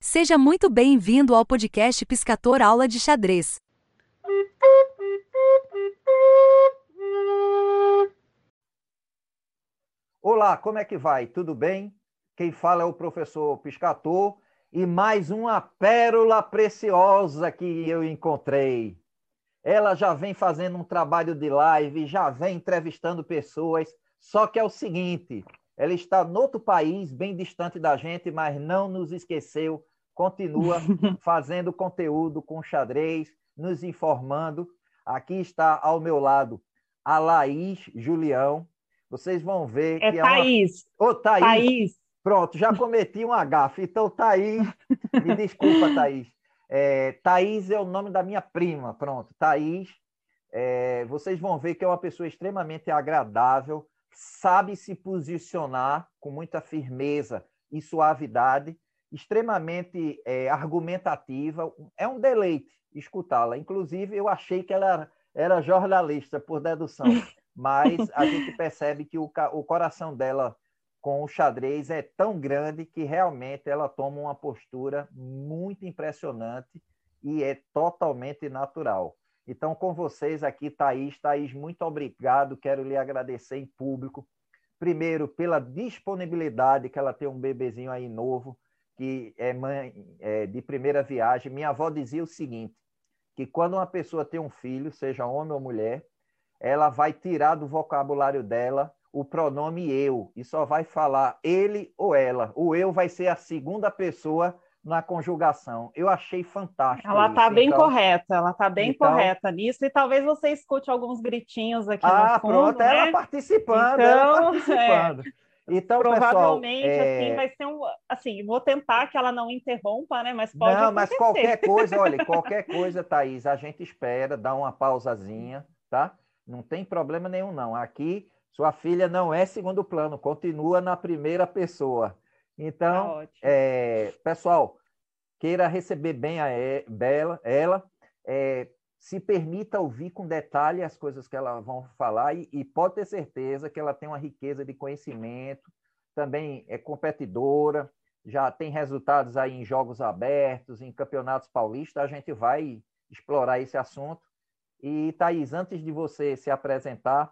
Seja muito bem-vindo ao podcast Piscator Aula de Xadrez. Olá, como é que vai? Tudo bem? Quem fala é o professor Piscator e mais uma pérola preciosa que eu encontrei. Ela já vem fazendo um trabalho de live, já vem entrevistando pessoas, só que é o seguinte, ela está em outro país, bem distante da gente, mas não nos esqueceu, continua fazendo conteúdo com xadrez, nos informando. Aqui está ao meu lado a Laís Julião. Vocês vão ver É que é uma... Thaís. Ô, Thaís, Thaís. pronto, já cometi um gafe. Então, Thaís, me desculpa, Thaís. Thaís é o nome da minha prima, pronto. Thaís, vocês vão ver que é uma pessoa extremamente agradável, sabe se posicionar com muita firmeza e suavidade, extremamente argumentativa. É um deleite escutá-la. Inclusive, eu achei que ela era jornalista, por dedução, mas a gente percebe que o coração dela com o xadrez é tão grande que realmente ela toma uma postura muito impressionante e é totalmente natural. Então, com vocês aqui, Thaís. Thaís, muito obrigado. Quero lhe agradecer em público. Primeiro, pela disponibilidade, que ela tem um bebezinho aí novo, que é mãe de primeira viagem. Minha avó dizia o seguinte, que quando uma pessoa tem um filho, seja homem ou mulher, ela vai tirar do vocabulário dela o pronome eu e só vai falar ele ou ela. O eu vai ser a segunda pessoa na conjugação. Eu achei fantástico Ela está isso. bem correta, ela está bem Então, correta nisso, e talvez você escute alguns gritinhos aqui no pronto, fundo, né? ela Então, participando. Então, pessoal, provavelmente, assim, vai ser assim, vou tentar que ela não interrompa, né? Mas pode não, mas acontecer. qualquer coisa, olha, qualquer coisa, Thaís, a gente espera, dá uma pausazinha, tá? Não tem problema nenhum, não. Aqui, sua filha não é segundo plano, continua na primeira pessoa. Tá Então, ótimo. pessoal, queira receber bem ela, se permita ouvir com detalhe as coisas que ela vão falar e pode ter certeza que ela tem uma riqueza de conhecimento, também é competidora, já tem resultados aí em jogos abertos, em campeonatos paulistas, a gente vai explorar esse assunto. E, Thaís, antes de você se apresentar,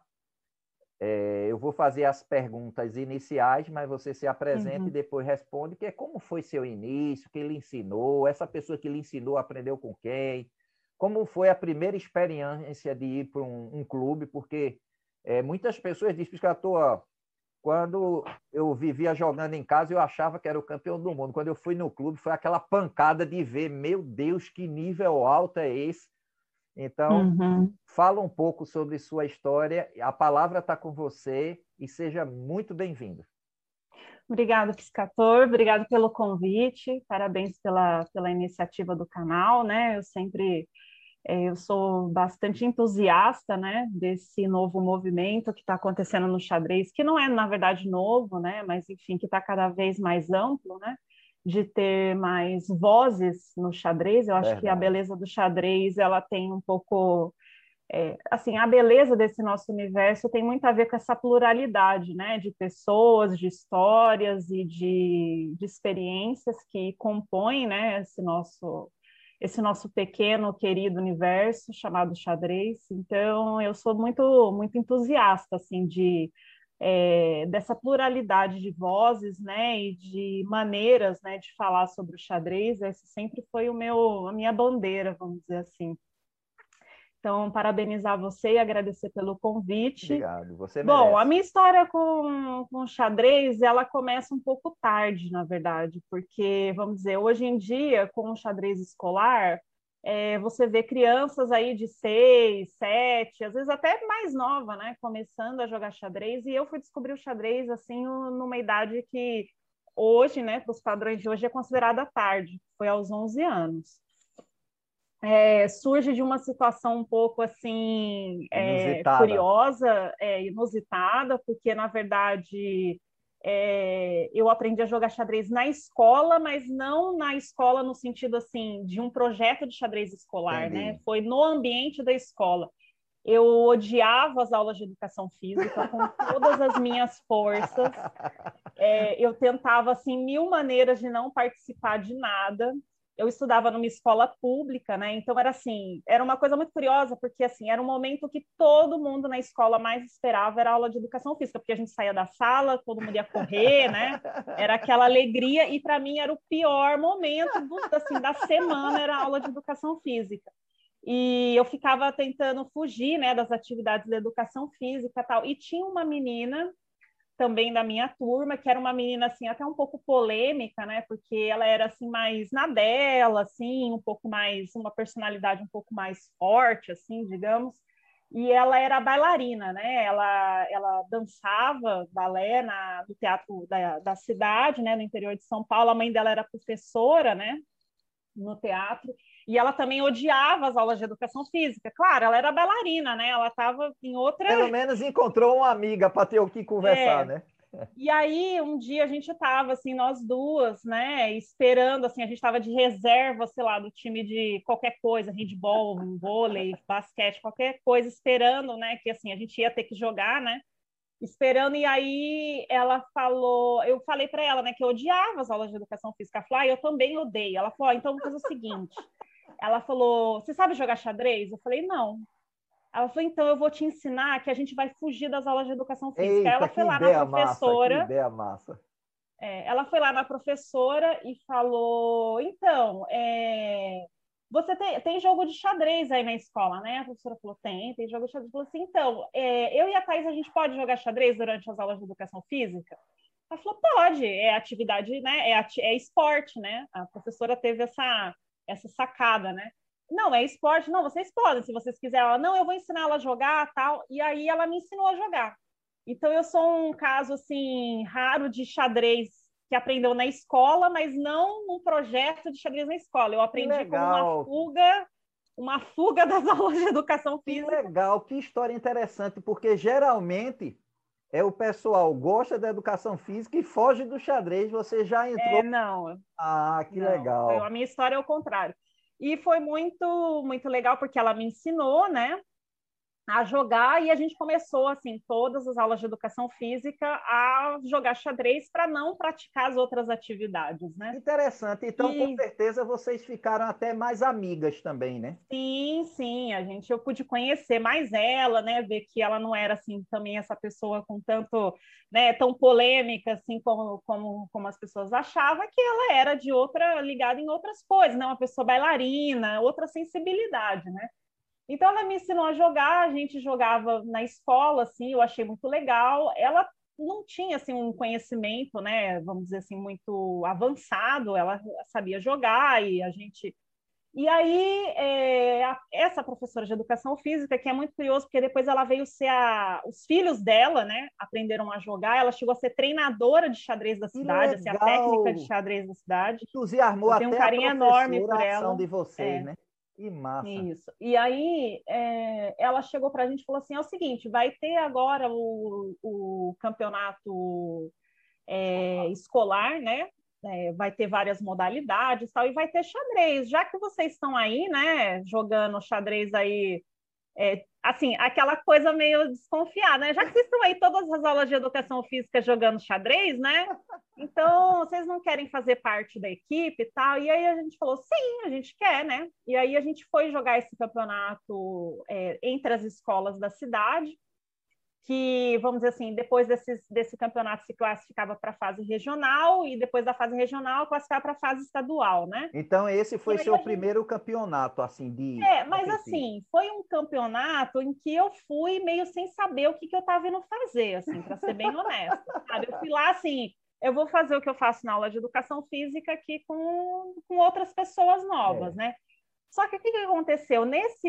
eu vou fazer as perguntas iniciais, mas você se apresenta e Uhum. depois responde, que é como foi seu início, quem lhe ensinou, essa pessoa que lhe ensinou aprendeu com quem, como foi a primeira experiência de ir para um clube, porque muitas pessoas dizem que quando eu vivia jogando em casa, eu achava que era o campeão do mundo. Quando eu fui no clube, foi aquela pancada de ver, meu Deus, que nível alto é esse. Então, Uhum. fala um pouco sobre sua história. A palavra está com você e seja muito bem-vindo. Obrigada, Piscator, obrigado pelo convite, parabéns pela iniciativa do canal, né? Eu sou bastante entusiasta, né, desse novo movimento que está acontecendo no xadrez, que não é, na verdade, novo, né, mas, enfim, que está cada vez mais amplo, né, de ter mais vozes no xadrez. Eu acho que a Verdade. beleza do xadrez, ela tem um pouco... assim, a beleza desse nosso universo tem muito a ver com essa pluralidade, né, de pessoas, de histórias e de experiências que compõem, né, esse nosso pequeno, querido universo chamado xadrez. Então, eu sou muito entusiasta, assim, dessa pluralidade de vozes, né, e de maneiras, né, de falar sobre o xadrez. Esse sempre foi a minha bandeira, vamos dizer assim. Então, parabenizar você e agradecer pelo convite. Obrigado, você Bom, a merece. minha história com xadrez, ela começa um pouco tarde, na verdade, porque, vamos dizer, hoje em dia, com o xadrez escolar, você vê crianças aí de 6, 7, às vezes até mais nova, né, começando a jogar xadrez, e eu fui descobrir o xadrez, assim, numa idade que hoje, né, para os padrões de hoje, é considerada tarde, foi aos 11 anos. Surge de uma situação um pouco assim Inusitada. curiosa, inusitada, porque na verdade eu aprendi a jogar xadrez na escola, mas não na escola no sentido assim de um projeto de xadrez escolar, né? Entendi. Foi no ambiente da escola. Eu odiava as aulas de educação física com todas as minhas forças. Eu tentava, assim, mil maneiras de não participar de nada. Eu estudava numa escola pública, né? Então era assim, era uma coisa muito curiosa, porque assim, era um momento que todo mundo na escola mais esperava, era a aula de educação física, porque a gente saía da sala, todo mundo ia correr, né? Era aquela alegria, e para mim era o pior momento assim, da semana, era a aula de educação física. E eu ficava tentando fugir, né, das atividades da educação física e tal. E tinha uma menina também da minha turma, que era uma menina assim até um pouco polêmica, né? Porque ela era assim mais na dela, assim, um pouco mais uma personalidade um pouco mais forte, assim, digamos. E ela era bailarina, né? Ela dançava balé no teatro da cidade, né? No interior de São Paulo. A mãe dela era professora, né? No teatro. E ela também odiava as aulas de educação física. Claro, ela era bailarina, né? Ela estava em outra. Pelo menos encontrou uma amiga para ter o que conversar, né? E aí, um dia a gente estava, assim, nós duas, né, esperando, assim, a gente estava de reserva, sei lá, do time de qualquer coisa, handball, vôlei, basquete, qualquer coisa, esperando, né, que, assim, a gente ia ter que jogar, né, esperando, e aí ela falou, eu falei para ela, né, que eu odiava as aulas de educação física, ela falou, eu também odeio. Ela falou, então vamos fazer o seguinte, ela falou, você sabe jogar xadrez? Eu falei, não. Ela falou, então eu vou te ensinar que a gente vai fugir das aulas de educação física. Aí Eita, ela que foi lá na ideia massa, que professora, ideia massa. ela foi lá na professora e falou, então, você tem jogo de xadrez aí na escola, né? A professora falou, tem jogo de xadrez. Falou assim, então, eu e a Thaís, a gente pode jogar xadrez durante as aulas de educação física? Ela falou, pode, é atividade, né? É esporte, né? A professora teve essa sacada, né? Não, é esporte, não, vocês podem, se vocês quiserem. Ela, não, eu vou ensinar ela a jogar, tal. E aí ela me ensinou a jogar. Então eu sou um caso assim raro de xadrez que aprendeu na escola, mas não num projeto de xadrez na escola. Eu Que aprendi como legal, uma fuga das aulas de educação que física. legal, que história interessante, porque geralmente o pessoal gosta da educação física e foge do xadrez, você já entrou. Não, Ah, que não. A legal. minha história é o contrário. E foi muito, muito legal porque ela me ensinou, né? A jogar e a gente começou assim todas as aulas de educação física a jogar xadrez para não praticar as outras atividades, né? Interessante. Então, com E certeza, vocês ficaram até mais amigas também, né? sim, sim, eu pude conhecer mais ela, né? Ver que ela não era assim também essa pessoa com tanto, né, tão polêmica assim como as pessoas achavam, que ela era de outra ligada em outras coisas, né? Uma pessoa bailarina, outra sensibilidade, né? Então ela me ensinou a jogar, a gente jogava na escola, assim, eu achei muito legal. Ela não tinha assim um conhecimento, né, vamos dizer assim, muito avançado. Ela sabia jogar e a gente. E aí essa professora de educação física, que é muito curioso, porque depois ela veio ser os filhos dela, né, aprenderam a jogar. Ela chegou a ser treinadora de xadrez da Que cidade, a ser a técnica de legal! xadrez da cidade. Entusiasmou Eu tenho um até a carinho enorme professora por a ação ela. de vocês, É. né? Que massa. Isso. E aí ela chegou para a gente e falou assim: é o seguinte, vai ter agora o campeonato escolar, né? Vai ter várias modalidades tal, e vai ter xadrez. Já que vocês estão aí, né, jogando xadrez aí assim, aquela coisa meio desconfiada, né? Já que vocês estão aí todas as aulas de educação física jogando xadrez, né? Então, vocês não querem fazer parte da equipe e tal? E aí a gente falou, sim, a gente quer, né? E aí a gente foi jogar esse campeonato entre as escolas da cidade, que, vamos dizer assim, depois desse campeonato se classificava para a fase regional e depois da fase regional classificava para a fase estadual, né? Então, esse E foi aí seu a gente primeiro campeonato, assim, de mas competitivo. assim, foi um campeonato em que eu fui meio sem saber o que eu estava indo fazer, assim, para ser bem honesta, sabe? Eu fui lá assim, eu vou fazer o que eu faço na aula de educação física aqui com outras pessoas novas, É. né? Só que o que aconteceu?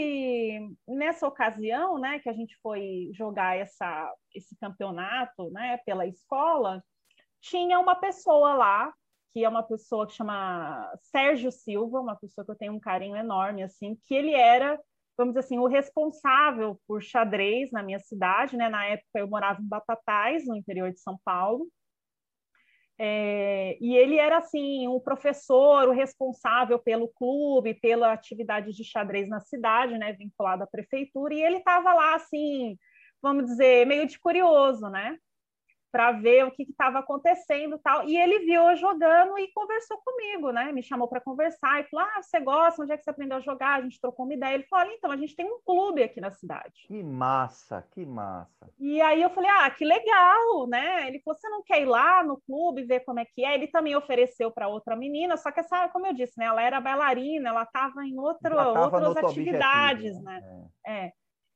Nessa ocasião, né, que a gente foi jogar esse campeonato, né, pela escola, tinha uma pessoa lá, que é uma pessoa que chama Sérgio Silva, uma pessoa que eu tenho um carinho enorme, assim, que ele era, vamos dizer assim, o responsável por xadrez na minha cidade, né? Na época eu morava em Batatais, no interior de São Paulo, E ele era, assim, o professor, o responsável pelo clube, pela atividade de xadrez na cidade, né, vinculado à prefeitura, e ele estava lá, assim, vamos dizer, meio de curioso, né, para ver o que estava acontecendo e tal. E ele viu eu jogando e conversou comigo, né? Me chamou para conversar e falou: Ah, você gosta? Onde é que você aprendeu a jogar? A gente trocou uma ideia. Ele falou: Olha, então, a gente tem um clube aqui na cidade. Que massa, que massa. E aí eu falei: Ah, que legal, né? Ele falou: Você não quer ir lá no clube ver como é que é? Ele também ofereceu para outra menina, só que essa, como eu disse, né? Ela era bailarina, ela estava em Já estava no outras outro objetivo, atividades, né? né? É.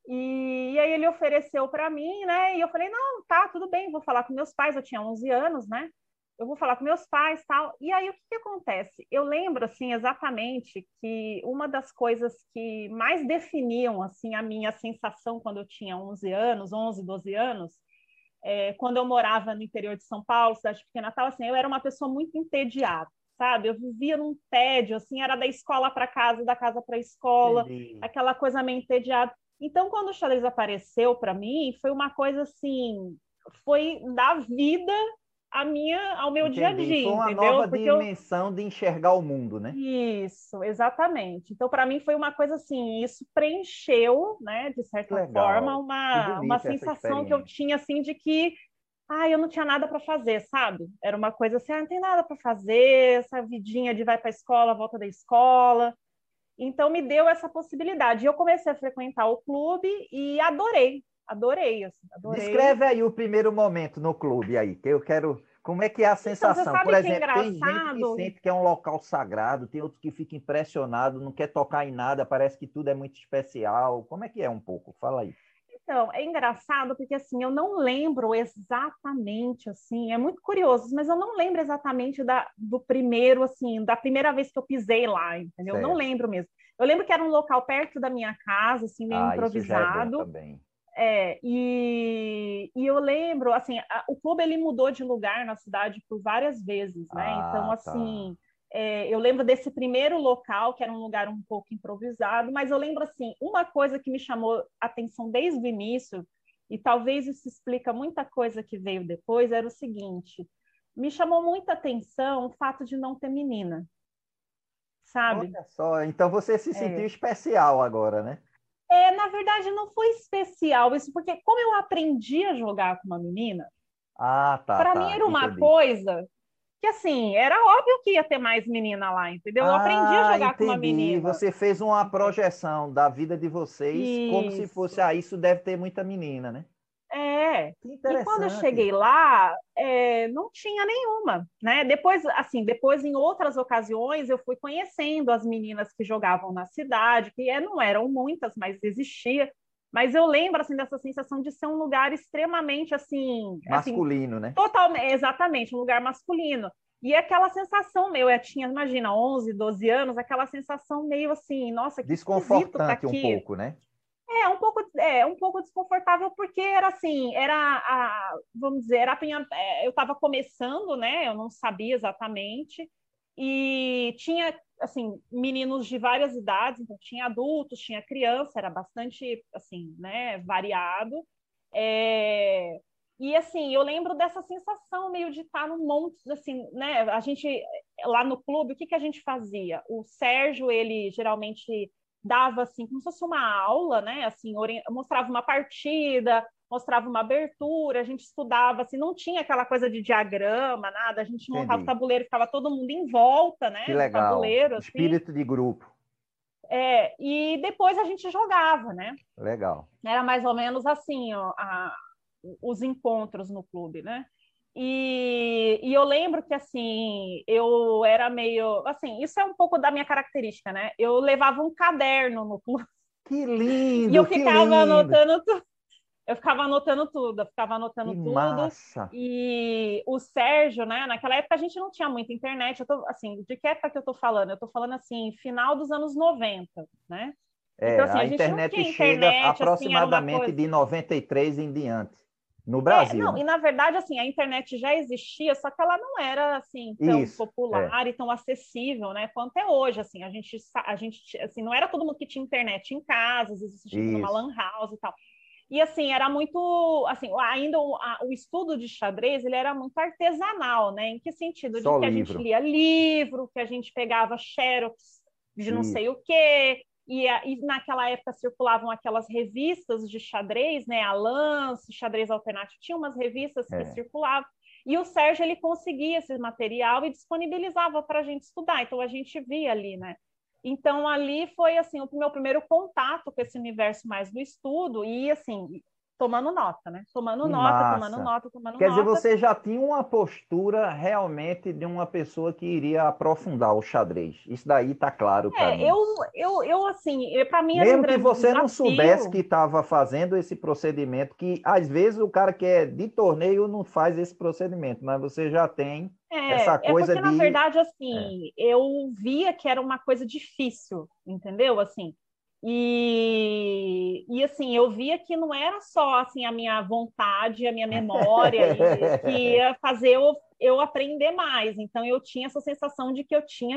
E aí ele ofereceu para mim, né? E eu falei, não, tá, tudo bem, vou falar com meus pais. Eu tinha 11 anos, né? Eu vou falar com meus pais, tal. E aí o que que acontece? Eu lembro assim exatamente que uma das coisas que mais definiam assim a minha sensação quando eu tinha 11 anos, 11, 12 anos, quando eu morava no interior de São Paulo, cidade pequena, tal, assim, eu era uma pessoa muito entediada, sabe? Eu vivia num tédio, assim, era da escola para casa, da casa para a escola, Entendi. aquela coisa meio entediada. Então, quando o xadrez apareceu para mim, foi uma coisa assim, foi dar vida ao meu dia a Entendi. dia, Foi uma entendeu? nova Porque eu dimensão de enxergar o mundo, né? isso, exatamente. Então, para mim foi uma coisa assim, isso preencheu, né, de Que certa forma, legal. Que uma bonita essa sensação que eu experiência. tinha assim de que eu não tinha nada para fazer, sabe? Era uma coisa assim, não tem nada para fazer, essa vidinha de vai para a escola, volta da escola. Então me deu essa possibilidade. E eu comecei a frequentar o clube e adorei, adorei, assim, adorei. Descreve aí o primeiro momento no clube aí, que eu quero. Como é que é a Então, você sensação? Por sabe que é exemplo, tem gente que engraçado? sente que é um local sagrado, tem outros que fica impressionado, não quer tocar em nada, parece que tudo é muito especial. Como é que é um pouco? Fala aí. Então, é engraçado porque assim, eu não lembro exatamente assim, é muito curioso, mas eu não lembro exatamente do primeiro assim, da primeira vez que eu pisei lá, entendeu? Eu não Certo. lembro mesmo. Eu lembro que era um local perto da minha casa, assim, meio Ah, isso já é bom improvisado. também. E eu lembro, assim, o clube ele mudou de lugar na cidade por várias vezes, né? Então, Ah, tá. assim, eu lembro desse primeiro local, que era um lugar um pouco improvisado, mas eu lembro, assim, uma coisa que me chamou a atenção desde o início, e talvez isso explica muita coisa que veio depois, era o seguinte: me chamou muita atenção o fato de não ter menina, sabe? Olha só, então você se sentiu É, especial agora, né? na verdade, não foi especial isso, porque como eu aprendi a jogar com uma menina, Ah, tá, para mim tá, era uma entendi. coisa que, assim, era óbvio que ia ter mais menina lá, entendeu? Eu aprendi a Ah, jogar com uma entendi. menina. Você fez uma Entendeu? projeção da vida de vocês como se fosse, Isso. isso deve ter muita menina, né? É. Que E quando eu interessante. cheguei lá, não tinha nenhuma, né? Depois, assim, depois em outras ocasiões eu fui conhecendo as meninas que jogavam na cidade, que não eram muitas, mas existia. Mas eu lembro assim dessa sensação de ser um lugar extremamente assim, Masculino, né? totalmente, exatamente, um lugar masculino. E aquela sensação eu tinha, imagina, 11, 12 anos, aquela sensação meio assim, nossa, que esquisito tá Desconfortante um aqui. pouco, né? Um pouco desconfortável porque era assim, vamos dizer, eu estava começando, né? Eu não sabia exatamente e tinha assim meninos de várias idades, então tinha adultos, tinha criança, era bastante assim, né? Variado. É, E assim, eu lembro dessa sensação meio de estar num monte, assim, né? A gente lá no clube, o que que a gente fazia? O Sérgio, ele geralmente dava assim, como se fosse uma aula, né? Assim, mostrava uma partida, mostrava uma abertura, a gente estudava, assim, não tinha aquela coisa de diagrama, nada, a gente montava o Entendi. tabuleiro, ficava todo mundo em volta, Que né, do legal. tabuleiro, assim, Espírito de grupo. e depois a gente jogava, né? Legal. Era mais ou menos assim, ó, os encontros no clube, né? E eu lembro que assim, eu era meio assim, isso é um pouco da minha característica, né? Eu levava um caderno no clube Que e eu lindo, que ficava lindo. anotando tudo, eu ficava anotando tudo, eu ficava Que anotando tudo. massa. E o Sérgio, né? Naquela época a gente não tinha muita internet. Eu tô assim, de que época que eu tô falando? Eu tô falando assim, final dos anos 90, né? Então, assim, A a gente não internet tinha chega internet, assim, era uma aproximadamente coisa. de 93 em diante, no Brasil, Não, né? e na verdade, assim, a internet já existia, só que ela não era, assim, tão Isso, é. popular e tão acessível, né, quanto é hoje, assim, assim, não era todo mundo que tinha internet em casa, às vezes você tinha que ir numa Isso. lan house e tal. E assim, era muito, assim, ainda o estudo de xadrez, ele era muito artesanal, né? Em que sentido? De Só que a gente livro. lia livro, que a gente pegava xerox de não sei Isso. o quê, e naquela época circulavam aquelas revistas de xadrez, né? A Lance, Xadrez Alternativo, tinha umas revistas que É. circulavam. E o Sérgio, ele conseguia esse material e disponibilizava para a gente estudar. Então, a gente via ali, né? Então, ali foi, assim, o meu primeiro contato com esse universo mais do estudo e, assim, tomando nota, né? Tomando Que nota, tomando massa. nota, tomando Quer dizer, nota. você já tinha uma postura realmente de uma pessoa que iria aprofundar o xadrez. Isso daí tá claro para É, mim. assim, para mim era um Mesmo que grande você não soubesse que desafio. estava fazendo esse procedimento, que às vezes o cara que é de torneio não faz esse procedimento, mas você já tem essa É coisa porque, na de. verdade, É. assim, eu via que era uma coisa difícil, entendeu? Assim, e assim, eu via que não era só assim a minha vontade, a minha memória e que ia fazer eu aprender mais. Então eu tinha essa sensação de que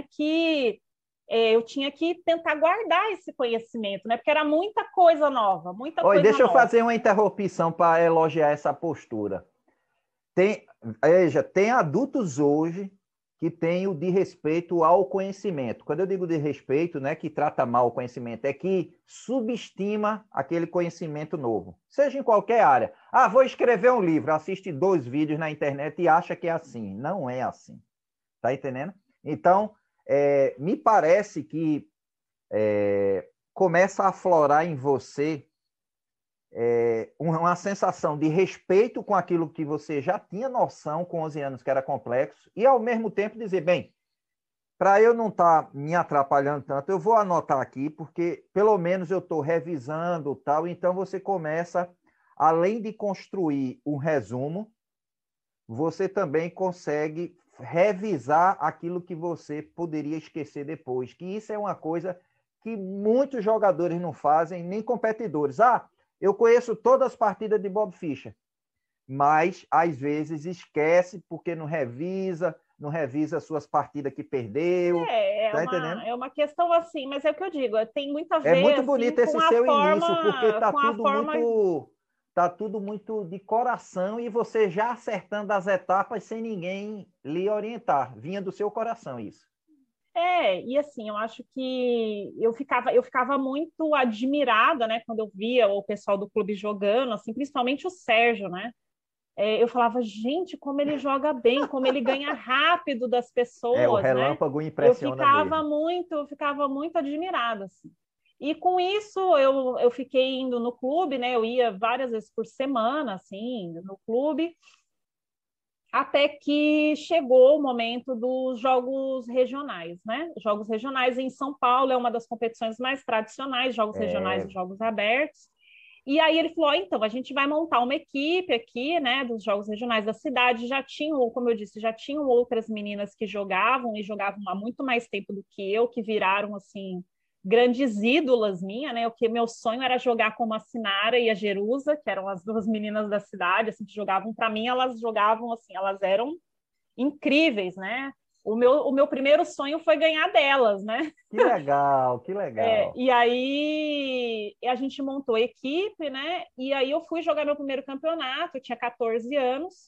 eu tinha que tentar guardar esse conhecimento, né? Porque era muita coisa nova, muita Oi, coisa deixa eu nova. fazer uma interrupção para elogiar essa postura. Tem, veja, tem adultos hoje que têm o de respeito ao conhecimento. Quando eu digo de respeito, não é que trata mal o conhecimento, é que subestima aquele conhecimento novo, seja em qualquer área. Ah, vou escrever um livro, assiste 2 vídeos na internet e acha que é assim. Não é assim. Tá entendendo? Então, me parece que começa a aflorar em você uma sensação de respeito com aquilo que você já tinha noção com 11 anos que era complexo e, ao mesmo tempo, dizer, bem, para eu não estar me atrapalhando tanto, eu vou anotar aqui, porque pelo menos eu estou revisando tal. Então, você começa, além de construir um resumo, você também consegue revisar aquilo que você poderia esquecer depois, que isso é uma coisa que muitos jogadores não fazem, nem competidores. Ah, eu conheço todas as partidas de Bob Fischer, mas às vezes esquece porque não revisa suas partidas que perdeu, tá entendendo? É uma questão assim, mas é o que eu digo, tem muito a É ver muito assim bonito esse seu início, porque com a forma. tá tudo muito de coração e você já acertando as etapas sem ninguém lhe orientar. Vinha do seu coração isso. E assim, eu acho que eu ficava muito admirada, né, quando eu via o pessoal do clube jogando, assim, principalmente o Sérgio, né? Eu falava, gente, como ele joga bem, como ele ganha rápido das O pessoas, né? relâmpago impressiona mesmo. Eu ficava muito admirada, assim. E com isso eu fiquei indo no clube, né? Eu ia várias vezes por semana, assim, no clube, até que chegou o momento dos jogos regionais, né? Jogos regionais em São Paulo é uma das competições mais tradicionais, jogos regionais É, e jogos abertos. E aí ele falou: então, a gente vai montar uma equipe aqui, né, dos jogos regionais da cidade. Já tinham, como eu disse, já tinham outras meninas que jogavam e jogavam há muito mais tempo do que eu, que viraram assim grandes ídolas minhas, né? O que meu sonho era jogar como a Sinara e a Jerusa, que eram as duas meninas da cidade, assim, que jogavam para mim, elas jogavam assim, elas eram incríveis, né? O meu primeiro sonho foi ganhar delas, né? que legal, que legal. E aí a gente montou a equipe, né? E aí eu fui jogar meu primeiro campeonato, eu tinha 14 anos.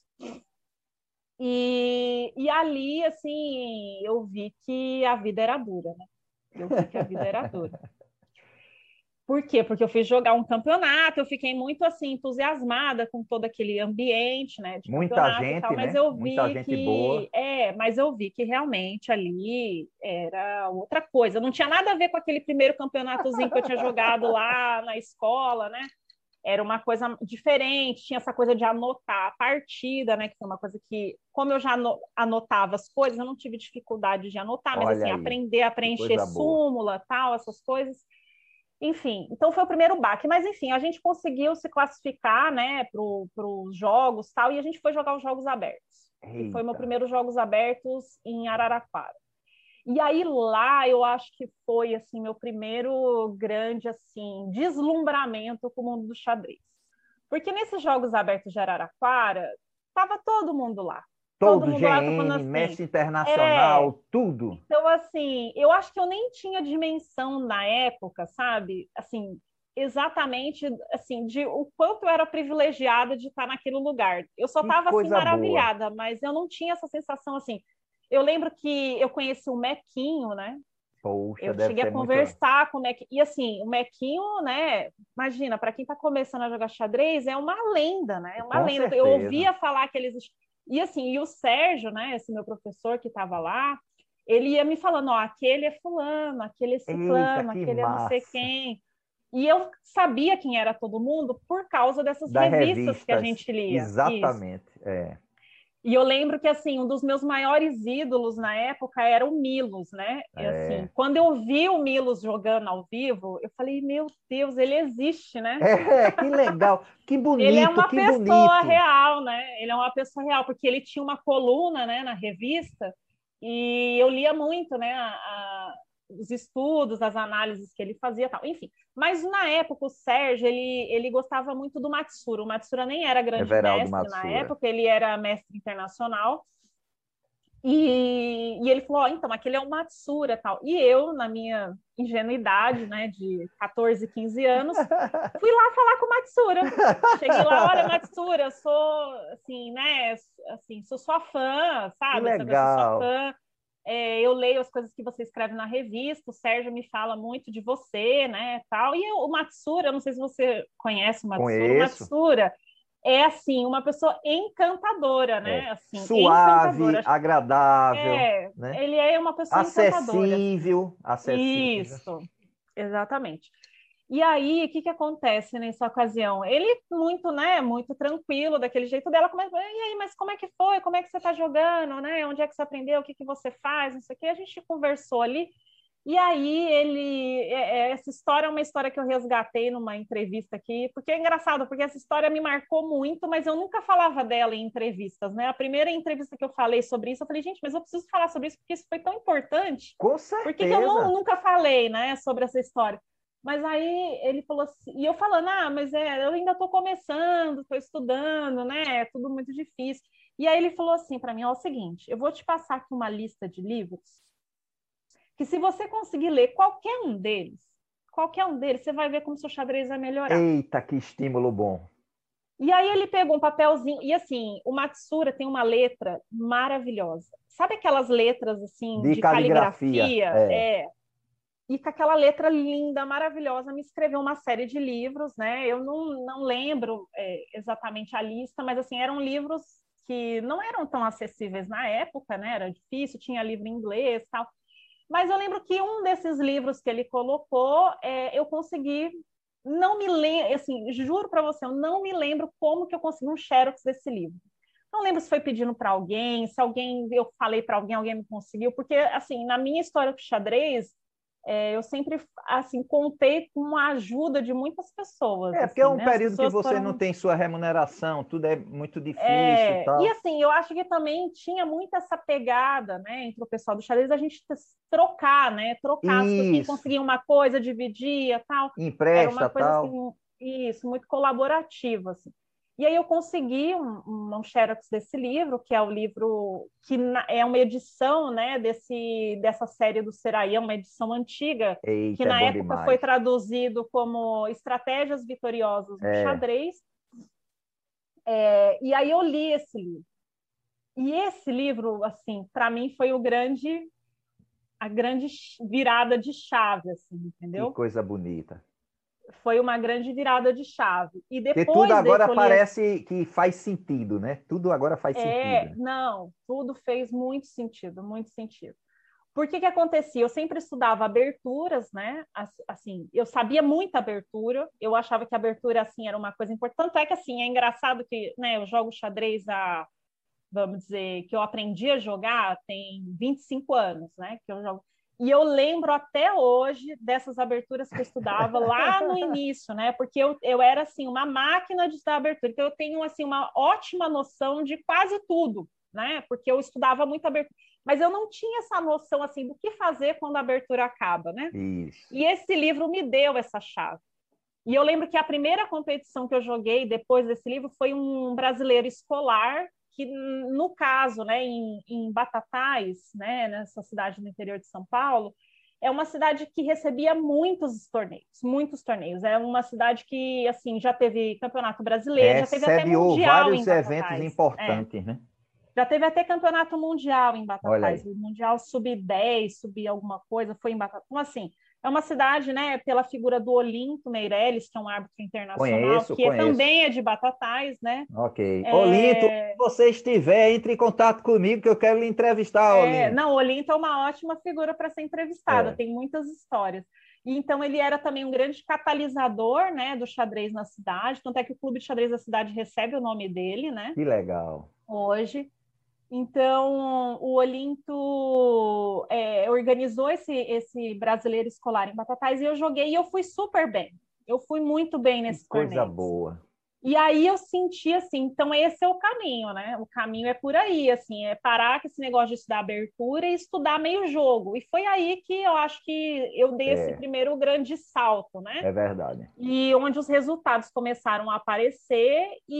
E ali, assim, eu vi que a vida era dura, né? Eu vi que a vida era dura. Por quê? Porque eu fui jogar um campeonato, eu fiquei muito assim entusiasmada com todo aquele ambiente, né, de Muita campeonato e tal, gente, mas né? eu Muita vi gente boa. mas eu vi que realmente ali era outra coisa. Não tinha nada a ver com aquele primeiro campeonatozinho que eu tinha jogado lá na escola, né? Era uma coisa diferente, tinha essa coisa de anotar a partida, né? Que foi uma coisa que, como eu já anotava as coisas, eu não tive dificuldade de anotar, mas Olha assim, aí, aprender a que preencher coisa boa. súmula, tal, essas coisas. Enfim, então foi o primeiro baque, mas enfim, a gente conseguiu se classificar, né, para os jogos tal, e a gente foi jogar os jogos abertos. E foi meu Eita. primeiro jogos abertos em Araraquara. E aí lá eu acho que foi assim meu primeiro grande assim deslumbramento com o mundo do xadrez. Porque nesses jogos abertos de Araraquara, tava todo mundo lá. Todo Todo mundo lá, tô falando GM, assim. mestre É, internacional, tudo. então, assim, eu acho que eu nem tinha dimensão na época, sabe? Assim, exatamente assim de o quanto eu era privilegiada de estar naquele lugar. Eu só Que estava assim coisa boa. maravilhada, mas eu não tinha essa sensação assim. Eu lembro que eu conheci o Mequinho, né? Poxa, Eu deve cheguei a ser muito. conversar com o Mequinho. E assim, o Mequinho, né? Imagina, para quem está começando a jogar xadrez, é uma lenda, né? É uma Com lenda. Eu certeza. ouvia falar que eles. E assim, e o Sérgio, né? Esse meu professor que estava lá, ele ia me falando: ó, aquele é fulano, aquele é Eita, ciclano, que aquele é não sei massa. quem. E eu sabia quem era todo mundo por causa dessas Das revistas que a revistas. gente lia. Isso. Exatamente. É. E eu lembro que, assim, um dos meus maiores ídolos na época era o Milos, né? E, assim, É. quando eu vi o Milos jogando ao vivo, eu falei, meu Deus, ele existe, né? É, que legal. Que Ele é bonito, uma que pessoa bonito. real, né? Ele é uma pessoa real, porque ele tinha uma coluna, né, na revista, e eu lia muito, né, os estudos, as análises que ele fazia, tal. Enfim. Mas na época o Sérgio ele gostava muito do Matsura. O Matsura nem era grande Everaldo mestre na Matsura. época, ele era mestre internacional. E ele falou, oh, então, aquele é o Matsura, tal. E eu, na minha ingenuidade, né, de 14, 15 anos, fui lá falar com o Matsura. Cheguei lá, olha, Matsura, eu sou, assim, né, assim, sou sua fã, Que sabe? Eu sou sua legal. fã, eu leio as coisas que você escreve na revista, o Sérgio me fala muito de você, né, tal. E o Matsura, eu não sei se você conhece o Conheço. Matsura é, assim, uma pessoa encantadora, É. né? Assim, Suave, encantadora. agradável, né? Ele é uma pessoa encantadora, assim. Acessível, acessível. Isso, exatamente. E aí, o que que acontece nessa ocasião? Ele muito, né, muito tranquilo, daquele jeito dela, começa, e aí, mas como é que foi? Como é que você está jogando, né? Onde é que você aprendeu? O que que você faz? Não sei o quê. A gente conversou ali. E aí essa história é uma história que eu resgatei numa entrevista aqui, porque é engraçado, porque essa história me marcou muito, mas eu nunca falava dela em entrevistas, né? A primeira entrevista que eu falei sobre isso, eu falei, gente, mas eu preciso falar sobre isso porque isso foi tão importante. Com Por que que eu certeza. nunca falei, né, sobre essa história? Mas aí ele falou assim, e eu falando, mas eu ainda estou começando, estou estudando, né? É tudo muito difícil. E aí ele falou assim para mim, ó, é o seguinte, eu vou te passar aqui uma lista de livros que se você conseguir ler qualquer um deles, você vai ver como seu xadrez vai melhorar. Eita, que estímulo bom. E aí ele pegou um papelzinho, e assim, o Matsura tem uma letra maravilhosa. Sabe aquelas letras, assim, De de caligrafia. caligrafia? É. E com aquela letra linda, maravilhosa, me escreveu uma série de livros, né? Eu não lembro exatamente a lista, mas assim, eram livros que não eram tão acessíveis na época, né? Era difícil, tinha livro em inglês e tal. Mas eu lembro que um desses livros que ele colocou, eu consegui, não me lembro, assim, juro para você, eu não me lembro como que eu consegui um xerox desse livro. Não lembro se foi pedindo para alguém, se alguém, eu falei para alguém, alguém me conseguiu, porque, assim, na minha história com xadrez, eu sempre, assim, contei com a ajuda de muitas pessoas, É, porque é assim, um né? As período que pessoas você não foram tem sua remuneração, tudo é muito difícil e e tal. assim, eu acho que também tinha muito essa pegada, né, entre o pessoal do xadrez, a gente trocar, né, trocar, quem Isso, conseguia uma coisa, dividia, tal. Era uma empresta coisa assim, tal. isso, muito colaborativa, assim. E aí eu consegui um xerox desse livro, que é o livro que é uma edição, né, dessa série do Seraí, é uma edição antiga, que Eita, é na bom época foi demais. traduzido como Estratégias Vitoriosas no É, Xadrez. E aí eu li esse livro. E esse livro, assim, para mim foi a grande virada de chave, assim, que entendeu? coisa bonita. Foi uma grande virada de chave. E Porque tudo depois de agora que eu li esse, parece que faz sentido, né? Tudo agora faz sentido, né? não, tudo fez muito sentido, muito sentido. Por que que acontecia? Eu sempre estudava aberturas, né? Assim, eu sabia muita abertura, eu achava que a abertura, assim, era uma coisa importante. Tanto é que, assim, é engraçado que, né, eu jogo xadrez vamos dizer, que eu aprendi a jogar tem 25 anos, né? Que eu jogo. E eu lembro até hoje dessas aberturas que eu estudava lá no início, né? Porque eu era assim uma máquina de estudar abertura. Então eu tenho assim uma ótima noção de quase tudo, né? Porque eu estudava muito abertura, mas eu não tinha essa noção assim do que fazer quando a abertura acaba, né? Isso. E esse livro me deu essa chave. E eu lembro que a primeira competição que eu joguei depois desse livro foi um brasileiro escolar, que no caso, né, em Batatais, né, nessa cidade do interior de São Paulo, é uma cidade que recebia muitos torneios. É uma cidade que, assim, já teve campeonato brasileiro, já teve até Sediou mundial em vários eventos Batatais. importantes, né? Já teve até campeonato mundial em Olha Batatais. aí. O mundial sub-10, sub alguma coisa, foi em Batatais. Então, assim, é uma cidade, né, pela figura do Olinto Meirelles, que é um árbitro internacional, que Conheço. também é de Batatais, né? Ok. Olinto, se você estiver, entre em contato comigo que eu quero lhe entrevistar, Olinto. Não, o Olinto é uma ótima figura para ser entrevistada, tem muitas histórias. E então ele era também um grande catalisador, né, do xadrez na cidade, tanto é que o Clube de Xadrez da cidade recebe o nome dele, né? Que legal. Hoje. Então, o Olinto organizou esse brasileiro escolar em Batatais e eu joguei e eu fui super bem. Eu fui muito bem Que nesses coisa torneios. boa. E aí eu senti assim, então esse é o caminho, né? O caminho é por aí, assim, é parar com esse negócio de estudar abertura e estudar meio jogo. E foi aí que eu acho que eu dei esse primeiro grande salto, né? É verdade. E onde os resultados começaram a aparecer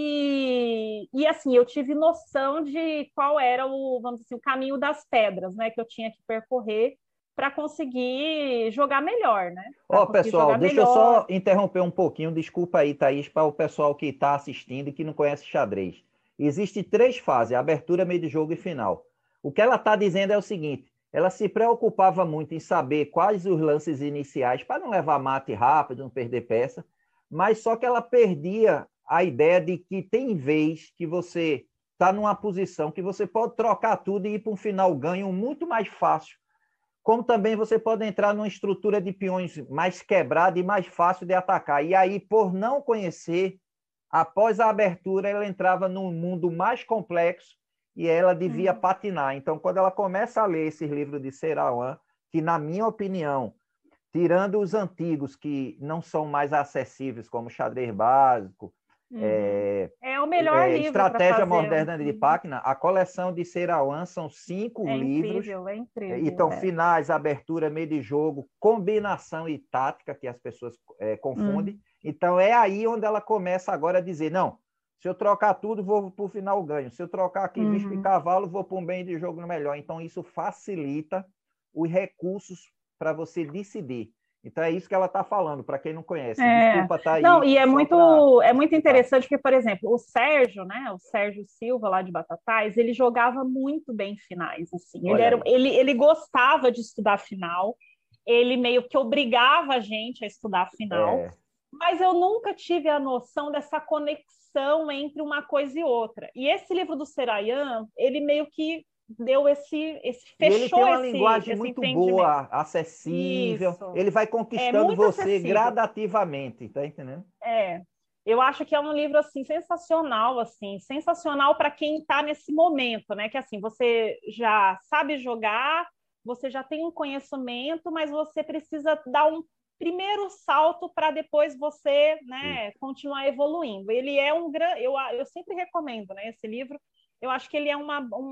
e assim, eu tive noção de qual era vamos dizer assim, o caminho das pedras, né? Que eu tinha que percorrer para conseguir jogar melhor, né? Ó, pessoal, deixa eu só interromper um pouquinho. Desculpa aí, Thaís, para o pessoal que está assistindo e que não conhece xadrez. Existem 3 fases, abertura, meio de jogo e final. O que ela está dizendo é o seguinte, ela se preocupava muito em saber quais os lances iniciais, para não levar mate rápido, não perder peça, mas só que ela perdia a ideia de que tem vez que você está numa posição que você pode trocar tudo e ir para um final ganho muito mais fácil, como também você pode entrar numa estrutura de peões mais quebrada e mais fácil de atacar. E aí, por não conhecer, após a abertura, ela entrava num mundo mais complexo e ela devia patinar. Então, quando ela começa a ler esses livros de Serawan, que, na minha opinião, tirando os antigos, que não são mais acessíveis, como Xadrez Básico, é o melhor livro Estratégia Moderna de Páquina, a coleção de Serawan são 5 livros. É incrível. Então, finais, abertura, meio de jogo, combinação e tática, que as pessoas confundem. Então, é aí onde ela começa agora a dizer, não, se eu trocar tudo, vou para o final ganho. Se eu trocar aqui bispo e cavalo, vou para um bem de jogo no melhor. Então, isso facilita os recursos para você decidir. Então, é isso que ela está falando, para quem não conhece. Desculpa, Thaís. Não, e é muito interessante porque, por exemplo, o Sérgio, né, o Sérgio Silva, lá de Batatais, ele jogava muito bem finais, assim. Ele gostava de estudar final, ele meio que obrigava a gente a estudar final, mas eu nunca tive a noção dessa conexão entre uma coisa e outra. E esse livro do Serayan, ele meio que deu esse fechou esse ele tem uma linguagem muito boa, acessível. Isso. Ele vai conquistando você acessível. Gradativamente, tá entendendo? Eu acho que é um livro assim sensacional para quem está nesse momento, né? Que assim, você já sabe jogar, você já tem um conhecimento, mas você precisa dar um primeiro salto para depois você, né, continuar evoluindo. Ele é um grande, eu sempre recomendo, né, esse livro. Eu acho que ele é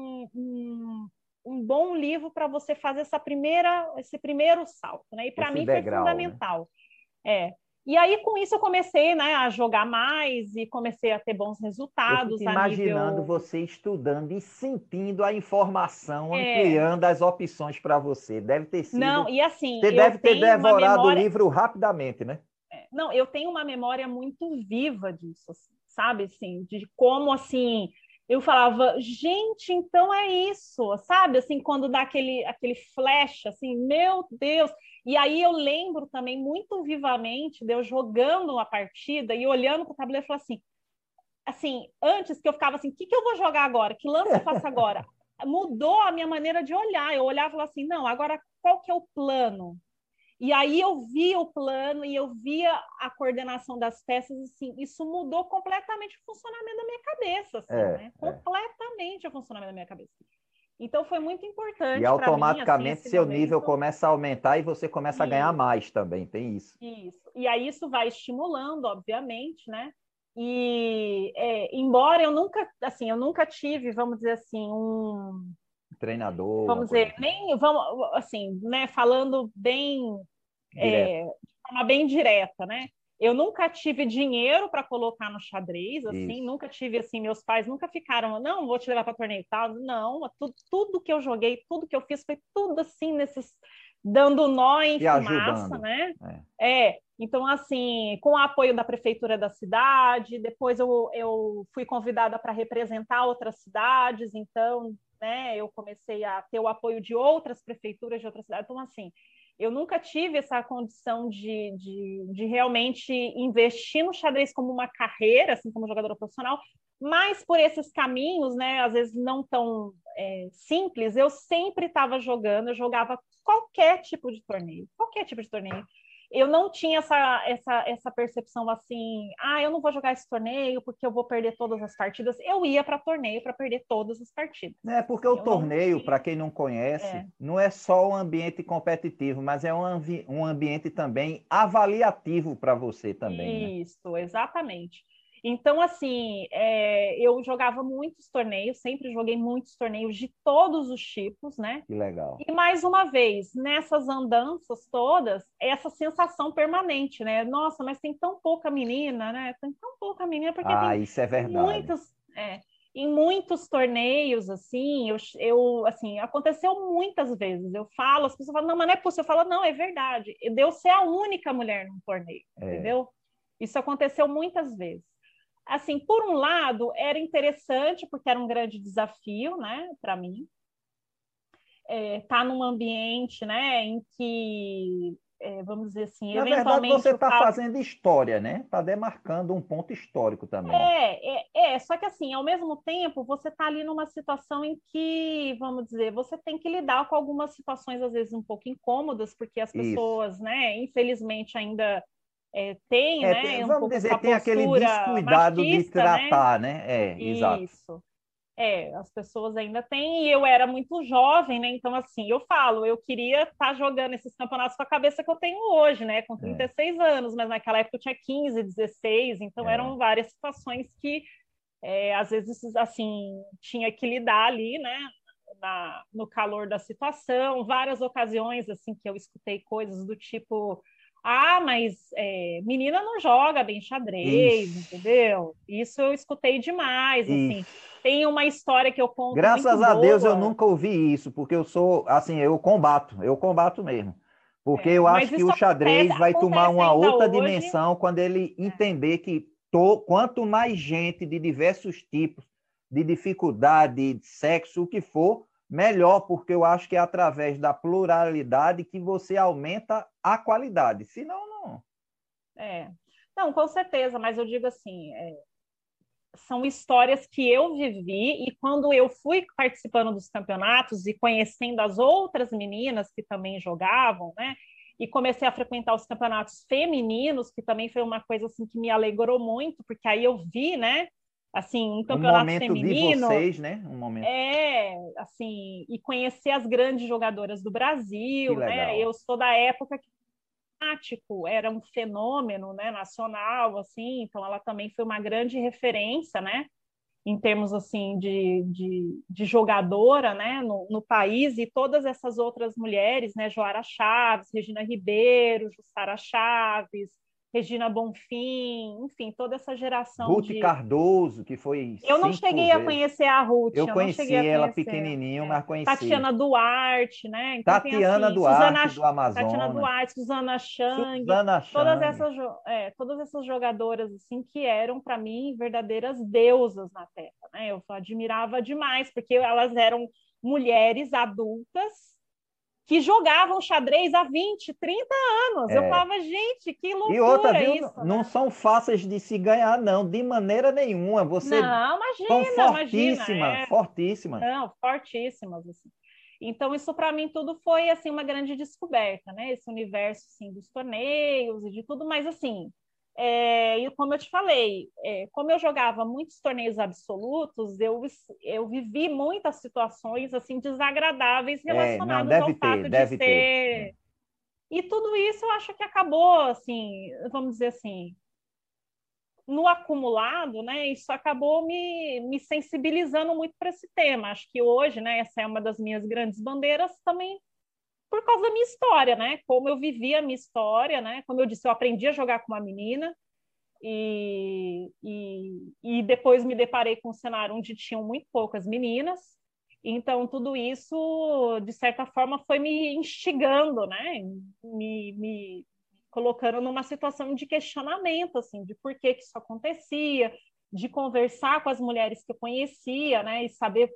um bom livro para você fazer esse primeiro salto, né? E para mim foi fundamental. Né? E aí, com isso, eu comecei, né, a jogar mais e comecei a ter bons resultados. Eu fico imaginando você estudando e sentindo a informação, ampliando as opções para você. Deve ter sido... Não, e assim... Você deve ter devorado o livro rapidamente, né? Não, eu tenho uma memória muito viva disso, sabe? Assim, de como, assim... Eu falava, gente, então é isso, sabe? Assim, quando dá aquele flash, assim, meu Deus. E aí eu lembro também muito vivamente de eu jogando a partida e olhando para o tabuleiro e falando assim, antes que eu ficava assim, o que eu vou jogar agora? Que lance eu faço agora? Mudou a minha maneira de olhar. Eu olhava e falava assim, não, agora qual que é o plano? E aí eu via o plano e eu via a coordenação das peças, assim, isso mudou completamente o funcionamento da minha cabeça, assim, né? Completamente o funcionamento da minha cabeça. Então foi muito importante. E automaticamente assim, seu nível começa a aumentar e você começa a ganhar mais também, tem isso. Isso. E aí isso vai estimulando, obviamente, né? E embora eu nunca tive, vamos dizer assim, um treinador, vamos dizer, assim, né, falando bem de forma bem direta, né? Eu nunca tive dinheiro para colocar no xadrez, assim, nunca tive assim, meus pais nunca ficaram, não, vou te levar para torneio e tal, não, tudo que eu joguei, tudo que eu fiz foi tudo assim dando nó em E fumaça, ajudando. né? Então, assim, com o apoio da prefeitura da cidade, depois eu fui convidada para representar outras cidades, então, né, eu comecei a ter o apoio de outras prefeituras de outras cidades. Então, assim, eu nunca tive essa condição de realmente investir no xadrez como uma carreira, assim, como jogadora profissional, mas por esses caminhos, né, às vezes não tão simples, eu sempre estava jogando, eu jogava qualquer tipo de torneio, qualquer tipo de torneio. Eu não tinha essa percepção assim, eu não vou jogar esse torneio porque eu vou perder todas as partidas. Eu ia para torneio para perder todas as partidas. É porque o torneio, para quem não conhece, não é só um ambiente competitivo, mas é um ambiente também avaliativo para você também, né? Isso, exatamente. Então, assim, eu jogava muitos torneios, sempre joguei muitos torneios de todos os tipos, né? Que legal. E, mais uma vez, nessas andanças todas, essa sensação permanente, né? Nossa, mas tem tão pouca menina, né? Tem tão pouca menina, porque isso é verdade. Em muitos torneios, assim, assim, aconteceu muitas vezes. Eu falo, as pessoas falam, não, mas não é possível. Eu falo, não, é verdade. Deu ser a única mulher num torneio, entendeu? Isso aconteceu muitas vezes. Assim, por um lado, era interessante, porque era um grande desafio, né, para mim, tá num ambiente, né, em que, vamos dizer assim, Na verdade, você eventualmente o está fato... fazendo história, né? Está demarcando um ponto histórico também. Só que assim, ao mesmo tempo, você está ali numa situação em que, vamos dizer, você tem que lidar com algumas situações, às vezes, um pouco incômodas, porque as Isso. pessoas, né, infelizmente ainda têm, né, um Vamos pouco essa dizer, tem aquele postura descuidado de machista, né? tratar, né? Exato. Isso. As pessoas ainda têm, e eu era muito jovem, né? Então, assim, eu falo, eu queria estar jogando esses campeonatos com a cabeça que eu tenho hoje, né? Com 36 anos, mas naquela época eu tinha 15, 16, então eram várias situações que, às vezes, assim, tinha que lidar ali, né? No calor da situação, várias ocasiões, assim, que eu escutei coisas do tipo... mas menina não joga bem xadrez, Ixi. entendeu? Isso eu escutei demais, assim. Ixi. Tem uma história que eu conto muito Graças a Deus eu boa. nunca ouvi isso, porque eu sou, assim, eu combato mesmo. Porque eu Mas acho que isso o xadrez vai tomar acontece uma ainda outra hoje. dimensão quando ele entender que quanto mais gente de diversos tipos, de dificuldade, de sexo, o que for, melhor, porque eu acho que é através da pluralidade que você aumenta a qualidade. Senão, não. Não, com certeza, mas eu digo assim, são histórias que eu vivi e quando eu fui participando dos campeonatos e conhecendo as outras meninas que também jogavam, né? E comecei a frequentar os campeonatos femininos, que também foi uma coisa assim que me alegrou muito, porque aí eu vi, né? Assim, um Um campeonato momento de feminino, vocês, né? Um momento. assim, e conhecer as grandes jogadoras do Que Brasil, né? legal. Eu sou da época que era um fenômeno, né, nacional, assim, então ela também foi uma grande referência, né, em termos, assim, de jogadora, né, no país, e todas essas outras mulheres, né, Joara Chaves, Regina Ribeiro, Jussara Chaves, Regina Bonfim, enfim, toda essa geração Ruth de... Cardoso, que foi Eu não 5 cheguei a vezes. conhecer a Ruth, Eu eu não cheguei a conheci ela conhecer. pequenininho, mas conheci. Tatiana Duarte, né? Então tem Tatiana assim, Duarte, do Tatiana Amazonas. Duarte, Suzana Chang, Suzana Chang. todas essas jogadoras assim que eram para mim verdadeiras deusas na Terra, né? Eu admirava demais porque elas eram mulheres adultas que jogavam xadrez há 20, 30 anos. Eu É. falava, gente, que E outra, loucura viu? isso, Não né? são fáceis de se ganhar, não, de maneira nenhuma. Você Não, são imagina, fortíssimas, fortíssimas. não, fortíssimas, assim. Então, isso para mim tudo foi, assim, uma grande descoberta, né? Esse universo, assim, dos torneios e de tudo, mas, assim, e como eu te falei, como eu jogava muitos torneios absolutos, eu vivi muitas situações, assim, desagradáveis Não, relacionadas ao deve ter, fato de deve ter. ser... E tudo isso eu acho que acabou, assim, vamos dizer assim, no acumulado, né, isso acabou me sensibilizando muito para esse tema. Acho que hoje, né, essa é uma das minhas grandes bandeiras também por causa da minha história, né, como eu vivi a minha história, né, como eu disse, eu aprendi a jogar com uma menina e depois me deparei com um cenário onde tinham muito poucas meninas Então, tudo isso, de certa forma, foi me instigando, né? Me colocando numa situação de questionamento, assim, de por que que isso acontecia, de conversar com as mulheres que eu conhecia, né? E saber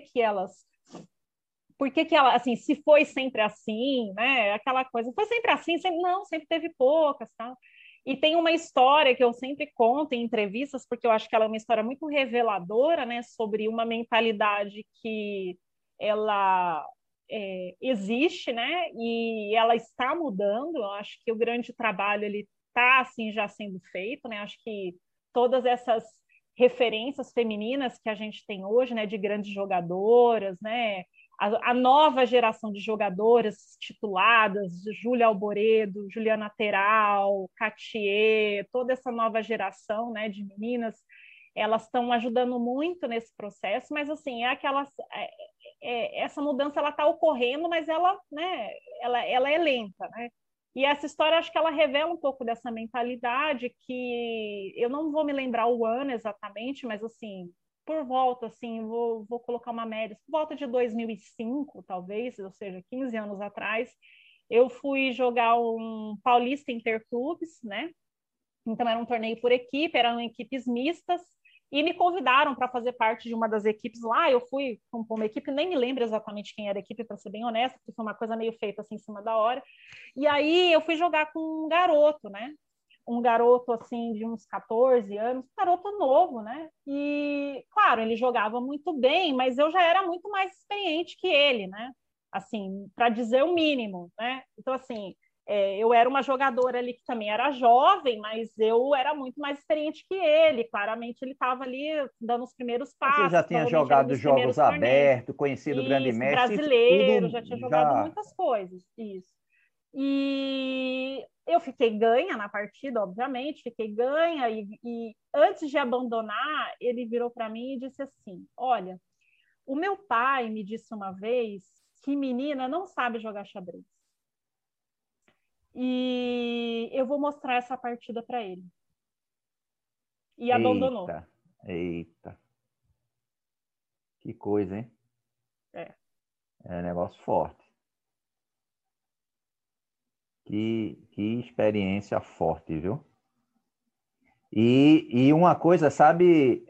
por que que ela, assim, se foi sempre assim, né? Aquela coisa, foi sempre assim? Sempre, não, sempre teve poucas, tal. E tem uma história que eu sempre conto em entrevistas, porque eu acho que ela é uma história muito reveladora, né, sobre uma mentalidade que ela existe, né, e ela está mudando. Eu acho que o grande trabalho ele está assim já sendo feito, né. Acho que todas essas referências femininas que a gente tem hoje, né, de grandes jogadoras, né, a nova geração de jogadoras tituladas, Júlia Alboredo, Juliana Teral, Catier, toda essa nova geração, né, de meninas, elas estão ajudando muito nesse processo, mas assim, essa mudança ela está ocorrendo, mas ela, né, ela é lenta, né? E essa história, acho que ela revela um pouco dessa mentalidade que eu não vou me lembrar o ano exatamente, mas assim, por volta, assim, vou colocar uma média, por volta de 2005, talvez, ou seja, 15 anos atrás, eu fui jogar um Paulista Interclubes, né? Então era um torneio por equipe, eram equipes mistas, e me convidaram para fazer parte de uma das equipes lá. Eu fui com uma equipe, nem me lembro exatamente quem era a equipe, para ser bem honesta, porque foi uma coisa meio feita assim em cima da hora. E aí eu fui jogar com um garoto, né? Um garoto assim de uns 14 anos, um garoto novo, né? E claro, ele jogava muito bem, mas eu já era muito mais experiente que ele, né? Assim, para dizer o mínimo, né? Então assim, eu era uma jogadora ali que também era jovem, mas eu era muito mais experiente que ele. Claramente ele estava ali dando os primeiros Você já passos, tinha provavelmente era jogado dos jogos primeiros torneios. abertos, conhecido o grande Isso, mestre, isso brasileiro, tudo já tinha jogado já... muitas coisas. Isso. E eu fiquei ganha na partida, obviamente, fiquei ganha. E antes de abandonar, ele virou para mim e disse assim: Olha, o meu pai me disse uma vez que menina não sabe jogar xadrez. E eu vou mostrar essa partida para ele. E abandonou. Eita, eita. Que coisa, hein? É. É um negócio forte. Que experiência forte, viu? E uma coisa, sabe,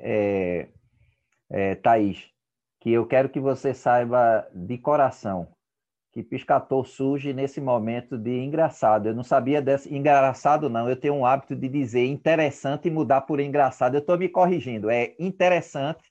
Thaís, que eu quero que você saiba de coração, que Piscator surge nesse momento de engraçado. Eu não sabia desse engraçado, não. Eu tenho um hábito de dizer interessante e mudar por engraçado. Eu estou me corrigindo. É interessante,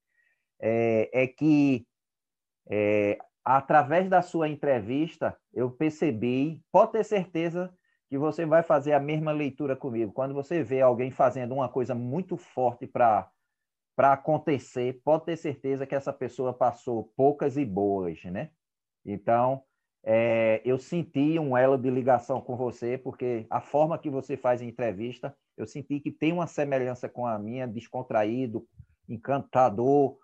que através da sua entrevista, eu percebi, pode ter certeza que você vai fazer a mesma leitura comigo. Quando você vê alguém fazendo uma coisa muito forte para acontecer, pode ter certeza que essa pessoa passou poucas e boas, né? Então, eu senti um elo de ligação com você, porque a forma que você faz a entrevista, eu senti que tem uma semelhança com a minha, descontraído, encantador,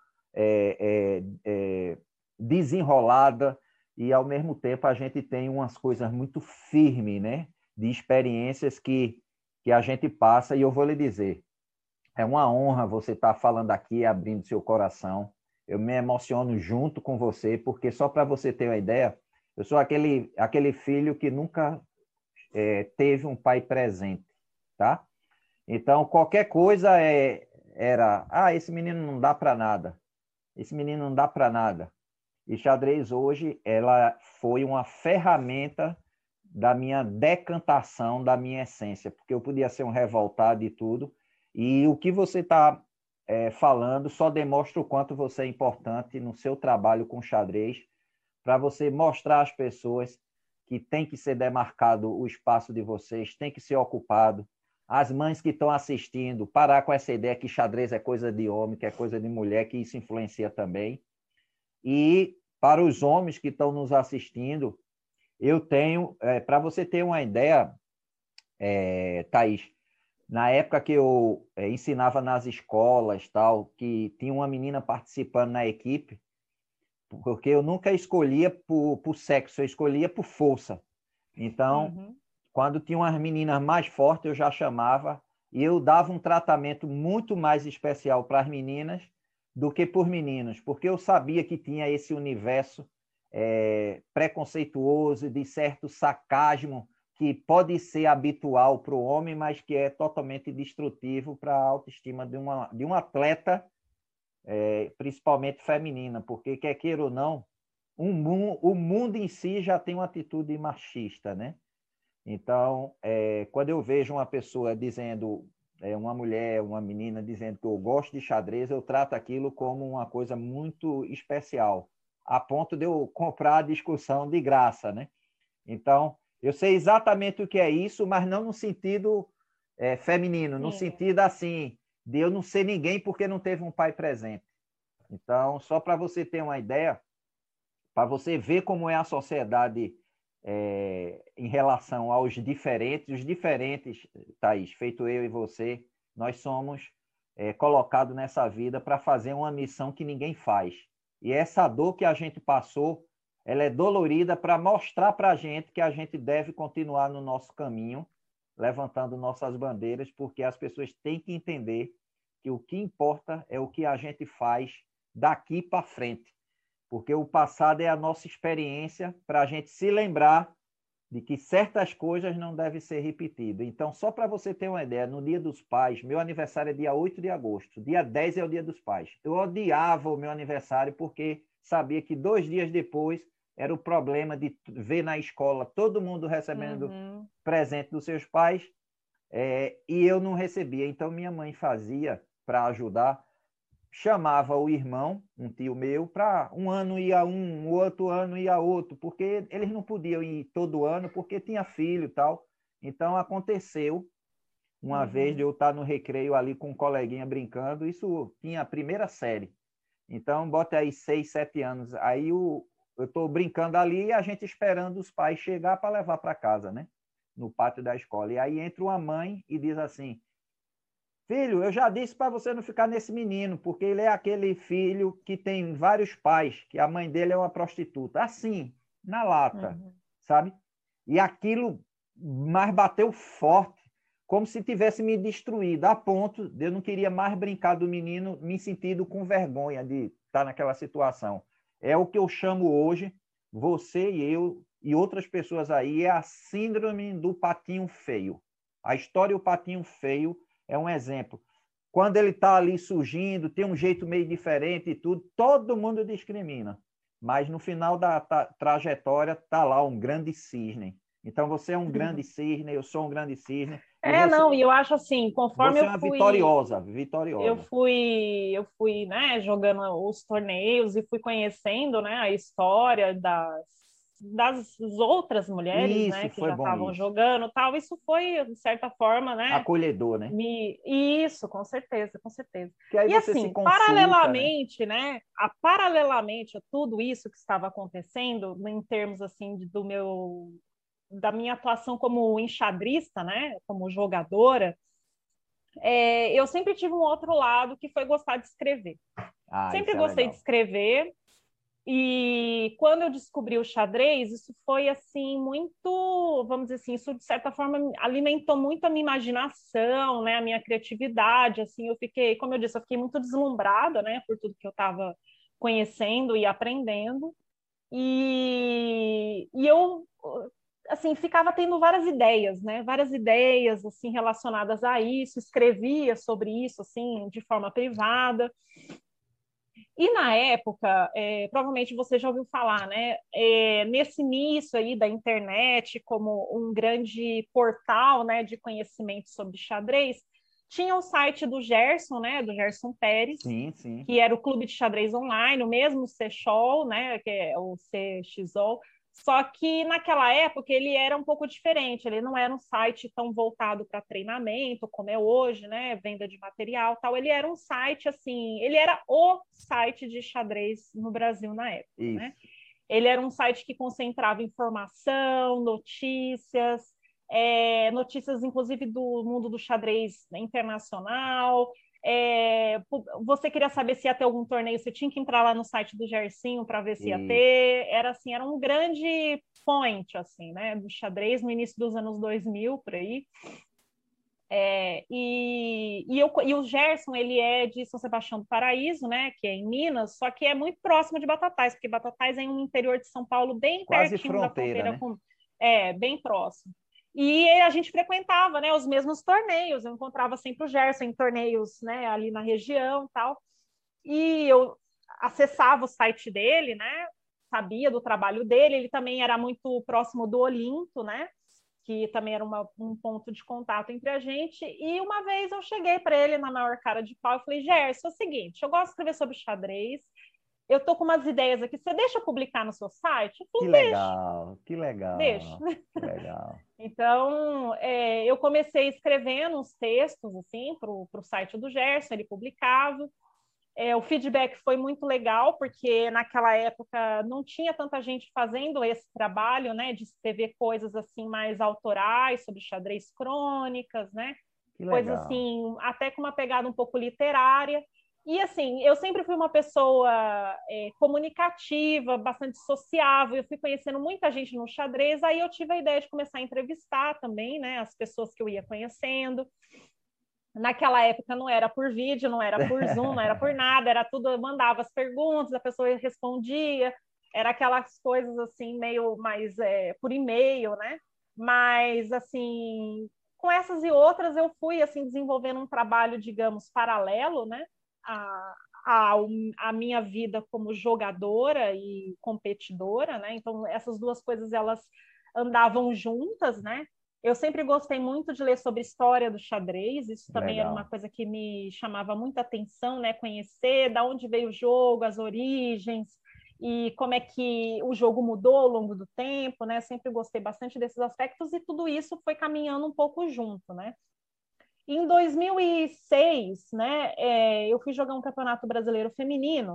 desenrolada, e ao mesmo tempo a gente tem umas coisas muito firmes, né? De experiências que a gente passa, e eu vou lhe dizer, é uma honra você estar falando aqui, abrindo seu coração. Eu me emociono junto com você, porque só para você ter uma ideia, eu sou aquele filho que nunca teve um pai presente, tá? Então, qualquer coisa era, esse menino não dá para nada, esse menino não dá para nada. E xadrez hoje, ela foi uma ferramenta da minha decantação, da minha essência, porque eu podia ser um revoltado e tudo, e o que você está falando só demonstra o quanto você é importante no seu trabalho com xadrez, para você mostrar às pessoas que tem que ser demarcado o espaço de vocês, tem que ser ocupado. As mães que estão assistindo, parar com essa ideia que xadrez é coisa de homem, que é coisa de mulher, que isso influencia também. E para os homens que estão nos assistindo, eu tenho, para você ter uma ideia, Thaís, na época que eu ensinava nas escolas, tal, que tinha uma menina participando na equipe, porque eu nunca escolhia por sexo, eu escolhia por força. Então, quando tinha umas meninas mais fortes, eu já chamava, e eu dava um tratamento muito mais especial para as meninas do que por meninos, porque eu sabia que tinha esse universo preconceituoso, de certo sarcasmo, que pode ser habitual para o homem, mas que é totalmente destrutivo para a autoestima de um atleta, principalmente feminina, porque, quer queira ou não, o mundo em si já tem uma atitude machista, né? Então, quando eu vejo uma pessoa dizendo, uma mulher, uma menina dizendo que eu gosto de xadrez, eu trato aquilo como uma coisa muito especial, a ponto de eu comprar a discussão de graça, né? Então, eu sei exatamente o que é isso, mas não no sentido feminino, no sentido assim, de eu não ser ninguém porque não teve um pai presente. Então, só para você ter uma ideia, para você ver como é a sociedade em relação aos diferentes, os diferentes, Thaís, feito eu e você, nós somos colocados nessa vida para fazer uma missão que ninguém faz. E essa dor que a gente passou, ela é dolorida para mostrar para a gente deve continuar no nosso caminho, levantando nossas bandeiras, porque as pessoas têm que entender que o que importa é o que a gente faz daqui para frente, porque o passado é a nossa experiência para a gente se lembrar de que certas coisas não devem ser repetidas. Então, só para você ter uma ideia, no Dia dos Pais, meu aniversário é dia 8 de agosto, dia 10 é o Dia dos Pais. Eu odiava o meu aniversário porque sabia que 2 dias depois era o problema de ver na escola todo mundo recebendo presente dos seus pais, e eu não recebia. Então, minha mãe fazia, para ajudar, chamava o irmão, um tio meu, para um ano ia um, o outro ano ia outro, porque eles não podiam ir todo ano, porque tinha filho e tal. Então, aconteceu uma vez de eu estar no recreio ali com um coleguinha brincando, isso tinha a primeira série. Então, bota aí 6, 7 anos. Aí eu estou brincando ali e a gente esperando os pais chegar para levar para casa, né? No pátio da escola. E aí entra uma mãe e diz assim: filho, eu já disse para você não ficar nesse menino, porque ele é aquele filho que tem vários pais, que a mãe dele é uma prostituta. Assim, na lata, sabe? E aquilo mais bateu forte, como se tivesse me destruído, a ponto de eu não queria mais brincar do menino, me sentindo com vergonha de estar naquela situação. É o que eu chamo hoje, você e eu e outras pessoas aí, é a síndrome do patinho feio. A história do patinho feio é um exemplo. Quando ele está ali surgindo, tem um jeito meio diferente e tudo, todo mundo discrimina. Mas no final da trajetória está lá um grande cisne. Então você é um grande cisne, eu sou um grande cisne. Não, e eu acho assim, conforme você é uma vitoriosa. Eu fui, né, jogando os torneios e fui conhecendo, né, a história das outras mulheres, né, que já estavam jogando, tal. Isso foi, de certa forma, né, acolhedor, né? Isso, com certeza, com certeza. Que aí e você assim, se consulta, paralelamente, né, paralelamente a tudo isso que estava acontecendo, em termos assim da minha atuação como enxadrista, né, como jogadora, eu sempre tive um outro lado que foi gostar de escrever. Sempre gostei de escrever. E quando eu descobri o xadrez, isso foi assim muito, vamos dizer assim, isso de certa forma alimentou muito a minha imaginação, né, a minha criatividade, assim, eu fiquei, como eu disse, eu fiquei muito deslumbrada, né, por tudo que eu estava conhecendo e aprendendo. E eu assim ficava tendo várias ideias, né? Várias ideias assim relacionadas a isso, escrevia sobre isso assim de forma privada. E na época, provavelmente você já ouviu falar, né? Nesse início aí da internet, como um grande portal, né, de conhecimento sobre xadrez, tinha o site do Gerson, né, do Gerson Pérez, sim. que era o Clube de Xadrez Online, o mesmo CXOL, né, que é o CXOL, só que naquela época ele era um pouco diferente, ele não era um site tão voltado para treinamento como é hoje, né, venda de material, tal. Ele era um site assim, ele era o site de xadrez no Brasil na época, né? Ele era um site que concentrava informação, notícias, notícias inclusive do mundo do xadrez internacional. Você queria saber se ia ter algum torneio, você tinha que entrar lá no site do Gersinho para ver se ia ter. Era assim, era um grande point assim, né, do xadrez no início dos anos 2000 por aí. E o Gerson, ele é de São Sebastião do Paraíso, né, que é em Minas, só que é muito próximo de Batatais, porque Batatais é um interior de São Paulo, bem Quase pertinho da fronteira, fronteira né? com... É, bem próximo. E a gente frequentava, né, os mesmos torneios, eu encontrava sempre o Gerson em torneios, né, ali na região e tal, e eu acessava o site dele, né, sabia do trabalho dele, ele também era muito próximo do Olinto, né, que também era um ponto de contato entre a gente. E uma vez eu cheguei para ele na maior cara de pau e falei: Gerson, é o seguinte, eu gosto de escrever sobre xadrez, eu tô com umas ideias aqui, você deixa eu publicar no seu site? Ele Que falou: deixa, legal, que deixa. legal, que legal. Então, eu comecei escrevendo uns textos assim para o site do Gerson, ele publicava. O feedback foi muito legal, porque naquela época não tinha tanta gente fazendo esse trabalho, né, de escrever coisas assim mais autorais, sobre xadrez crônicas, né, Que coisas legal. assim, até com uma pegada um pouco literária. E assim, eu sempre fui uma pessoa comunicativa, bastante sociável, eu fui conhecendo muita gente no xadrez, aí eu tive a ideia de começar a entrevistar também, né, as pessoas que eu ia conhecendo. Naquela época não era por vídeo, não era por Zoom, não era por nada, era tudo, eu mandava as perguntas, a pessoa respondia, era aquelas coisas assim, meio mais por e-mail, né? Mas, assim, com essas e outras, eu fui, assim, desenvolvendo um trabalho, digamos, paralelo, né? A, a, a minha vida como jogadora e competidora, né? Então, essas duas coisas, elas andavam juntas, né? Eu sempre gostei muito de ler sobre história do xadrez, isso também era uma Legal. coisa que me chamava muita atenção, né? Conhecer da onde veio o jogo, as origens e como é que o jogo mudou ao longo do tempo, né? Sempre gostei bastante desses aspectos e tudo isso foi caminhando um pouco junto, né? Em 2006, né, eu fui jogar um campeonato brasileiro feminino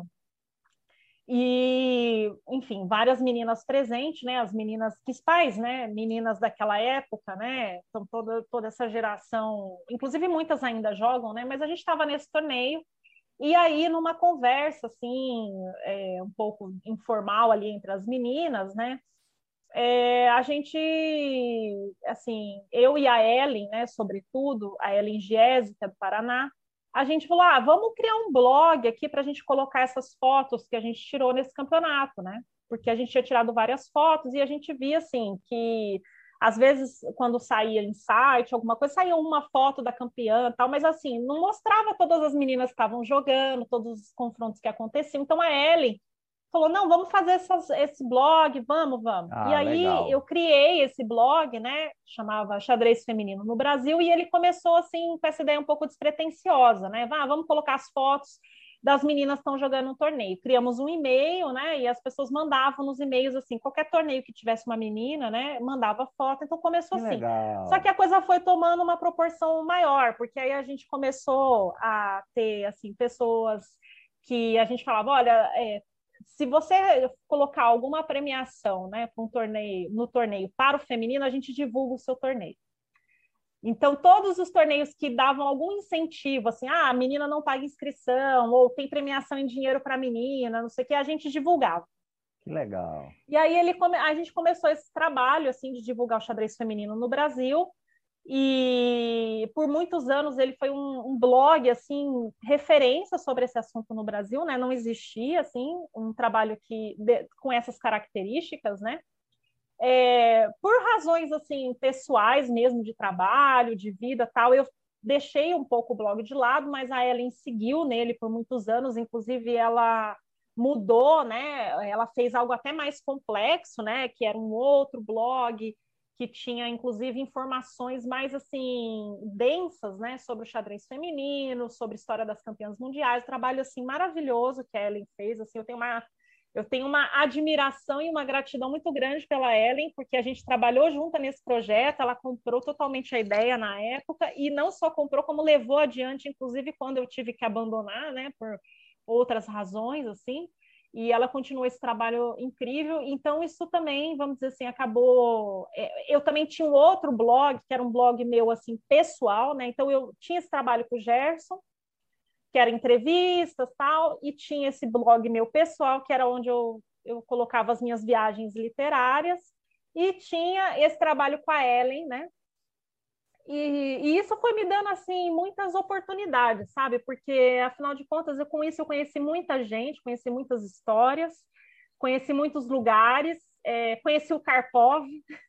e, enfim, várias meninas presentes, né? As meninas principais, né? Meninas daquela época, né? Então, toda essa geração, inclusive muitas ainda jogam, né? Mas a gente estava nesse torneio, e aí, numa conversa, assim, um pouco informal ali entre as meninas, né? A gente, assim, eu e a Ellen, né, sobretudo, a Ellen Giese, que é do Paraná, a gente falou, vamos criar um blog aqui para a gente colocar essas fotos que a gente tirou nesse campeonato, né? Porque a gente tinha tirado várias fotos e a gente via, assim, que às vezes, quando saía em site, alguma coisa, saía uma foto da campeã e tal, mas assim, não mostrava todas as meninas que estavam jogando, todos os confrontos que aconteciam. Então, a Ellen falou, não, vamos fazer esse blog, vamos. E Ah, aí eu legal. criei esse blog, né, chamava Xadrez Feminino no Brasil, e ele começou assim, com essa ideia um pouco despretensiosa, né, vamos colocar as fotos das meninas que estão jogando um torneio. Criamos um e-mail, né, e as pessoas mandavam nos e-mails, assim, qualquer torneio que tivesse uma menina, né, mandava foto, então começou Que assim. Só que legal. a coisa foi tomando uma proporção maior, porque aí a gente começou a ter, assim, pessoas que a gente falava, olha, se você colocar alguma premiação, né, para um torneio, no torneio para o feminino, a gente divulga o seu torneio. Então, todos os torneios que davam algum incentivo, assim, a menina não paga inscrição, ou tem premiação em dinheiro para a menina, não sei o que, a gente divulgava. Que legal. E aí a gente começou esse trabalho, assim, de divulgar o xadrez feminino no Brasil, e por muitos anos ele foi um blog assim referência sobre esse assunto no Brasil, né? Não existia assim um trabalho com essas características, né? Por razões assim pessoais mesmo de trabalho, de vida, tal, eu deixei um pouco o blog de lado, mas a Ellen seguiu nele por muitos anos, inclusive ela mudou, né? Ela fez algo até mais complexo, né? Que era um outro blog que tinha inclusive informações mais assim densas, né, sobre o xadrez feminino, sobre a história das campeãs mundiais, trabalho assim maravilhoso que a Ellen fez, assim, eu tenho uma admiração e uma gratidão muito grande pela Ellen, porque a gente trabalhou junto nesse projeto, ela comprou totalmente a ideia na época e não só comprou, como levou adiante, inclusive quando eu tive que abandonar, né, por outras razões, assim, e ela continuou esse trabalho incrível. Então, isso também, vamos dizer assim, acabou. Eu também tinha um outro blog, que era um blog meu, assim, pessoal, né? Então, eu tinha esse trabalho com o Gerson, que era entrevistas tal, e tinha esse blog meu pessoal, que era onde eu colocava as minhas viagens literárias, e tinha esse trabalho com a Ellen, né? E isso foi me dando, assim, muitas oportunidades, sabe? Porque, afinal de contas, com isso eu conheci muita gente, conheci muitas histórias, conheci muitos lugares, conheci o Karpov,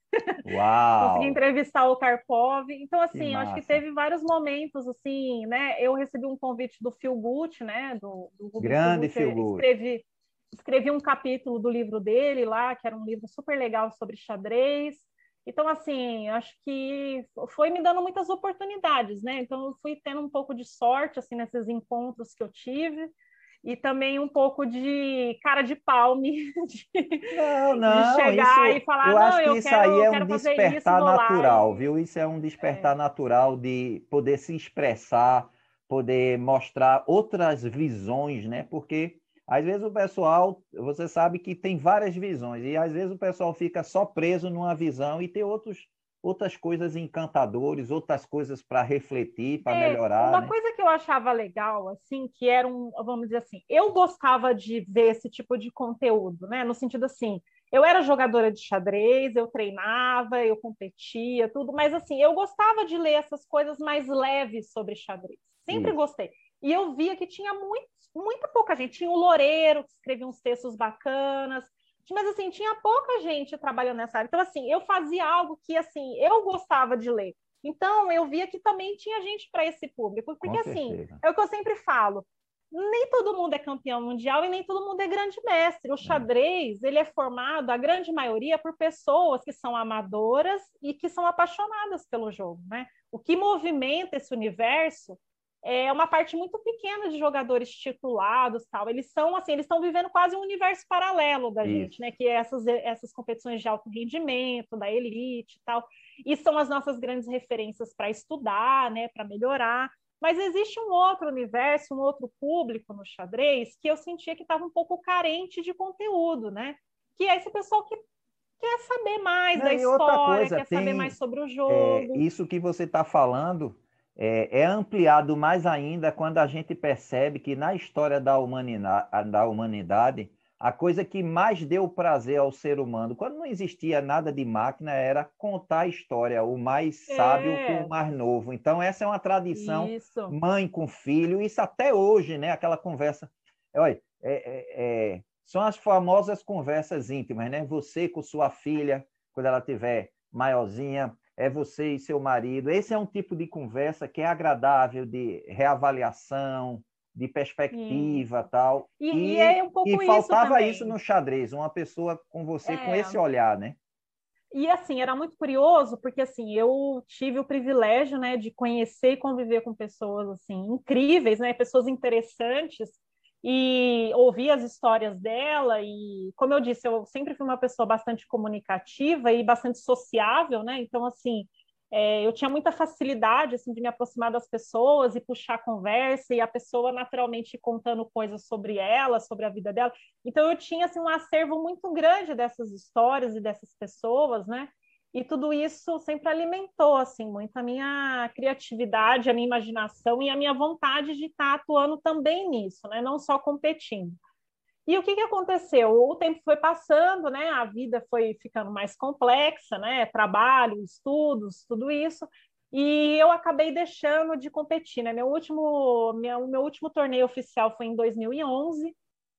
consegui Uau, entrevistar o Karpov. Então, que assim, eu acho que massa. teve vários momentos, assim, né? Eu recebi um convite do Phil Gut, né? Do Rubens Phil Grande Gut, eu figura. escrevi um capítulo do livro dele lá, que era um livro super legal sobre xadrez. Então, assim, acho que foi me dando muitas oportunidades, né? Então, eu fui tendo um pouco de sorte, assim, nesses encontros que eu tive, e também um pouco de cara de pau, Não, de não, chegar e isso, falar, eu não, acho que isso aí eu é um quero fazer isso, despertar vou lá natural, e... viu? Isso é um despertar natural de poder se expressar, poder mostrar outras visões, né? Porque às vezes o pessoal, você sabe que tem várias visões, e às vezes o pessoal fica só preso numa visão e tem outras coisas encantadoras, outras coisas para refletir, para melhorar, Uma né? coisa que eu achava legal, assim, que era vamos dizer assim, eu gostava de ver esse tipo de conteúdo, né? No sentido assim, eu era jogadora de xadrez, eu treinava, eu competia, tudo, mas assim, eu gostava de ler essas coisas mais leves sobre xadrez. Sempre Isso. gostei. E eu via que tinha muita pouca gente. Tinha o Loureiro, que escrevia uns textos bacanas, mas assim, tinha pouca gente trabalhando nessa área. Então, assim, eu fazia algo que assim, eu gostava de ler. Então, eu via que também tinha gente para esse público, Com porque assim, certeza. é o que eu sempre falo, nem todo mundo é campeão mundial e nem todo mundo é grande mestre. O É. xadrez, ele é formado, a grande maioria, por pessoas que são amadoras e que são apaixonadas pelo jogo, né? O que movimenta esse universo é uma parte muito pequena de jogadores titulados, tal. Eles são assim, eles estão vivendo quase um universo paralelo da gente, Isso. né? Que é essas competições de alto rendimento, da elite, tal. E são as nossas grandes referências para estudar, né? Para melhorar. Mas existe um outro universo, um outro público no xadrez que eu sentia que estava um pouco carente de conteúdo, né? Que é esse pessoal que quer saber mais Não, da e outra história, coisa, quer saber mais tem sobre o jogo. isso que você está falando é ampliado mais ainda quando a gente percebe que na história da humanidade, a coisa que mais deu prazer ao ser humano, quando não existia nada de máquina, era contar a história, o mais sábio com o É, mais novo. Então, essa é uma tradição, isso. mãe com filho, isso até hoje, né? Aquela conversa. Olha, são as famosas conversas íntimas, né? Você com sua filha, quando ela tiver maiorzinha, é você e seu marido. Esse é um tipo de conversa que é agradável, de reavaliação, de perspectiva, Isso. tal. E E, é um e pouco isso faltava isso também. no xadrez, uma pessoa com você com É, esse olhar, né? e assim, era muito curioso, porque assim, eu tive o privilégio, né, de conhecer e conviver com pessoas assim incríveis, né, pessoas interessantes e ouvir as histórias dela e, como eu disse, eu sempre fui uma pessoa bastante comunicativa e bastante sociável, né? Então assim, eu tinha muita facilidade assim de me aproximar das pessoas e puxar a conversa e a pessoa naturalmente contando coisas sobre ela, sobre a vida dela. Então eu tinha assim um acervo muito grande dessas histórias e dessas pessoas, né? E tudo isso sempre alimentou assim muito a minha criatividade, a minha imaginação e a minha vontade de estar atuando também nisso, né? Não só competindo. E o que que aconteceu? O tempo foi passando, né? A vida foi ficando mais complexa, né? Trabalho, estudos, tudo isso. E eu acabei deixando de competir, né? Meu último torneio oficial foi em 2011.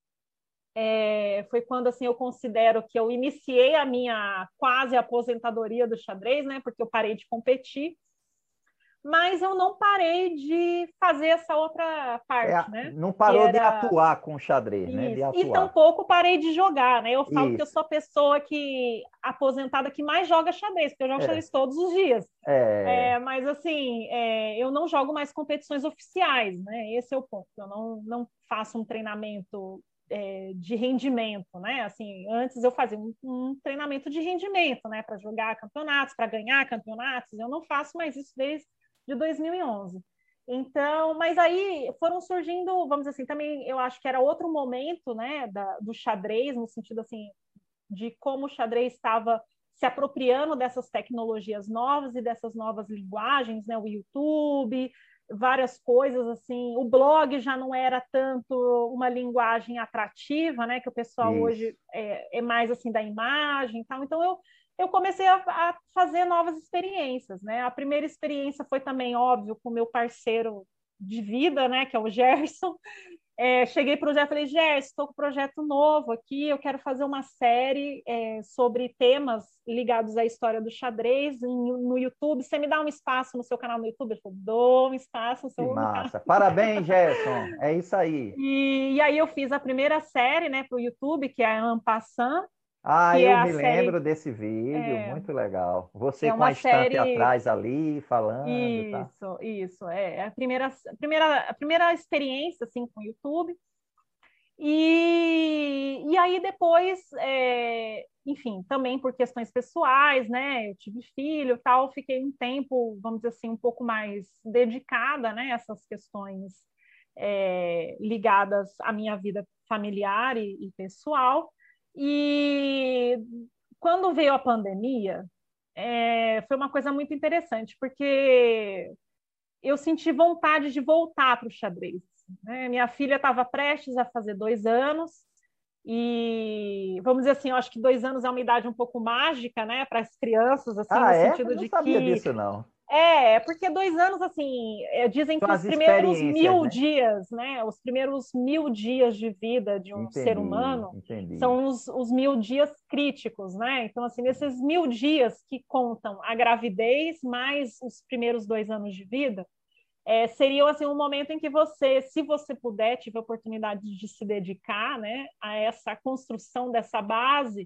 Foi quando assim eu considero que eu iniciei a minha quase aposentadoria do xadrez, né? Porque eu parei de competir, mas eu não parei de fazer essa outra parte, né? Não Que parou de era atuar com o xadrez, né? De isso. E atuar. tampouco parei de jogar, né? Eu falo que eu Isso. sou a pessoa que aposentada que mais joga xadrez, porque eu jogo É, xadrez todos os dias. é, Mas assim, eu não jogo mais competições oficiais, né? Esse é o ponto. Eu não faço um treinamento de rendimento, né? Assim, antes eu fazia um treinamento de rendimento, né? Para jogar campeonatos, para ganhar campeonatos. Eu não faço mais isso desde de 2011. Então, mas aí foram surgindo, vamos dizer assim, também eu acho que era outro momento, né, do xadrez, no sentido assim, de como o xadrez estava se apropriando dessas tecnologias novas e dessas novas linguagens, né, o YouTube, várias coisas assim, o blog já não era tanto uma linguagem atrativa, né, que o pessoal isso. hoje é mais assim da imagem e tal. Então eu comecei a fazer novas experiências, né? A primeira experiência foi também, óbvio, com o meu parceiro de vida, né, que é o Gerson. Cheguei para o Gerson e falei, Gerson, estou com um projeto novo aqui, eu quero fazer uma série sobre temas ligados à história do xadrez no YouTube. Você me dá um espaço no seu canal no YouTube? Ele falou, dou um espaço no Que seu canal. massa. Parabéns, Gerson. É isso aí. E aí eu fiz a primeira série, né, para o YouTube, que é a En Passant, que é Eu a me série... lembro desse vídeo, muito legal. Você É com a uma estante série... atrás ali, falando, tá? Isso. É a primeira experiência, assim, com o YouTube. E aí depois, enfim, também por questões pessoais, né? Eu tive filho e tal, fiquei um tempo, vamos dizer assim, um pouco mais dedicada, né? A essas questões ligadas à minha vida familiar e pessoal. E quando veio a pandemia, foi uma coisa muito interessante, porque eu senti vontade de voltar para o xadrez, né? Minha filha estava prestes a fazer 2 anos, e vamos dizer assim, eu acho que 2 anos é uma idade um pouco mágica, né, para as crianças, assim, Ah, no é? Eu sentido não de sabia que disso, não. porque 2 anos, assim, dizem São que os as primeiros experiências, mil né? dias, né, os primeiros 1.000 dias de vida de um ser Entendi, humano entendi. são os 1.000 dias críticos, né? Então, assim, nesses 1.000 dias que contam a gravidez mais os primeiros 2 anos de vida, seria assim, um momento em que você, se você puder, tiver a oportunidade de se dedicar, né, a essa construção dessa base.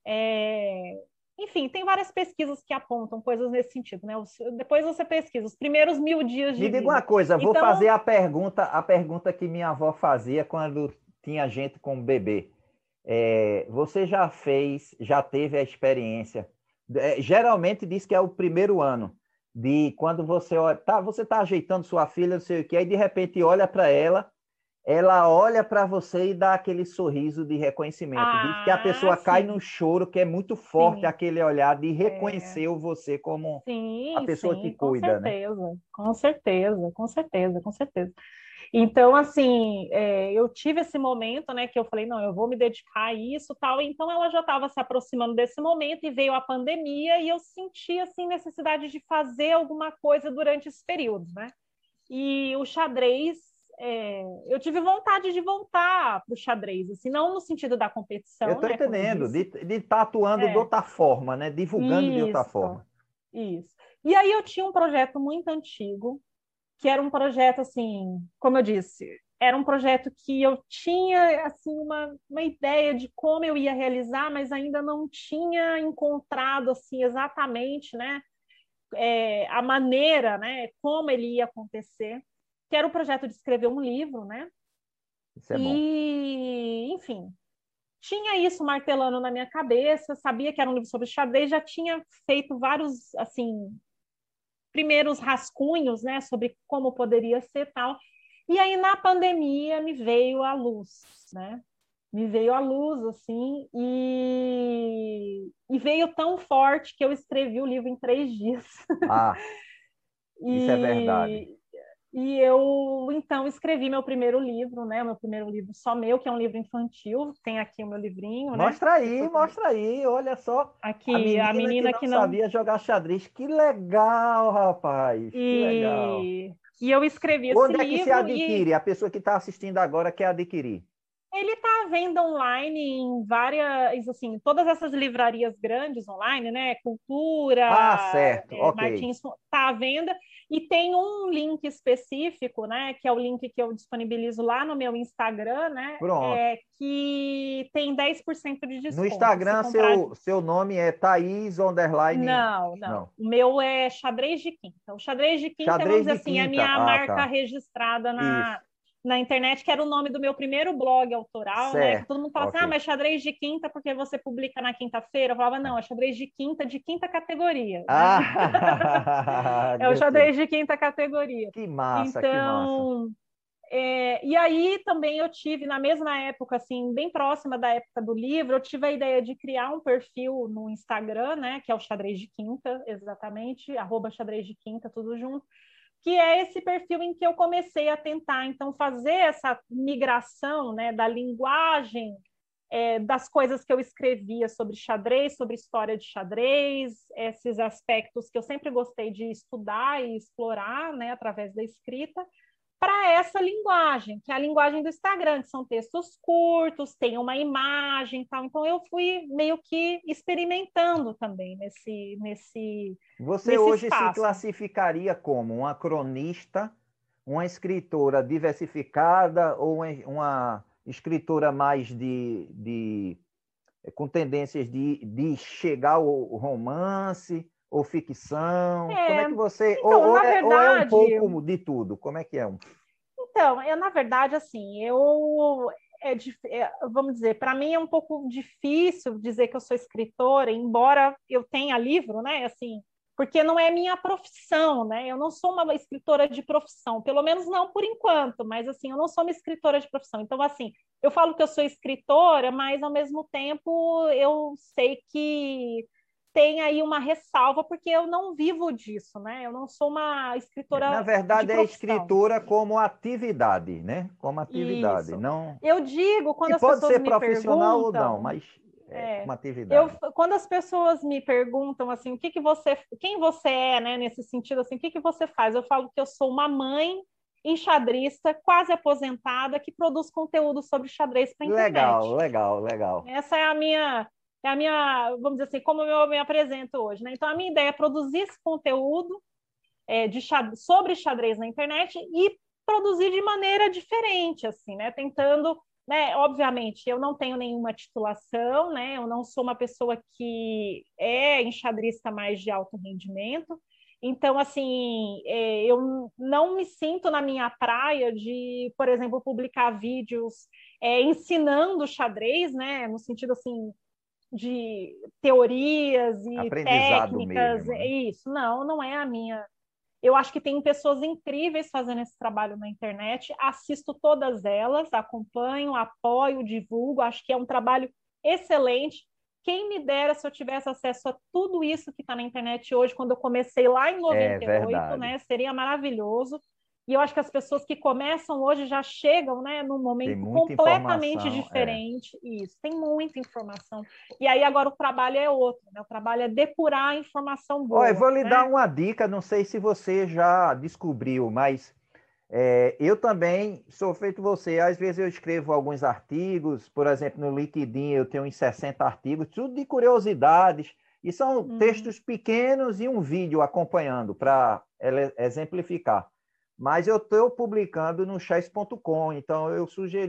Enfim, tem várias pesquisas que apontam coisas nesse sentido, né? Depois você pesquisa os primeiros 1.000 dias Me de diga uma vida. coisa, vou fazer Então, a pergunta que minha avó fazia quando tinha gente com bebê. Você já teve a experiência? Geralmente diz que é o primeiro ano, de quando você tá ajeitando sua filha, não sei o que, aí de repente olha para ela olha para você e dá aquele sorriso de reconhecimento. Diz que a pessoa cai sim, no choro, que é muito forte sim, aquele olhar de é, reconhecer você como a sim, pessoa que sim, com cuida, né? certeza, com certeza, com certeza, com certeza. Então, assim, eu tive esse momento, né, que eu falei, não, eu vou me dedicar a isso, tal. Então, ela já estava se aproximando desse momento e veio a pandemia e eu senti, assim, necessidade de fazer alguma coisa durante esse período, né? E o xadrez, eu tive vontade de voltar para o xadrez, assim, não no sentido da Eu competição, estou né, como eu entendendo, disse. de estar atuando de É, outra forma, né? Divulgando de outra isso, forma. isso. E aí eu tinha um projeto muito antigo, que era um projeto, assim, como eu disse, era um projeto que eu tinha, assim, uma ideia de como eu ia realizar, mas ainda não tinha encontrado, assim, exatamente, né, a maneira, né, como ele ia acontecer, que era o projeto de escrever um livro, né, Isso é bom. e, enfim, tinha isso martelando na minha cabeça, sabia que era um livro sobre xadrez, já tinha feito vários, assim, primeiros rascunhos, né, sobre como poderia ser tal. E aí, na pandemia, me veio a luz, né? Me veio a luz, assim, e veio tão forte que eu escrevi o livro em 3 dias. Ah, isso é verdade. E, e eu, então, escrevi meu primeiro livro, né? O meu primeiro livro só meu, que é um livro infantil. Tem aqui o meu livrinho, né? Que foi Mostra aí, olha só. A aqui, a menina que menina não que não... sabia jogar xadrez. Que legal, rapaz. Que legal. E eu escrevi esse Onde é que se livro e adquire? A pessoa que está assistindo agora quer adquirir. ele está à venda online em várias, assim, todas essas livrarias grandes online, né? Cultura, Ah, certo, ok. Martins, está à venda. E tem um link específico, né? Que é o link que eu disponibilizo lá no meu Instagram, né? Pronto. Que tem 10% de No desconto. Se Instagram, comprar. seu nome é Thaís Underline. Não, não. Não. O meu é xadrez de quinta. O xadrez de quinta, vamos Xadrez dizer de assim, é a quinta. minha Ah, marca tá. registrada Isso. na internet, que era o nome do meu primeiro blog autoral, né? Que Certo. todo mundo fala assim, Ok. mas xadrez de quinta porque você publica na quinta-feira. Eu falava, não, é xadrez de quinta categoria, né? Ah, É o gostei. xadrez de quinta categoria. Que massa, que massa. Então, e aí também eu tive, na mesma época, assim, bem próxima da época do livro, eu tive a ideia de criar um perfil no Instagram, né, que é o Xadrez de Quinta, exatamente, @xadrez de quinta, tudo junto, que é esse perfil em que eu comecei a tentar, então, fazer essa migração, né, da linguagem das coisas que eu escrevia sobre xadrez, sobre história de xadrez, esses aspectos que eu sempre gostei de estudar e explorar, né, através da escrita, para essa linguagem, que é a linguagem do Instagram, que são textos curtos, tem uma imagem e tal. Então, eu fui meio que experimentando também Você nesse hoje se espaço. classificaria como uma cronista, uma escritora diversificada ou uma escritora mais com tendências de chegar ao romance ou ficção? Como é É, que você... então, na ou é um verdade, pouco de tudo? Como é que é? na verdade, assim, vamos dizer, para mim é um pouco difícil dizer que eu sou escritora, embora eu tenha livro, né, assim, porque não é minha profissão, né, eu não sou uma escritora de profissão, pelo menos não por enquanto, mas, assim, eu não sou uma escritora de profissão, então, assim, eu falo que eu sou escritora, mas, ao mesmo tempo, eu sei que tem aí uma ressalva, porque eu não vivo disso, né, eu não sou uma Na escritora de verdade, é profissão. escritura como atividade, né? Como atividade, Isso. não... Eu digo, E quando as pode pessoas ser me profissional ou não, perguntam, mas é é, como atividade. quando as pessoas me perguntam assim, quem você é, né, nesse sentido assim, o que que você faz? Eu falo que eu sou uma mãe enxadrista, quase aposentada, que produz conteúdo sobre xadrez para a Legal, internet. legal, legal. Essa é a minha, vamos dizer assim, como eu me apresento hoje, né? Então a minha ideia é produzir esse conteúdo sobre xadrez na internet e produzir de maneira diferente, assim, né? Tentando, né? Obviamente, eu não tenho nenhuma titulação, né? Eu não sou uma pessoa que é enxadrista mais de alto rendimento. Então, assim, eu não me sinto na minha praia de, por exemplo, publicar vídeos ensinando xadrez, né? No sentido assim de teorias e Aprendizado técnicas, mesmo, é né? isso. Não é a minha. Eu acho que tem pessoas incríveis fazendo esse trabalho na internet. Assisto todas elas, acompanho, apoio, divulgo. Acho que é um trabalho excelente. Quem me dera se eu tivesse acesso a tudo isso que está na internet hoje, quando eu comecei lá em É 98, verdade. né? Seria maravilhoso. E eu acho que as pessoas que começam hoje já chegam, né, num Tem momento muita completamente informação, diferente. Isso, tem muita informação. E aí agora o trabalho é outro, né? O trabalho é depurar a informação Olha, eu boa, vou lhe dar né? uma dica, não sei se você já descobriu, mas eu também sou feito você. Às vezes eu escrevo alguns artigos, por exemplo, no LinkedIn eu tenho uns 60 artigos, tudo de curiosidades, e são Uhum. textos pequenos e um vídeo acompanhando para exemplificar. Mas eu estou publicando no chess.com, então eu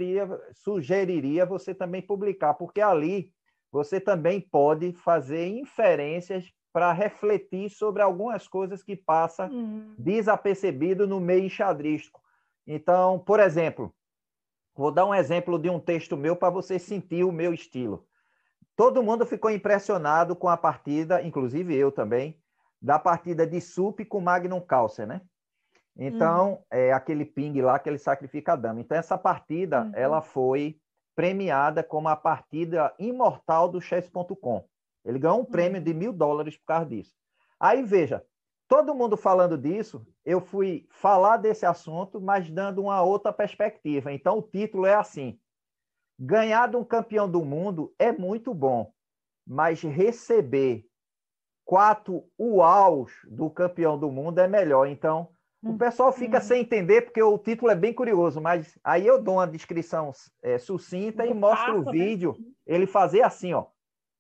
sugeriria você também publicar, porque ali você também pode fazer inferências para refletir sobre algumas coisas que passam Uhum. desapercebido no meio enxadrístico. Então, por exemplo, vou dar um exemplo de um texto meu para você sentir o meu estilo. Todo mundo ficou impressionado com a partida, inclusive eu também, da partida de Sup com Magnum Carlsen, né? Uhum. Então, aquele ping lá que ele sacrifica a dama. Então, essa partida, ela Uhum. foi premiada como a partida imortal do chess.com. Ele ganhou um prêmio de Uhum. $1.000 por causa disso. Aí, veja, todo mundo falando disso, eu fui falar desse assunto, mas dando uma outra perspectiva. Então, o título é assim: ganhar de um campeão do mundo é muito bom, mas receber 4 uaus do campeão do mundo é melhor. Então, o pessoal fica Uhum. sem entender, porque o título é bem curioso, mas aí eu dou uma descrição sucinta e Muito mostro o fácil, né? vídeo, ele fazer assim, ó.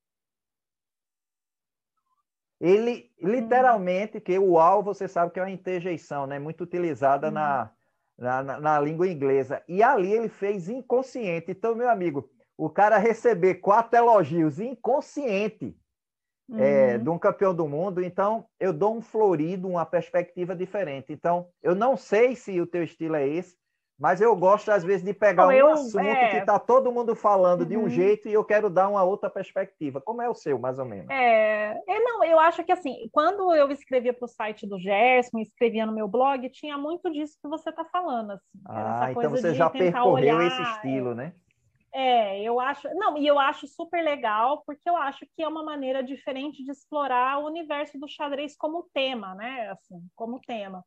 Ele, Uhum. literalmente, que o uau, você sabe que é uma interjeição, né? Muito utilizada Uhum. na língua inglesa. E ali ele fez inconsciente. Então, meu amigo, o cara receber 4 elogios inconsciente de Uhum. um campeão do mundo, então eu dou um florido, uma perspectiva diferente. Então, eu não sei se o teu estilo é esse, mas eu gosto, às vezes, de pegar Não, um assunto que está todo mundo falando de um Uhum. jeito e eu quero dar uma outra perspectiva. Como é o seu, mais ou menos? Não, eu acho que assim, quando eu escrevia para o site do Gerson, escrevia no meu blog, tinha muito disso que você está falando, assim, era essa Ah, então coisa você de já tentar percorreu esse olhar. estilo, né? Eu acho, não, e eu acho super legal, porque eu acho que é uma maneira diferente de explorar o universo do xadrez como tema, né? Assim, como tema.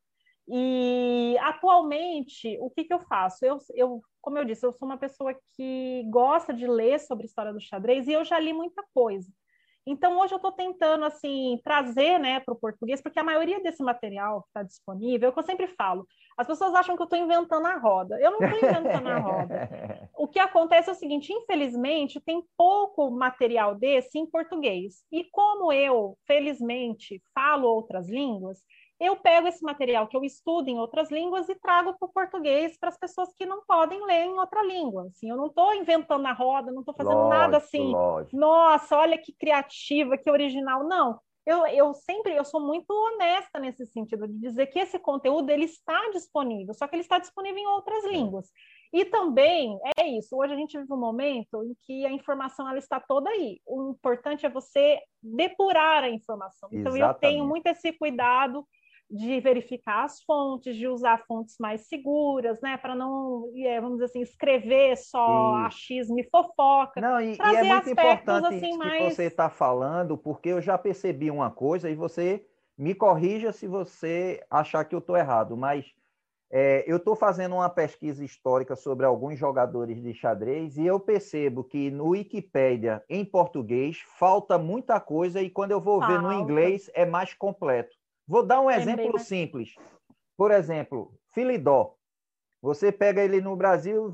E atualmente, o que eu faço? Como eu disse, eu sou uma pessoa que gosta de ler sobre a história do xadrez e eu já li muita coisa. Então, hoje eu estou tentando, assim, trazer, né, para o português, porque a maioria desse material que está disponível, é o que eu sempre falo, as pessoas acham que eu estou inventando a roda. Eu não estou inventando a roda. O que acontece é o seguinte, infelizmente, tem pouco material desse em português. E como eu, felizmente, falo outras línguas, eu pego esse material que eu estudo em outras línguas e trago para o português para as pessoas que não podem ler em outra língua. Assim, eu não estou inventando a roda, não estou fazendo nada Lógico, assim, lógico. nossa, olha que criativa, que original. Não, eu sou muito honesta nesse sentido, de dizer que esse conteúdo ele está disponível, só que ele está disponível em outras É. línguas. E também é isso, hoje a gente vive um momento em que a informação ela está toda aí. O importante é você depurar a informação. Então, eu tenho Exatamente. muito esse cuidado de verificar as fontes, de usar fontes mais seguras, né, para não, vamos dizer assim, escrever só Isso. achismo e fofoca, Não, e é trazer muito aspectos importante assim isso que mais... você está falando, porque eu já percebi uma coisa, e você me corrija se você achar que eu estou errado, mas eu estou fazendo uma pesquisa histórica sobre alguns jogadores de xadrez e eu percebo que no Wikipédia, em português, falta muita coisa e quando eu vou ver no Falta, inglês é mais completo. Vou dar um é bem exemplo mais... simples. Por exemplo, Filidó. Você pega ele no Brasil,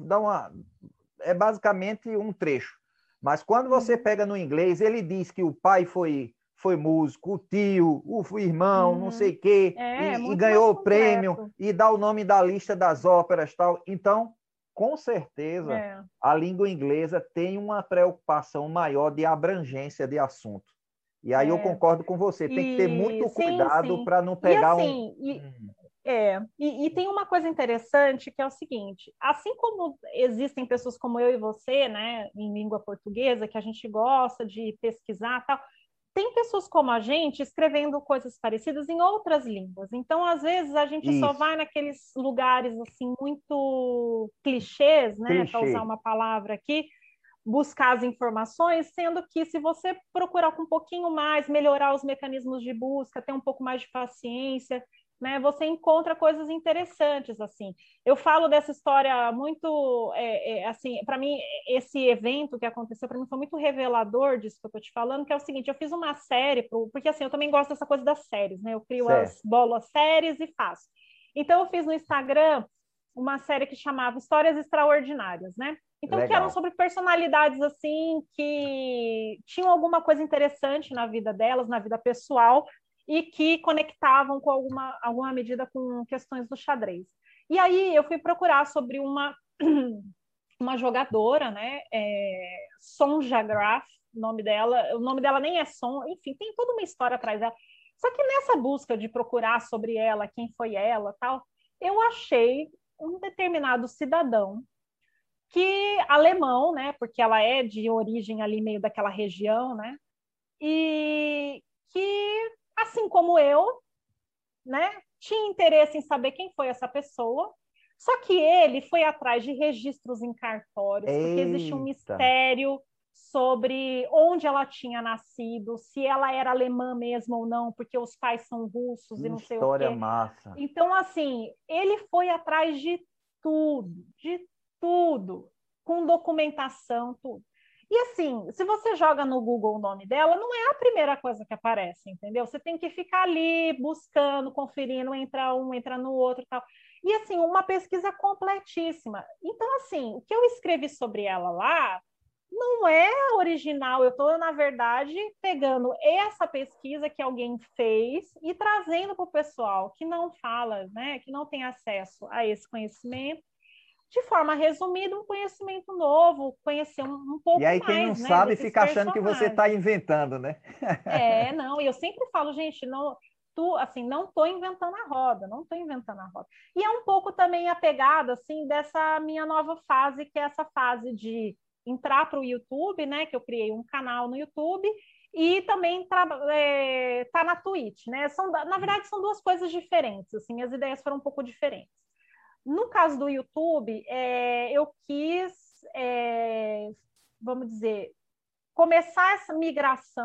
é basicamente um trecho. Mas quando você Uhum, pega no inglês, ele diz que o pai foi músico, o tio, o irmão, não uhum. sei o quê, É e muito mais ganhou o prêmio, completo. e dá o nome da lista das óperas tal. Então, com certeza, É. a língua inglesa tem uma preocupação maior de abrangência de assunto. E aí eu É. concordo com você, tem que ter E muito sim, cuidado sim. para não E pegar um. assim, e tem uma coisa interessante que é o seguinte: assim como existem pessoas como eu e você, né, em língua portuguesa, que a gente gosta de pesquisar, tal, tem pessoas como a gente escrevendo coisas parecidas em outras línguas. Então, às vezes, a gente só Isso, vai naqueles lugares assim muito clichês, né, para usar clichê. uma palavra aqui, buscar as informações, sendo que se você procurar com um pouquinho mais, melhorar os mecanismos de busca, ter um pouco mais de paciência, né, você encontra coisas interessantes assim. Eu falo dessa história muito, assim, para mim esse evento que aconteceu para mim foi muito revelador disso que eu estou te falando, que é o seguinte: eu fiz uma série porque assim eu também gosto dessa coisa das séries, né? Eu crio as Certo, bolas séries e faço. Então eu fiz no Instagram uma série que chamava Histórias Extraordinárias, né? Então, que eram legal. sobre personalidades assim que tinham alguma coisa interessante na vida delas, na vida pessoal, e que conectavam com alguma medida com questões do xadrez. E aí eu fui procurar sobre uma jogadora, né? Sonja Graf, o nome dela nem é Son, enfim, tem toda uma história atrás dela. Só que nessa busca de procurar sobre ela, quem foi ela, tal, eu achei um determinado cidadão que alemão, né? Porque ela é de origem ali meio daquela região, né? E que, assim como eu, né? Tinha interesse em saber quem foi essa pessoa. Só que ele foi atrás de registros em cartórios, porque existe um Eita, mistério sobre onde ela tinha nascido, se ela era alemã mesmo ou não, porque os pais são russos e que não sei o história quê. massa. Então, assim, ele foi atrás de tudo, com documentação, tudo. E assim, se você joga no Google o nome dela, não é a primeira coisa que aparece, entendeu? Você tem que ficar ali buscando, conferindo, entra um, entra no outro e tal. E assim, uma pesquisa completíssima. Então, assim, o que eu escrevi sobre ela lá não é original. Eu estou, na verdade, pegando essa pesquisa que alguém fez e trazendo para o pessoal que não fala, né, que não tem acesso a esse conhecimento, de forma resumida, um conhecimento novo, conhecer um E pouco aí, quem não mais, né, sabe desses fica achando que você está personagens. inventando, né? Não, e eu sempre falo, gente, não, assim, não estou inventando a roda, não estou inventando a roda. E é um pouco também a pegada, assim, dessa minha nova fase, que é essa fase de entrar para o YouTube, né, que eu criei um canal no YouTube, e também tá na Twitch, né? Na verdade, são duas coisas diferentes, assim, as ideias foram um pouco diferentes. No caso do YouTube, eu quis, vamos dizer, começar essa migração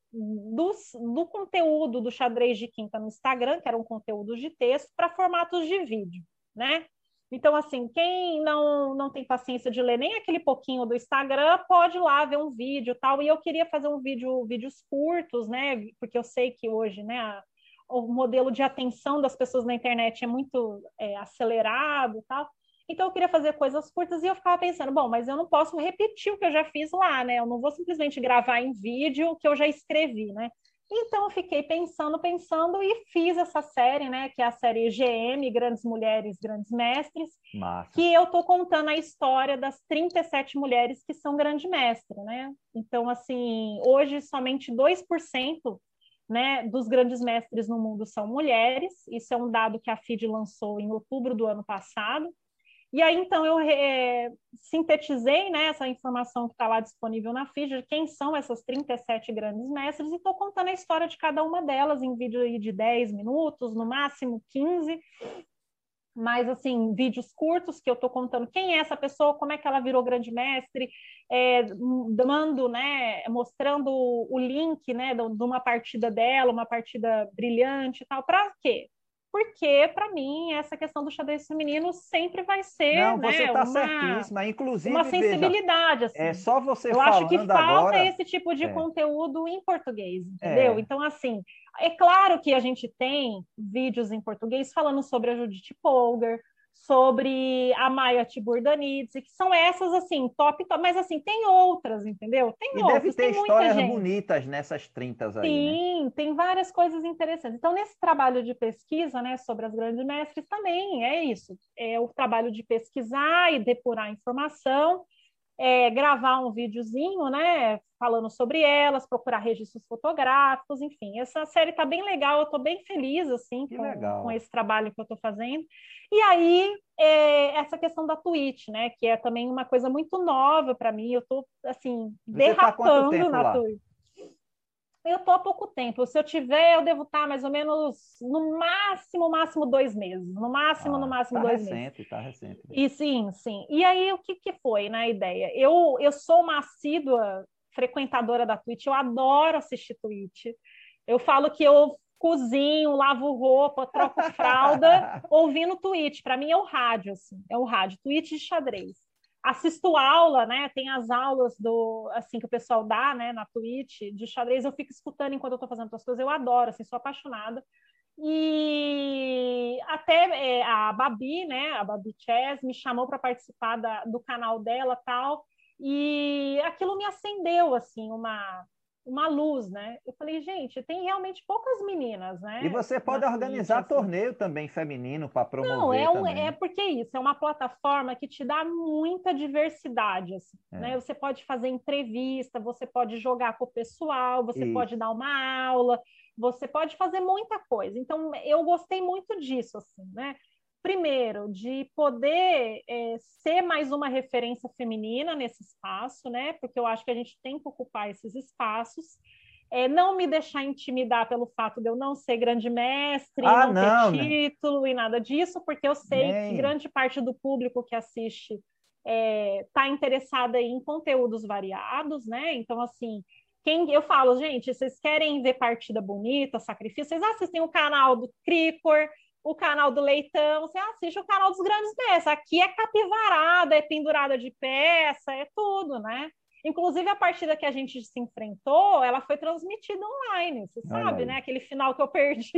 do conteúdo do Xadrez de Quinta no Instagram, que eram conteúdos de texto, para formatos de vídeo, né? Então, assim, quem não tem paciência de ler nem aquele pouquinho do Instagram, pode ir lá ver um vídeo e tal. E eu queria fazer vídeos curtos, né? Porque eu sei que hoje, né, o modelo de atenção das pessoas na internet é muito acelerado e tal. Então, eu queria fazer coisas curtas e eu ficava pensando, bom, mas eu não posso repetir o que eu já fiz lá, né? Eu não vou simplesmente gravar em vídeo o que eu já escrevi, né? Então, eu fiquei pensando e fiz essa série, né? Que é a série GM, Grandes Mulheres, Grandes Mestres, Massa. que eu estou contando a história das 37 mulheres que são grande mestre, né? Então, assim, hoje somente 2%, né, dos grandes mestres no mundo são mulheres. Isso é um dado que a FIDE lançou em outubro do ano passado. E aí, então, eu sintetizei, né, essa informação que está lá disponível na FIDE, de quem são essas 37 grandes mestres, e estou contando a história de cada uma delas em vídeo de 10 minutos, no máximo 15, mas, assim, vídeos curtos que eu estou contando quem é essa pessoa, como é que ela virou grande mestre, né, mostrando o link, né, de uma partida dela, uma partida brilhante e tal. Para quê? Porque, para mim, essa questão do xadrez feminino sempre vai ser, Não, você né, está certíssima. uma Inclusive, veja, sensibilidade, é assim. só você Eu acho que falando falta agora. esse tipo de conteúdo em português, entendeu? É, Então, assim, é claro que a gente tem vídeos em português falando sobre a Judith Polgar, sobre a Maya Tiburdanidze, que são essas, assim, top, mas, assim, tem outras, entendeu? Tem e deve outras, ter tem muita histórias gente. bonitas nessas 30 aí, né? Sim, tem várias coisas interessantes. Então, nesse trabalho de pesquisa, né, sobre as grandes mestres, também é isso. É o trabalho de pesquisar e depurar a informação, gravar um videozinho, né, falando sobre elas, procurar registros fotográficos, enfim. Essa série está bem legal, eu estou bem feliz, assim, Que com legal. esse trabalho que eu estou fazendo. E aí, essa questão da Twitch, né, que é também uma coisa muito nova para mim, eu estou, assim, Você está há quanto derrapando tempo na lá? Twitch. Eu estou há pouco tempo. Se eu tiver, eu devo estar mais ou menos no máximo 2 meses. No Ah, máximo tá 2 meses. recente, tá recente. E sim, sim. E aí, o que foi, né, a ideia? Eu sou uma assídua frequentadora da Twitch, eu adoro assistir Twitch. Eu falo que eu cozinho, lavo roupa, troco fralda, ouvindo Twitch. Para mim é o rádio, assim, é o rádio, Twitch de xadrez. Assisto aula, né? Tem as aulas assim que o pessoal dá, né, na Twitch de xadrez, eu fico escutando enquanto eu estou fazendo outras coisas, eu adoro, assim, sou apaixonada. E até a Babi, né, a Babi Chess, me chamou para participar do canal dela tal, e aquilo me acendeu, assim, uma luz, né? Eu falei, gente, tem realmente poucas meninas, E né, você na pode Twitch, organizar assim. torneio também feminino para Não, promover é também. porque isso, é uma plataforma que te dá muita diversidade, assim, né? É. Você pode fazer entrevista, você pode jogar com o pessoal, você pode Isso. dar uma aula, você pode fazer muita coisa. Então, eu gostei muito disso, assim, né? Primeiro, de poder ser mais uma referência feminina nesse espaço, né? Porque eu acho que a gente tem que ocupar esses espaços. Não me deixar intimidar pelo fato de eu não ser grande mestre, Ah, não ter não, né? título e nada disso, porque eu sei que Nem. grande parte do público que assiste está interessada em conteúdos variados, né? Então, assim, eu falo, gente, vocês querem ver partida bonita, sacrifício, vocês assistem o canal do Cricor, o canal do Leitão, você assiste o canal dos grandes mestres. Aqui é capivarada, é pendurada de peça, é tudo, né? Inclusive, a partida que a gente se enfrentou, ela foi transmitida online, você Olha sabe, aí. né? Aquele final que eu perdi,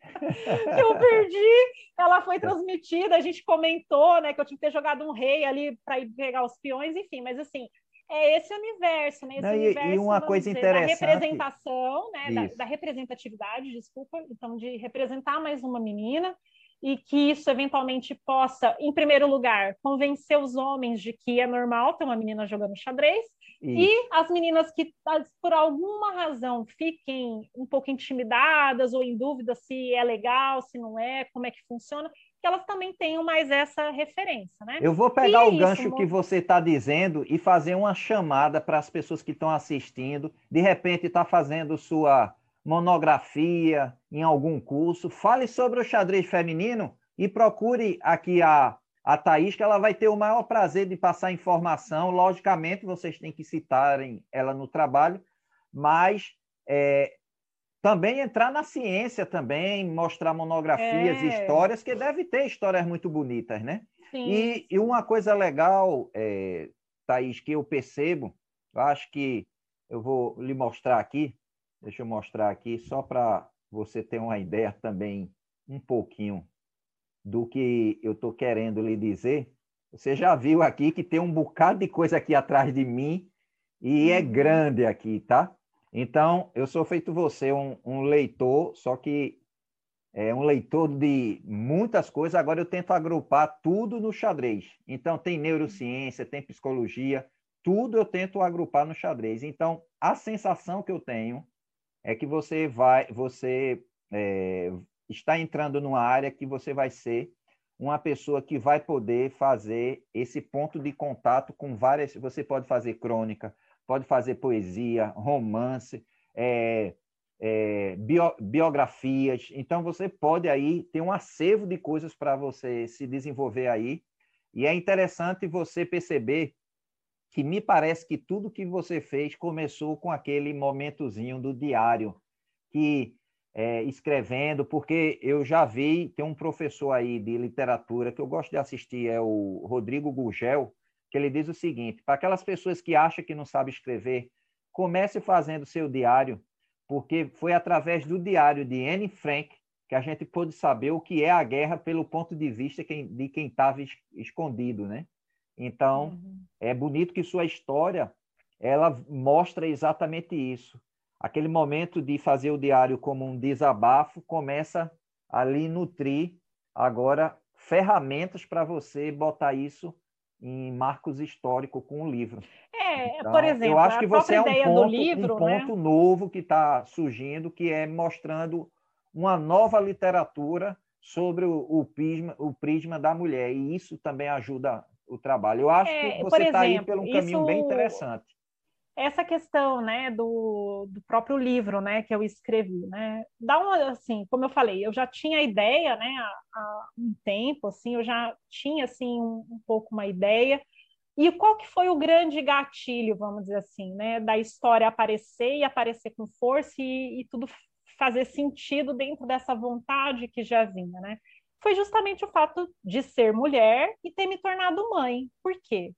que eu perdi, ela foi transmitida, a gente comentou, né, que eu tinha que ter jogado um rei ali para ir pegar os peões, enfim, mas assim, é esse universo, né? Esse Não, e universo, uma vamos coisa dizer, da interessante, representação, né? Da isso. representatividade, desculpa, então, de representar mais uma menina, e que isso eventualmente possa, em primeiro lugar, convencer os homens de que é normal ter uma menina jogando xadrez, Isso. e as meninas que, por alguma razão, fiquem um pouco intimidadas ou em dúvida se é legal, se não é, como é que funciona, que elas também tenham mais essa referência, né? Eu vou E pegar é o isso, gancho que você está dizendo e fazer uma chamada para as pessoas que estão assistindo. De repente, está fazendo sua monografia em algum curso. Fale sobre o xadrez feminino e procure aqui a Thaís, que ela vai ter o maior prazer de passar informação. Logicamente, vocês têm que citarem ela no trabalho, mas também entrar na ciência também, mostrar monografias e histórias, que deve ter histórias muito bonitas, né? Sim. E uma coisa legal, Thaís, que eu percebo, eu acho que eu vou lhe mostrar aqui, deixa eu mostrar aqui, só para você ter uma ideia também, um pouquinho do que eu estou querendo lhe dizer. Você já viu aqui que tem um bocado de coisa aqui atrás de mim, e é grande aqui, tá? Então, eu sou feito você, um leitor, só que é um leitor de muitas coisas. Agora eu tento agrupar tudo no xadrez. Então, tem neurociência, tem psicologia, tudo eu tento agrupar no xadrez. Então, a sensação que eu tenho é que você está entrando numa área que você vai ser uma pessoa que vai poder fazer esse ponto de contato com várias. Você pode fazer crônica, pode fazer poesia, romance, biografias. Então, você pode aí ter um acervo de coisas para você se desenvolver aí. E é interessante você perceber que me parece que tudo que você fez começou com aquele momentozinho do diário, que escrevendo, porque eu já vi, tem um professor aí de literatura que eu gosto de assistir, é o Rodrigo Gurgel, que ele diz o seguinte: para aquelas pessoas que acham que não sabem escrever, comece fazendo seu diário, porque foi através do diário de Anne Frank que a gente pôde saber o que é a guerra pelo ponto de vista de quem estava escondido, né? Então, é bonito que sua história, ela mostra exatamente isso. Aquele momento de fazer o diário como um desabafo começa ali nutrir agora ferramentas para você botar isso em marcos históricos com o livro. Por Então, eu exemplo, acho a que você própria é ideia do um livro, né? ponto novo que está surgindo, que é mostrando uma nova literatura sobre o prisma da mulher, e isso também ajuda o trabalho. Eu acho que Por você está aí por exemplo, um caminho bem isso, interessante. essa questão, né, do próprio livro, né, que eu escrevi, né, dá uma, assim, como eu falei, eu já tinha ideia, né, há um tempo, assim, eu já tinha, assim, um pouco uma ideia. E qual que foi o grande gatilho, vamos dizer assim, né, da história aparecer e aparecer com força e tudo fazer sentido dentro dessa vontade que já vinha, né? Foi justamente o fato de ser mulher e ter me tornado mãe. Por quê?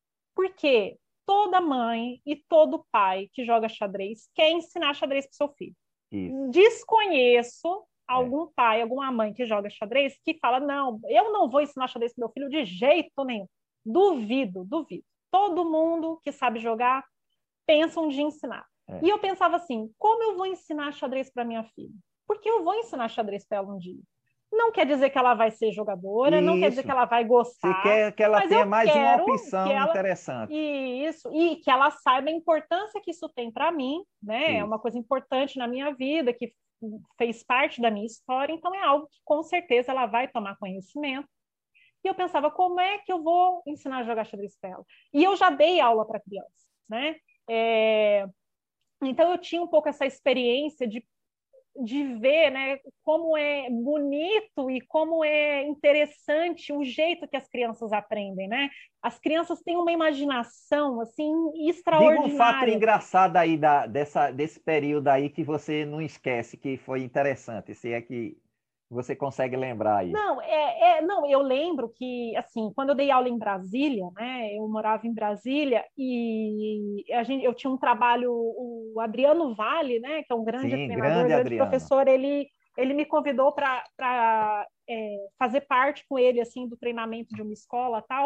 Porque toda mãe e todo pai que joga xadrez quer ensinar xadrez para o seu filho. Isso. Desconheço algum pai, alguma mãe que joga xadrez que fala: não, eu não vou ensinar xadrez para meu filho de jeito nenhum. Duvido, duvido. Todo mundo que sabe jogar pensa um dia ensinar. E eu pensava assim: como eu vou ensinar xadrez para minha filha? Porque eu vou ensinar xadrez para ela um dia. Não quer dizer que ela vai ser jogadora, não quer dizer que Isso. ela vai Você gostar, quer que ela mas tenha eu mais uma quero que opção ela interessante. e que ela saiba a importância que isso tem para mim, né? É Isso. uma coisa importante na minha vida, que fez parte da minha história, então é algo que com certeza ela vai tomar conhecimento. E eu pensava: como é que eu vou ensinar a jogar xadrez para ela? E eu já dei aula para criança, né? Então eu tinha um pouco essa experiência de ver, né, como é bonito e como é interessante o jeito que as crianças aprendem, né? As crianças têm uma imaginação assim Diga um fato extraordinária. engraçado aí desse período aí que você não esquece, que foi interessante, se é que você consegue lembrar aí. Não, eu lembro que, assim, quando eu dei aula em Brasília, né, eu morava em Brasília e eu tinha um trabalho, o Adriano Vale, né, que é um grande Sim, treinador, grande grande Adriano. professor, ele me convidou para fazer parte com ele, assim, do treinamento de uma escola tal,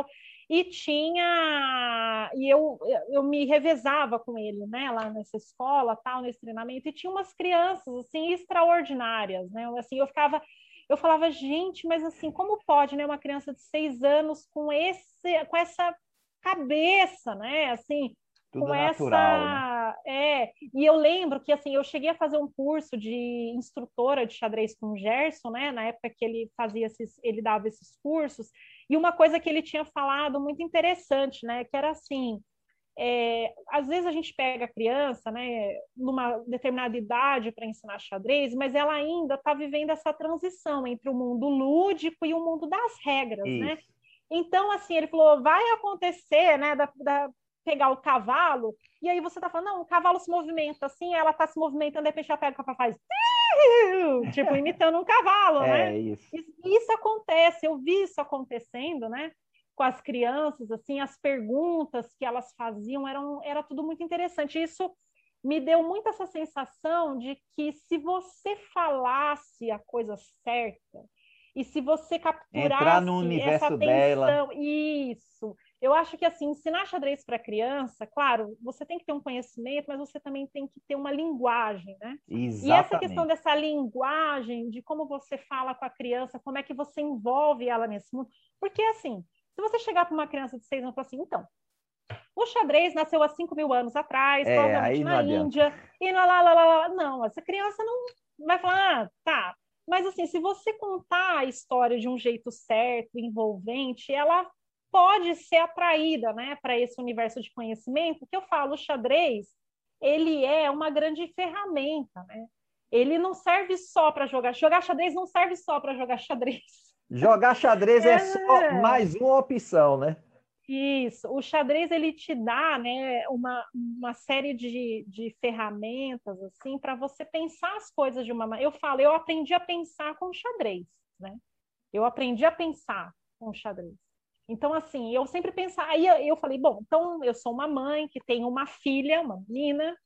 eu me revezava com ele, né, lá nessa escola tal, nesse treinamento, e tinha umas crianças, assim, extraordinárias, né, assim, eu falava: gente, mas assim, como pode, né, uma criança de 6 anos com essa cabeça, né, assim, Tudo com natural, né? e eu lembro que, assim, eu cheguei a fazer um curso de instrutora de xadrez com o Gerson, né, na época que ele dava esses cursos, e uma coisa que ele tinha falado muito interessante, né, que era assim: às vezes a gente pega a criança, né, numa determinada idade para ensinar xadrez, mas ela ainda está vivendo essa transição entre o mundo lúdico e o mundo das regras, né? Isso. Então, assim, ele falou: vai acontecer, né, pegar o cavalo, e aí você tá falando, não, o cavalo se movimenta assim, ela tá se movimentando, de repente ela pega o cavalo e faz tipo, imitando um cavalo, né? É isso. Isso acontece, eu vi isso acontecendo, né? Com as crianças, assim, as perguntas que elas faziam era tudo muito interessante. Isso me deu muito essa sensação de que se você falasse a coisa certa e se você Entrar no capturasse essa universo dela. atenção, isso. Eu acho que assim, ensinar xadrez para criança, claro, você tem que ter um conhecimento, mas você também tem que ter uma linguagem, né? E essa questão Exatamente. dessa linguagem, de como você fala com a criança, como é que você envolve ela nesse mundo. Porque, assim, se você chegar para uma criança de 6 anos e falar assim, então, o xadrez nasceu há 5.000 anos atrás, provavelmente Aí não na adianta. Índia, e lá, lá, lá, lá. Não, essa criança não vai falar, ah, tá. Mas, assim, se você contar a história de um jeito certo, envolvente, ela pode ser atraída, né, para esse universo de conhecimento, que eu falo, o xadrez, ele é uma grande ferramenta, né? Ele não serve só para jogar. Jogar xadrez não serve só para jogar xadrez. Jogar xadrez é só É, mais uma opção, né? isso. O xadrez ele te dá, né, uma série de ferramentas assim para você pensar as coisas de uma maneira. Eu falo, eu aprendi a pensar com o xadrez, né? Eu aprendi a pensar com o xadrez. Então, assim, eu sempre pensava. Aí eu falei, bom, então eu sou uma mãe que tem uma filha, uma menina,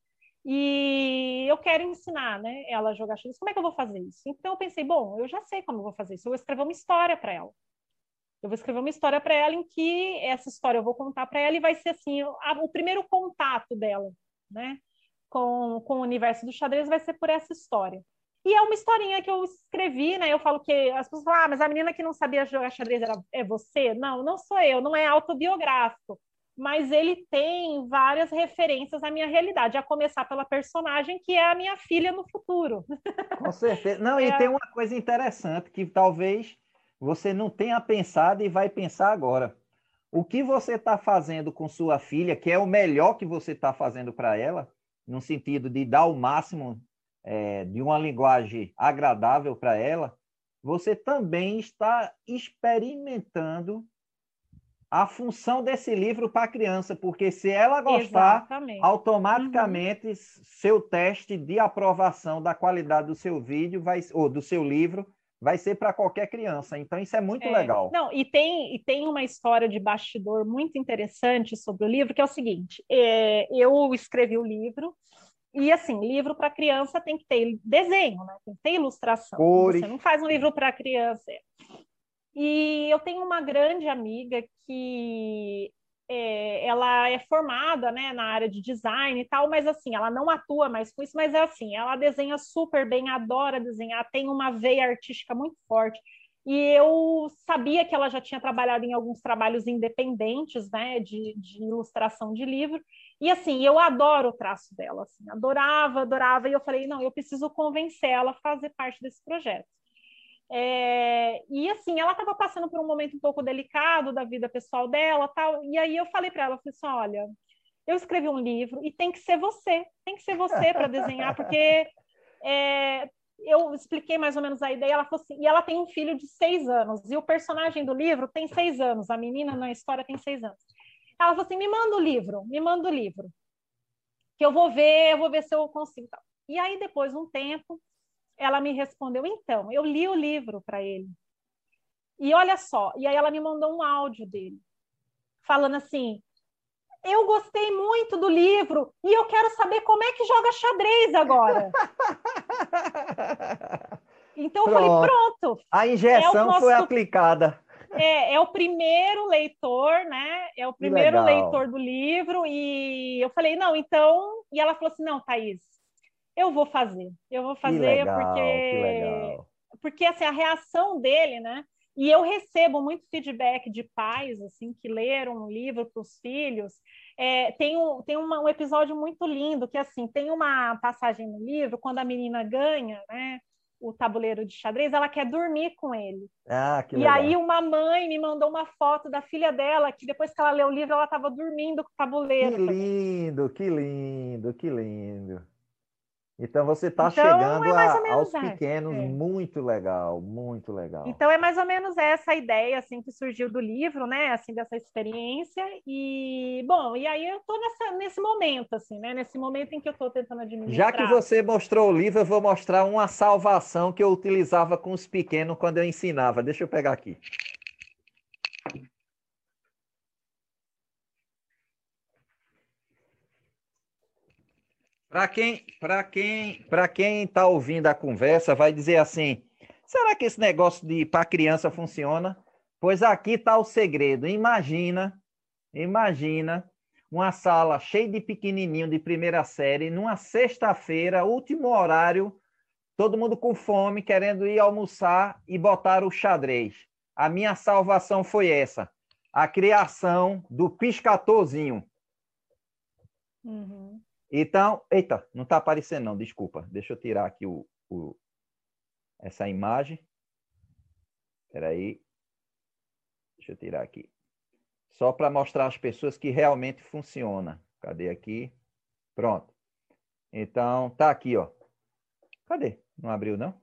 e eu quero ensinar, né, ela a jogar xadrez. Como é que eu vou fazer isso? Então eu pensei, bom, eu já sei como eu vou fazer isso. Eu vou escrever uma história para ela. Eu vou escrever uma história para ela em que essa história eu vou contar para ela e vai ser assim, o primeiro contato dela, né, com o universo do xadrez vai ser por essa história. E é uma historinha que eu escrevi, né? Eu falo que as pessoas falam, ah, mas a menina que não sabia jogar xadrez é você? Não, não sou eu, não é autobiográfico. Mas ele tem várias referências à minha realidade, a começar pela personagem que é a minha filha no futuro. Com certeza. Não, e tem É, uma coisa interessante que talvez você não tenha pensado e vai pensar agora. O que você está fazendo com sua filha, que é o melhor que você está fazendo para ela, no sentido de dar o máximo de uma linguagem agradável para ela, você também está experimentando a função desse livro para a criança, porque se ela gostar, exatamente. Uhum. automaticamente seu teste de aprovação da qualidade do seu vídeo ou do seu livro vai ser para qualquer criança. Então isso é muito É, legal. não, e tem uma história de bastidor muito interessante sobre o livro, que é o seguinte: eu escrevi o livro, e assim, livro para criança tem que ter desenho, né? Tem que ter ilustração. Você Cores. não faz um livro para criança. E eu tenho uma grande amiga que ela é formada, né, na área de design e tal, mas assim, ela não atua mais com isso, mas é assim, ela desenha super bem, adora desenhar, tem uma veia artística muito forte. E eu sabia que ela já tinha trabalhado em alguns trabalhos independentes, né, de ilustração de livro. E assim, eu adoro o traço dela, assim, adorava, adorava. E eu falei, não, eu preciso convencer ela a fazer parte desse projeto. E assim, ela estava passando por um momento um pouco delicado da vida pessoal dela, tal. E aí eu falei para ela, falei assim, olha, eu escrevi um livro e tem que ser você para desenhar, porque eu expliquei mais ou menos a ideia. Ela falou assim, e ela tem um filho de 6 anos e o personagem do livro tem 6 anos, a menina na história tem 6 anos. Ela falou assim, me manda o livro, que eu vou ver se eu consigo. Tal. E aí depois de um tempo ela me respondeu, então, eu li o livro para ele. E olha só, e aí ela me mandou um áudio dele, falando assim: eu gostei muito do livro e eu quero saber como é que joga xadrez agora. Então eu falei: Pronto. pronto, A é o injeção foi nosso. aplicada. É o primeiro leitor, né? É o Que primeiro legal. leitor do livro. E eu falei: não, então. E ela falou assim: não, Thaís, eu vou Que fazer legal, que legal. porque assim, a reação dele, né? E eu recebo muito feedback de pais assim que leram um livro para os filhos. Tem um episódio muito lindo que assim tem uma passagem no livro quando a menina ganha, né? O tabuleiro de xadrez, ela quer dormir com ele. Ah, que E aí legal. uma mãe me mandou uma foto da filha dela que depois que ela leu o livro ela estava dormindo com o Que tabuleiro também. lindo, que lindo, que lindo. Então você está Então, chegando é mais ou aos menos pequenos, é. muito legal, muito legal. Então é mais ou menos essa ideia assim que surgiu do livro, né? Assim dessa experiência e bom, e aí eu estou nesse momento assim, né? Nesse momento em que eu estou tentando Já que administrar. você mostrou o livro, eu vou mostrar uma salvação que eu utilizava com os pequenos quando eu ensinava. Deixa eu pegar aqui. Para quem está ouvindo a conversa, vai dizer assim: será que esse negócio de para criança funciona? Pois aqui está o segredo. Imagina uma sala cheia de pequenininho de primeira série, numa sexta-feira, último horário, todo mundo com fome, querendo ir almoçar e botar o xadrez. A minha salvação foi essa: a criação do piscatorzinho. Uhum. Então, eita, não está aparecendo não, desculpa. Deixa eu tirar aqui essa imagem. Espera aí. Deixa eu tirar aqui. Só para mostrar às pessoas que realmente funciona. Cadê aqui? Pronto. Então, tá aqui, ó. Cadê? Não abriu, não?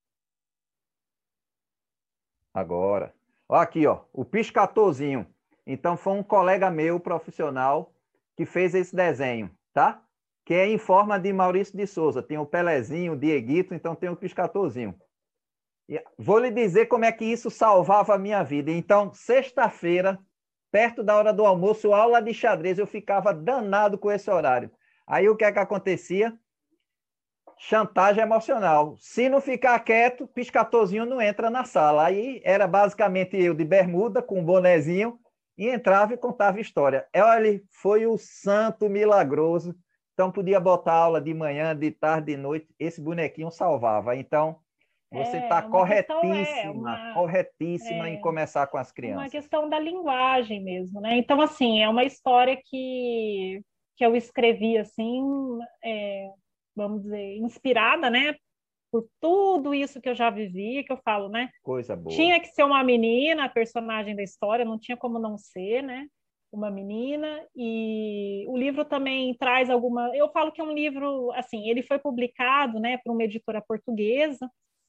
Agora. Ó, aqui, ó. O piscatorzinho. Então, foi um colega meu, profissional, que fez esse desenho, tá? Que é em forma de Maurício de Souza. Tem o Pelezinho, o Dieguito, então tem o piscatorzinho. E vou lhe dizer como é que isso salvava a minha vida. Então, sexta-feira, perto da hora do almoço, aula de xadrez, eu ficava danado com esse horário. Aí o que é que acontecia? Chantagem emocional. Se não ficar quieto, piscatorzinho não entra na sala. Aí era basicamente eu de bermuda, com um bonezinho, e entrava e contava história. Olha, foi o santo milagroso. Então podia botar aula de manhã, de tarde, de noite, esse bonequinho salvava. Então, você está Uma questão corretíssima em é começar com as uma crianças. questão da linguagem mesmo, né? Então assim, é uma história que eu escrevi assim, vamos dizer, inspirada, né, por tudo isso que eu já vivi, que eu falo, né? Coisa boa. Tinha que ser uma menina, a personagem da história, não tinha como não ser, né? Uma menina. E o livro também traz alguma. Eu falo que é um livro, assim, ele foi publicado, né, por uma editora portuguesa.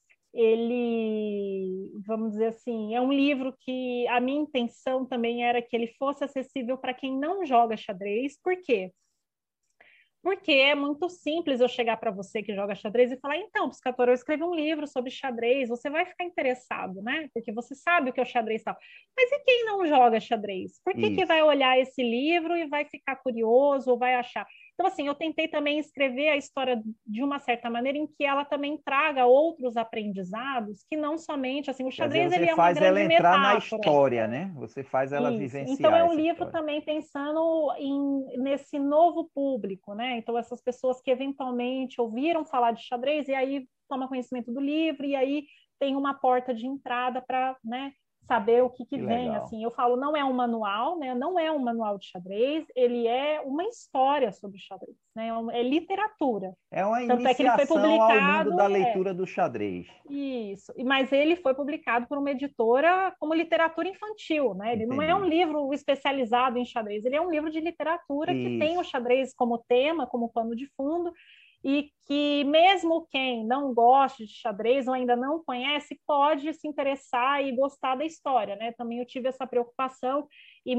Ele, vamos dizer assim, é um livro que a minha intenção também era que ele fosse acessível para quem não joga xadrez. Por quê? Porque é muito simples eu chegar para você que joga xadrez e falar, então, Piscator, eu escrevi um livro sobre xadrez, você vai ficar interessado, né? Porque você sabe o que é o xadrez e tal. Mas e quem não joga xadrez? Por que Isso. vai olhar esse livro e vai ficar curioso ou vai achar? Então, assim, eu tentei também escrever a história de uma certa maneira em que ela também traga outros aprendizados, que não somente, assim, o Quer dizer, xadrez você ele é uma faz ela grande entrar na metáfora. história, né? Você faz ela Isso. Então vivenciar é um essa livro história. também pensando nesse novo público, né? Então essas pessoas que eventualmente ouviram falar de xadrez e aí toma conhecimento do livro e aí tem uma porta de entrada para, né, saber o que Que vem. legal. Assim, eu falo, não é um manual, né? Não é um manual de xadrez, ele é uma história sobre xadrez, né? É literatura. É uma Tanto é que ele foi iniciação ao mundo publicado, da leitura do xadrez. isso, mas ele foi publicado por uma editora como literatura infantil, né? Ele não é um Entendi. livro especializado em xadrez, ele é um livro de literatura que tem o Isso. xadrez como tema, como pano de fundo, e que mesmo quem não gosta de xadrez ou ainda não conhece pode se interessar e gostar da história, né? Também eu tive essa preocupação e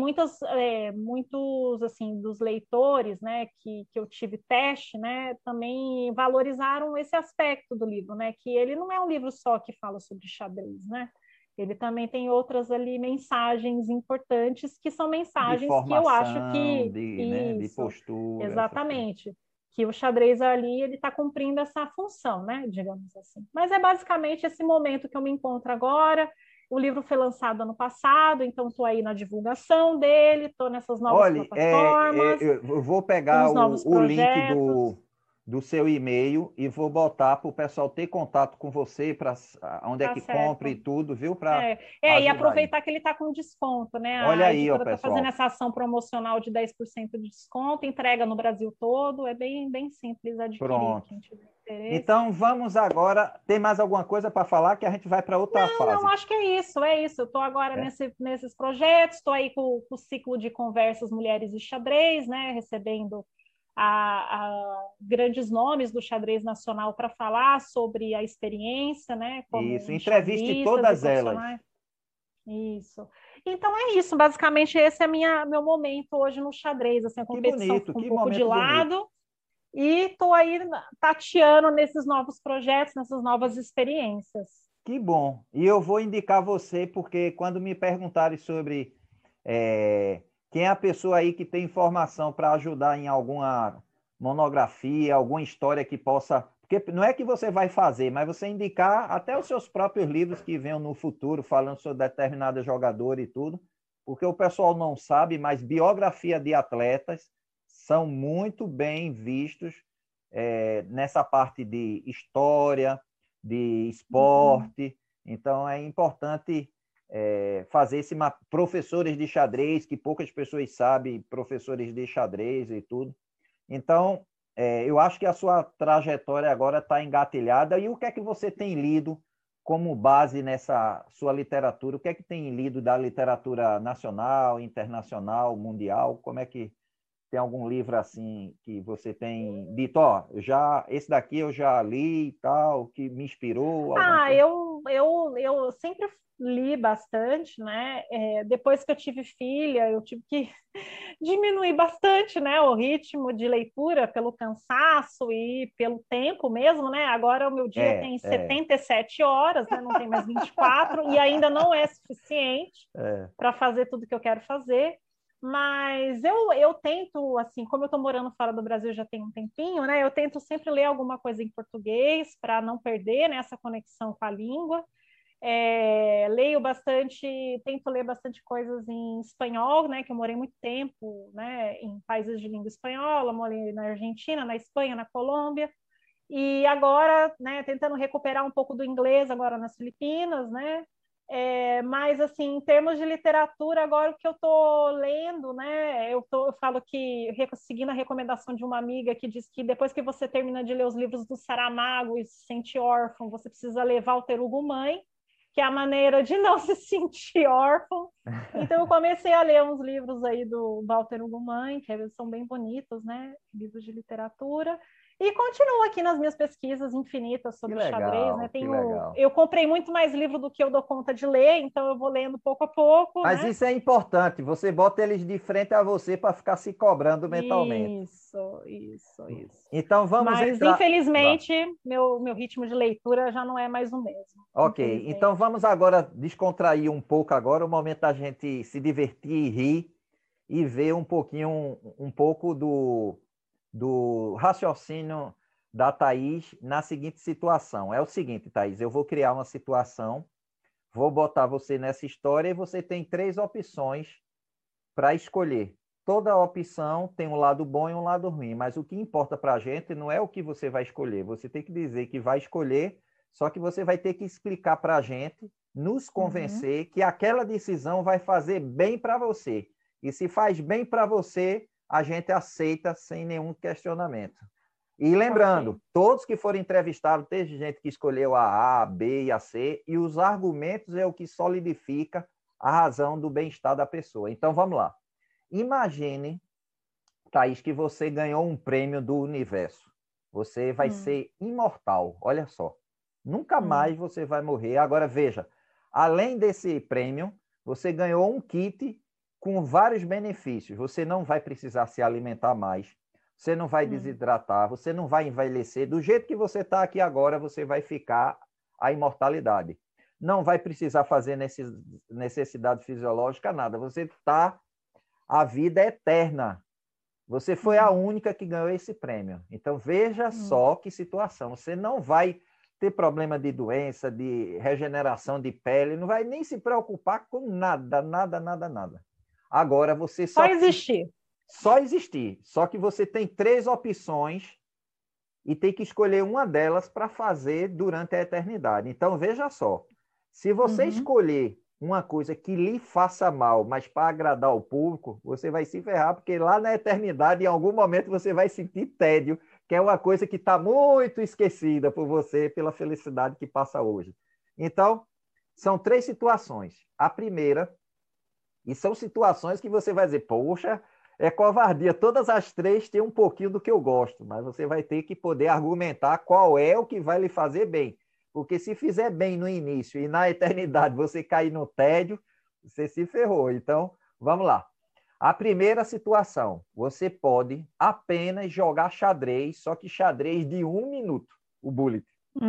muitos assim dos leitores, né, que eu tive teste, né, também valorizaram esse aspecto do livro, né, que ele não é um livro só que fala sobre xadrez, né? Ele também tem outras ali mensagens importantes que são De mensagens que eu acho formação, que de isso, postura, essas coisas. exatamente, que o xadrez ali ele está cumprindo essa função, né, digamos assim. Mas é basicamente esse momento que eu me encontro agora. O livro foi lançado ano passado, então estou aí na divulgação dele, estou nessas novas Olha, plataformas, eu vou com pegar os novos o link projetos. do seu e-mail e vou botar para o pessoal ter contato com você, para onde é Tá que compra e certo. tudo, viu? Para E ajudar aí. aproveitar que ele está com desconto, né? Olha A aí, ó, editora está fazendo pessoal. essa ação promocional de 10% de desconto, entrega no Brasil todo, é bem simples adquirir, Pronto. quem tiver interesse. Então, vamos agora. Tem mais alguma coisa para falar que a gente vai para outra Não, fase? acho que é isso, é isso. Eu estou agora É? nesses projetos, estou aí com o ciclo de conversas Mulheres e Xadrez, né? Recebendo a grandes nomes do xadrez nacional para falar sobre a experiência, né, como Isso, entreviste enxadristas e todas elas. profissionais. Isso. Então é isso, basicamente esse é meu momento hoje no xadrez, assim, a Que competição bonito, fica um que pouco de momento bonito. lado e estou aí tateando nesses novos projetos, nessas novas experiências. Que bom. E eu vou indicar você, porque quando me perguntarem sobre quem é a pessoa aí que tem informação para ajudar em alguma monografia, alguma história que possa. Porque não é que você vai fazer, mas você indicar até os seus próprios livros que venham no futuro, falando sobre determinado jogador e tudo, porque o pessoal não sabe, mas biografia de atletas são muito bem vistos nessa parte de história, de esporte. Então, é importante fazer esse professores de xadrez, que poucas pessoas sabem, professores de xadrez e tudo. Então, eu acho que a sua trajetória agora está engatilhada. E o que é que você tem lido como base nessa sua literatura? O que é que tem lido da literatura nacional, internacional, mundial? Como é que tem algum livro assim que você tem dito, ó, esse daqui eu já li e tal, que me inspirou, alguma Ah, coisa? eu sempre li bastante, né? Depois que eu tive filha, eu tive que diminuir bastante, né, o ritmo de leitura pelo cansaço e pelo tempo mesmo, né? Agora o meu dia tem 77 horas, né? Não tem mais 24 e ainda não é suficiente para fazer tudo que eu quero fazer. Mas eu tento, assim, como eu estou morando fora do Brasil já tem um tempinho, né? Eu tento sempre ler alguma coisa em português para não perder, né, essa conexão com a língua. Leio bastante, tento ler bastante coisas em espanhol, né? Que eu morei muito tempo, né, em países de língua espanhola, morei na Argentina, na Espanha, na Colômbia. E agora, né, tentando recuperar um pouco do inglês agora nas Filipinas, né? Mas, assim, em termos de literatura, agora o que eu estou lendo, né? Eu falo que, seguindo a recomendação de uma amiga que diz que depois que você termina de ler os livros do Saramago e se sente órfão, você precisa ler Walter Hugo Mãe, que é a maneira de não se sentir órfão. Então, eu comecei a ler uns livros aí do Walter Hugo Mãe, que são bem bonitos, né? Livros de literatura. E continuo aqui nas minhas pesquisas infinitas sobre xadrez, né? Que legal. Eu comprei muito mais livro do que eu dou conta de ler, então eu vou lendo pouco a pouco, Mas né? isso é importante, você bota eles de frente a você para ficar se cobrando mentalmente. Isso. Então vamos Mas, entrar. infelizmente, meu ritmo de leitura já não é mais o mesmo. Ok, então vamos agora descontrair um pouco agora, o momento da gente se divertir e rir e ver um pouquinho, um pouco do raciocínio da Thaís na seguinte situação. É o seguinte, Thaís, eu vou criar uma situação, vou botar você nessa história e você tem 3 opções para escolher. Toda opção tem um lado bom e um lado ruim, mas o que importa para a gente não é o que você vai escolher. Você tem que dizer que vai escolher, só que você vai ter que explicar para a gente, nos convencer que aquela decisão vai fazer bem para você. E se faz bem para você, a gente aceita sem nenhum questionamento. E lembrando, todos que foram entrevistados, teve gente que escolheu a B e a C, e os argumentos é o que solidifica a razão do bem-estar da pessoa. Então, vamos lá. Imagine, Thaís, que você ganhou um prêmio do universo. Você vai ser imortal, olha só. Nunca mais você vai morrer. Agora, veja, além desse prêmio, você ganhou um kit com vários benefícios. Você não vai precisar se alimentar mais, você não vai desidratar, você não vai envelhecer. Do jeito que você está aqui agora, você vai ficar a imortalidade. Não vai precisar fazer necessidade fisiológica, nada. Você está... A vida é eterna. Você foi a única que ganhou esse prêmio. Então, veja só que situação. Você não vai ter problema de doença, de regeneração de pele, não vai nem se preocupar com nada, nada, nada, nada. Agora, você só existir. Só existir. Só que você tem 3 opções e tem que escolher uma delas para fazer durante a eternidade. Então, veja só. Se você escolher uma coisa que lhe faça mal, mas para agradar o público, você vai se ferrar, porque lá na eternidade, em algum momento, você vai sentir tédio, que é uma coisa que está muito esquecida por você, pela felicidade que passa hoje. Então, são 3 situações. A primeira, e são situações que você vai dizer, poxa, É covardia. Todas as três têm um pouquinho do que eu gosto, mas você vai ter que poder argumentar qual é o que vai lhe fazer bem. Porque se fizer bem no início e na eternidade você cair no tédio, você se ferrou. Então, vamos lá. A primeira situação, você pode apenas jogar xadrez, só que xadrez de 1 minuto, o bullet.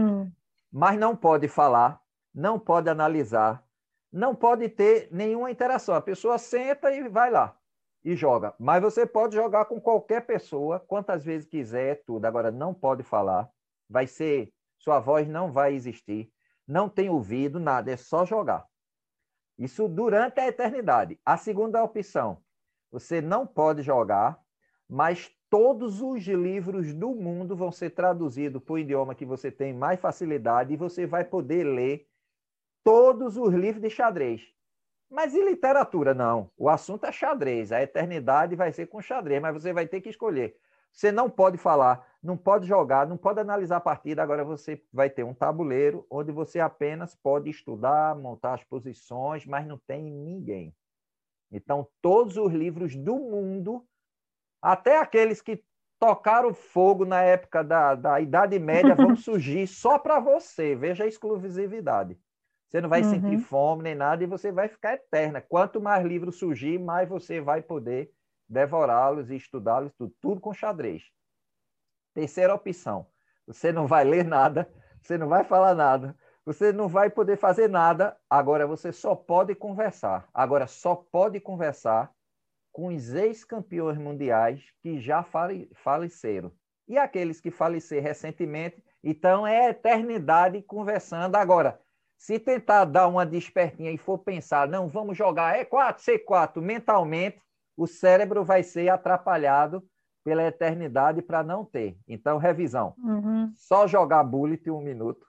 Mas não pode falar, não pode analisar, não pode ter nenhuma interação. A pessoa senta e vai lá e joga. Mas você pode jogar com qualquer pessoa, quantas vezes quiser, tudo. Agora, não pode falar, vai ser, sua voz não vai existir, não tem ouvido, nada, é só jogar. Isso durante a eternidade. A segunda opção, você não pode jogar, mas todos os livros do mundo vão ser traduzidos para o idioma que você tem mais facilidade e você vai poder ler todos os livros de xadrez. Mas e literatura? Não. O assunto é xadrez. A eternidade vai ser com xadrez, mas você vai ter que escolher. Você não pode falar, não pode jogar, não pode analisar a partida. Agora você vai ter um tabuleiro onde você apenas pode estudar, montar as posições, mas não tem ninguém. Então, todos os livros do mundo, até aqueles que tocaram fogo na época da Idade Média, vão surgir só para você. Veja a exclusividade. Você não vai sentir fome nem nada e você vai ficar eterna. Quanto mais livros surgir, mais você vai poder devorá-los e estudá-los, tudo com xadrez. Terceira opção, você não vai ler nada, você não vai falar nada, você não vai poder fazer nada, agora você só pode conversar. Agora só pode conversar com os ex-campeões mundiais que já faleceram. E aqueles que faleceram recentemente, então é a eternidade conversando. Agora, se tentar dar uma despertinha e for pensar, não, vamos jogar E4, C4 mentalmente, o cérebro vai ser atrapalhado pela eternidade para não ter. Então, revisão. Só jogar bullet 1 minuto.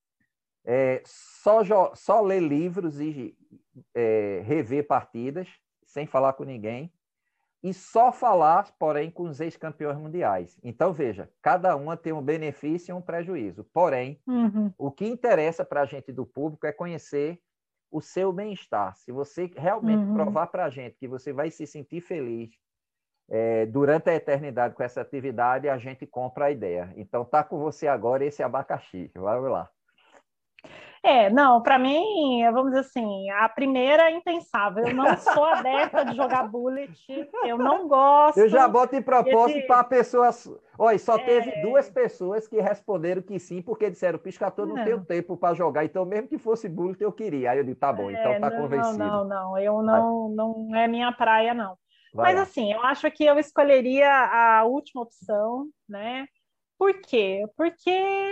Só ler livros e rever partidas, sem falar com ninguém. E só falar, porém, com os ex-campeões mundiais. Então, veja, cada uma tem um benefício e um prejuízo. Porém, o que interessa para a gente do público é conhecer o seu bem-estar. Se você realmente provar para a gente que você vai se sentir feliz durante a eternidade com essa atividade, a gente compra a ideia. Então, tá com você agora esse abacaxi. Vamos lá. Não, para mim, vamos dizer assim, a primeira é impensável. Eu não sou adepta de jogar bullet, eu não gosto. Eu já boto em propósito para pessoas. Olha, só teve 2 pessoas que responderam que sim, porque disseram: Piscator não tem tempo para jogar, então mesmo que fosse bullet eu queria. Aí eu digo: tá bom, então tá convencido. Não, eu não é minha praia, não. Vai Mas lá. assim, eu acho que eu escolheria a última opção, né? Por quê? Porque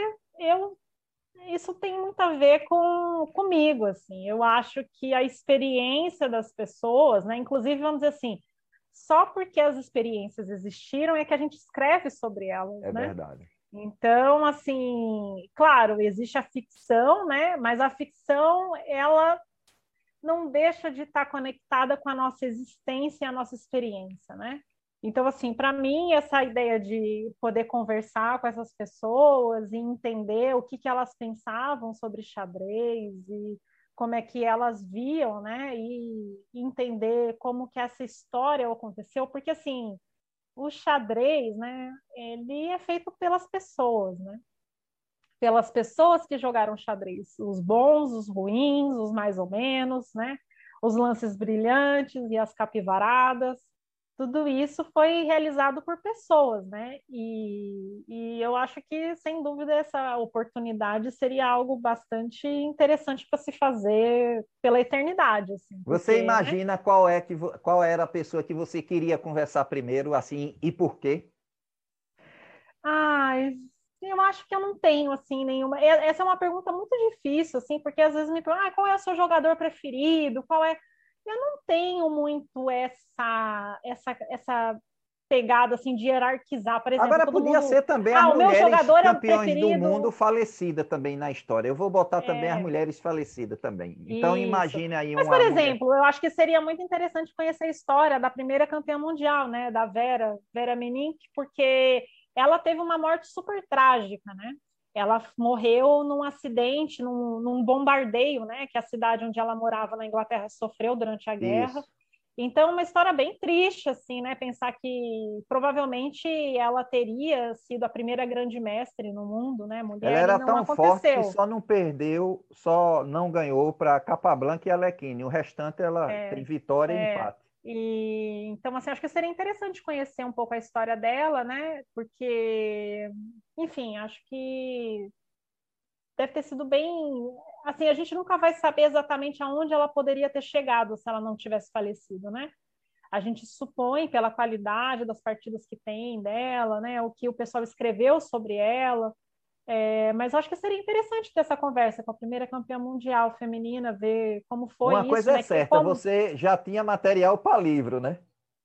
isso tem muito a ver comigo, assim. Eu acho que a experiência das pessoas, né? Inclusive, vamos dizer assim, só porque as experiências existiram é que a gente escreve sobre elas, É né? verdade. Então, assim, claro, existe a ficção, né? Mas a ficção, ela não deixa de estar conectada com a nossa existência e a nossa experiência, né? Então, assim, para mim, essa ideia de poder conversar com essas pessoas e entender o que elas pensavam sobre xadrez e como é que elas viam, né? E entender como que essa história aconteceu, porque, assim, o xadrez, né? Ele é feito pelas pessoas, né? Pelas pessoas que jogaram xadrez, os bons, os ruins, os mais ou menos, né? Os lances brilhantes e as capivaradas, tudo isso foi realizado por pessoas, né? E eu acho que, sem dúvida, essa oportunidade seria algo bastante interessante para se fazer pela eternidade, assim. Você Porque, imagina qual era a pessoa que você queria conversar primeiro, assim, e por quê? Ai, eu acho que eu não tenho, assim, nenhuma... Essa é uma pergunta muito difícil, assim, porque às vezes me perguntam, qual é o seu jogador preferido? Qual é... Eu não tenho muito essa pegada, assim, de hierarquizar. Por exemplo, Agora todo podia mundo... ser também as o meu mulheres jogador é o campeões do mundo preferido. falecidas também na história. Eu vou botar também as mulheres falecidas também. Então Isso. imagine aí Mas, por uma mulher. exemplo, eu acho que seria muito interessante conhecer a história da primeira campeã mundial, né, da Vera Menink, porque ela teve uma morte super trágica, né? Ela morreu num acidente, num bombardeio, né, que a cidade onde ela morava na Inglaterra sofreu durante a guerra. Isso. Então, uma história bem triste, assim, né? Pensar que provavelmente ela teria sido a primeira grande mestre no mundo, né? Ela Mulher, e era não tão forte que aconteceu. só não perdeu, só não ganhou para Capablanca e Alekhine. O restante ela tem É, vitória e é, empate. e então assim, acho que seria interessante conhecer um pouco a história dela, né? Porque, enfim, acho que deve ter sido bem, assim, a gente nunca vai saber exatamente aonde ela poderia ter chegado se ela não tivesse falecido, né? A gente supõe pela qualidade das partidas que tem dela, né? O que o pessoal escreveu sobre ela. Mas acho que seria interessante ter essa conversa com a primeira campeã mundial feminina, ver como foi Uma isso, coisa é né? certa, você já tinha material para livro, né?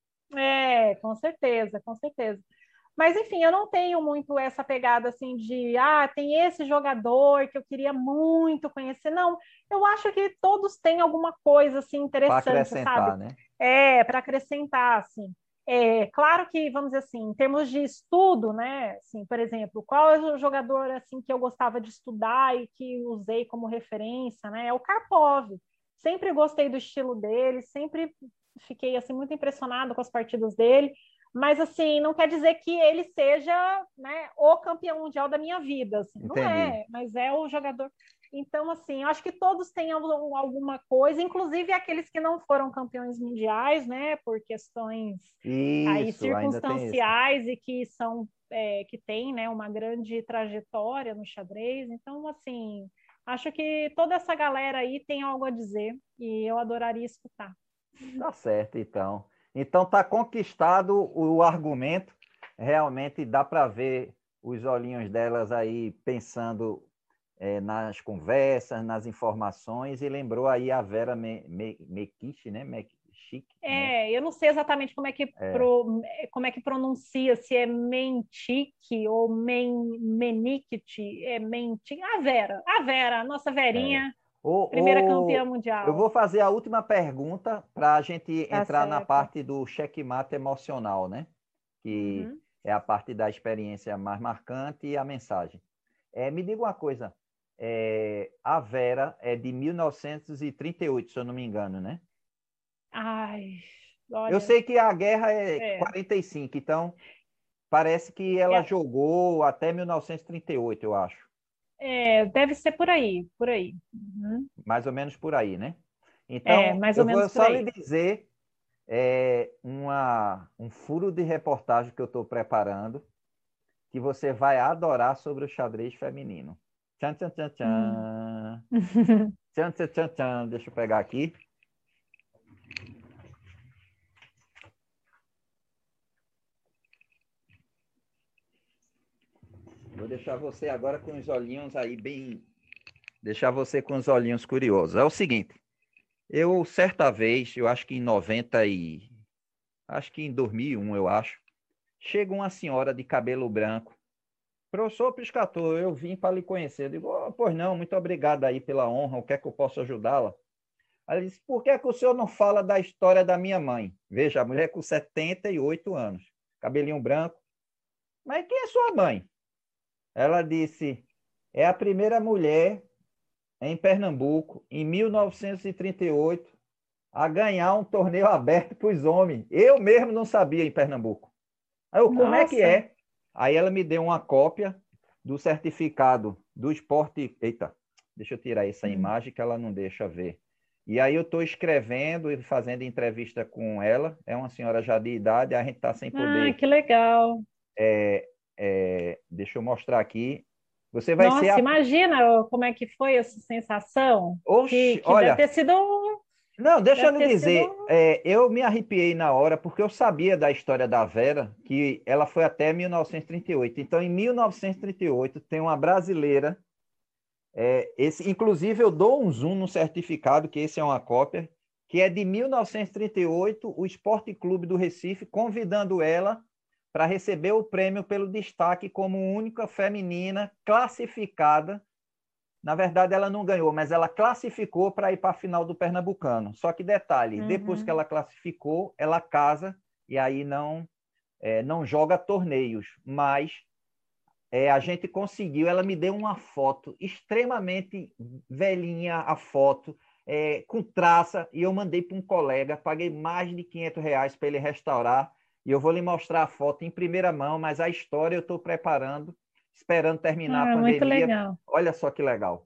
Com certeza, com certeza. Mas enfim, eu não tenho muito essa pegada assim de tem esse jogador que eu queria muito conhecer. Não, eu acho que todos têm alguma coisa assim Para interessante, sabe? acrescentar, né? Para acrescentar, assim. Claro que, vamos dizer assim, em termos de estudo, né? Assim, por exemplo, qual é o jogador assim que eu gostava de estudar e que usei como referência, né? É o Karpov. Sempre gostei do estilo dele, sempre fiquei assim muito impressionado com as partidas dele, mas assim, não quer dizer que ele seja, né, o campeão mundial da minha vida, assim, não Entendi. é, mas é o jogador. Então, assim, eu acho que todos têm alguma coisa, inclusive aqueles que não foram campeões mundiais, né, por questões aí Isso, ainda tem isso. circunstanciais e que são que têm, né, uma grande trajetória no xadrez. Então, assim, acho que toda essa galera aí tem algo a dizer e eu adoraria escutar. Tá certo, então. Então tá conquistado o argumento. Realmente dá para ver os olhinhos delas aí pensando nas conversas, nas informações, e lembrou aí a Vera Mekic, né? Mekic, Eu não sei exatamente é, como é que pronuncia, se é Mentique ou Menikit, é Mentique. A Vera, a nossa é. Verinha, primeira campeã O, eu mundial. vou fazer a última pergunta para a gente Tá entrar na certo. parte do checkmate emocional, né? Que Uhum. é a parte da experiência mais marcante e a mensagem. Me diga uma coisa, a Vera é de 1938, se eu não me engano, né? Ai, Eu olha, sei que a guerra é é, 45, então parece que ela é, jogou até 1938, eu acho. deve ser por aí, por aí. Uhum. Mais ou menos por aí, né? Então, Mais ou eu vou menos por só lhe aí. dizer um furo de reportagem que eu estou preparando, que você vai adorar sobre o xadrez feminino. Tchan, tchan, tchan, Hum. tchan. Tchan, tchan, tchan, tchan. Deixa eu pegar aqui. Vou deixar você agora com os olhinhos aí bem. Deixar você com os olhinhos curiosos. É o seguinte, eu certa vez, eu acho que em 90 e. Acho que em 2001, eu acho. Chega uma senhora de cabelo branco. Professor Piscator, eu vim para lhe conhecer. Eu digo, pois não, muito obrigado aí pela honra. O que é que eu posso ajudá-la? Aí ele disse, por que é que o senhor não fala da história da minha mãe? Veja, a mulher com 78 anos, cabelinho branco. Mas quem é sua mãe? Ela disse, é a primeira mulher em Pernambuco, em 1938, a ganhar um torneio aberto para os homens. Eu mesmo não sabia em Pernambuco. Aí eu, como é que Nossa. é? Aí ela me deu uma cópia do certificado do esporte. Eita, deixa eu tirar essa Hum. imagem que ela não deixa ver. E aí eu estou escrevendo e fazendo entrevista com ela. É uma senhora já de idade, a gente está sem poder. Que legal. Deixa eu mostrar aqui. Você vai ser Nossa, a. imagina como é que foi essa sensação, Oxe, que olha, não, deixa eu deve lhe ter sido. dizer, eu me arrepiei na hora porque eu sabia da história da Vera, que ela foi até 1938. Então, em 1938, tem uma brasileira, inclusive eu dou um zoom no certificado, que esse é uma cópia, que é de 1938, o Esporte Clube do Recife, convidando ela para receber o prêmio pelo destaque como única feminina classificada. Na verdade, ela não ganhou, mas ela classificou para ir para a final do Pernambucano. Só que detalhe, depois que Uhum. ela classificou, ela casa e aí não joga torneios. Mas a gente conseguiu, ela me deu uma foto extremamente velhinha, a foto. com traça, e eu mandei para um colega, paguei mais de R$ 500 para ele restaurar, e eu vou lhe mostrar a foto em primeira mão, mas a história eu estou preparando, esperando terminar a Muito pandemia. legal. Olha só que legal.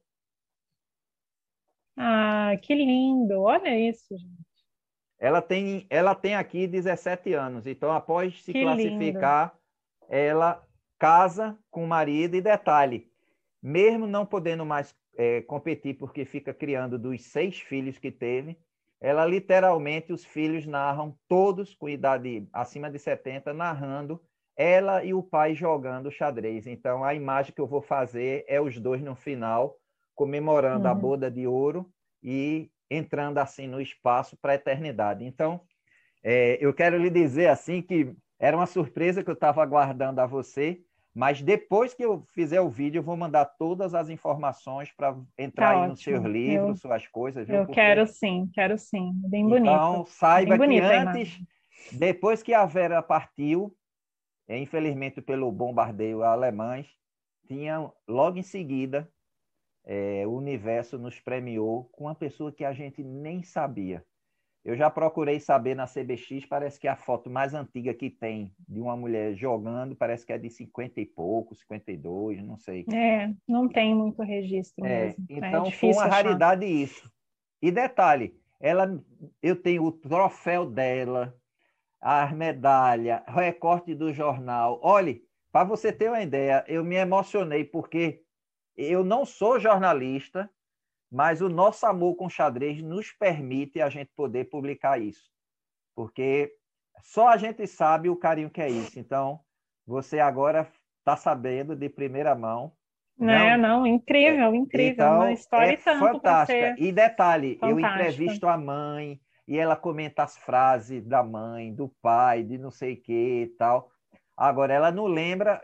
Que lindo. Olha isso, gente. Ela tem aqui 17 anos, então após se Que lindo. classificar, ela casa com o marido, e detalhe, mesmo não podendo mais competir porque fica criando dos 6 filhos que teve, ela literalmente, os filhos narram, todos com idade acima de 70, narrando ela e o pai jogando xadrez. Então a imagem que eu vou fazer é os dois no final, comemorando a boda de ouro e entrando assim no espaço para a eternidade. Então, eu quero lhe dizer assim que era uma surpresa que eu estava aguardando a você, mas depois que eu fizer o vídeo, eu vou mandar todas as informações para entrar Tá aí nos seus ótimo. livros, suas coisas, viu? Eu Porque quero sim. Bem então bonito. Bem saiba que bonita a antes, imagem. depois que a Vera partiu, infelizmente pelo bombardeio alemães, tinha logo em seguida o universo nos premiou com uma pessoa que a gente nem sabia. Eu já procurei saber na CBX, parece que a foto mais antiga que tem de uma mulher jogando, parece que é de 50 e pouco, 52, não sei. Não tem muito registro mesmo. É Então foi uma difícil achar. raridade isso. E detalhe, eu tenho o troféu dela, as medalhas, o recorte do jornal. Olhe, para você ter uma ideia, eu me emocionei porque eu não sou jornalista, mas o nosso amor com xadrez nos permite a gente poder publicar isso, porque só a gente sabe o carinho que é isso. Então, você agora está sabendo de primeira mão. Não, incrível, incrível. Uma Então, é história e tanto para fantástica. ser E detalhe, eu fantástica. entrevisto a mãe e ela comenta as frases da mãe, do pai, de não sei o que e tal. Agora, ela não lembra,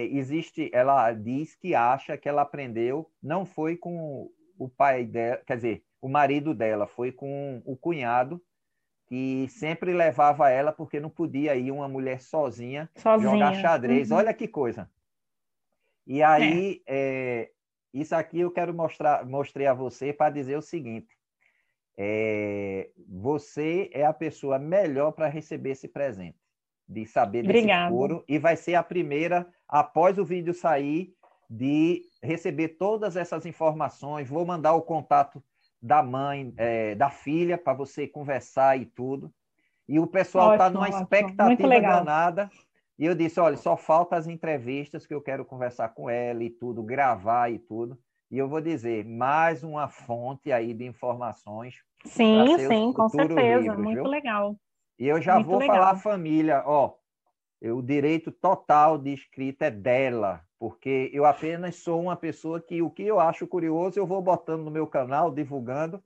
ela diz que acha que ela aprendeu, não foi com o pai dela, quer dizer, o marido dela, foi com o cunhado, que sempre levava ela, porque não podia ir uma mulher sozinha jogar Sozinha. xadrez. Olha que coisa. E É, aí, isso aqui eu quero mostrei a você para dizer o seguinte: você é a pessoa melhor para receber esse presente, de saber desse obrigada. foro, e vai ser a primeira, após o vídeo sair, de receber todas essas informações. Vou mandar o contato da mãe, da filha, para você conversar e tudo. E o pessoal está Ótimo, numa ótimo. Muito expectativa legal. danada. E eu disse, olha, só falta as entrevistas que eu quero conversar com ela e tudo, gravar e tudo. E eu vou dizer, mais uma fonte aí de informações para Sim, seus sim, com futuros certeza. livros, Muito viu? legal. E eu já Muito vou falar à legal. família, o direito total de escrita é dela, porque eu apenas sou uma pessoa que o que eu acho curioso eu vou botando no meu canal, divulgando,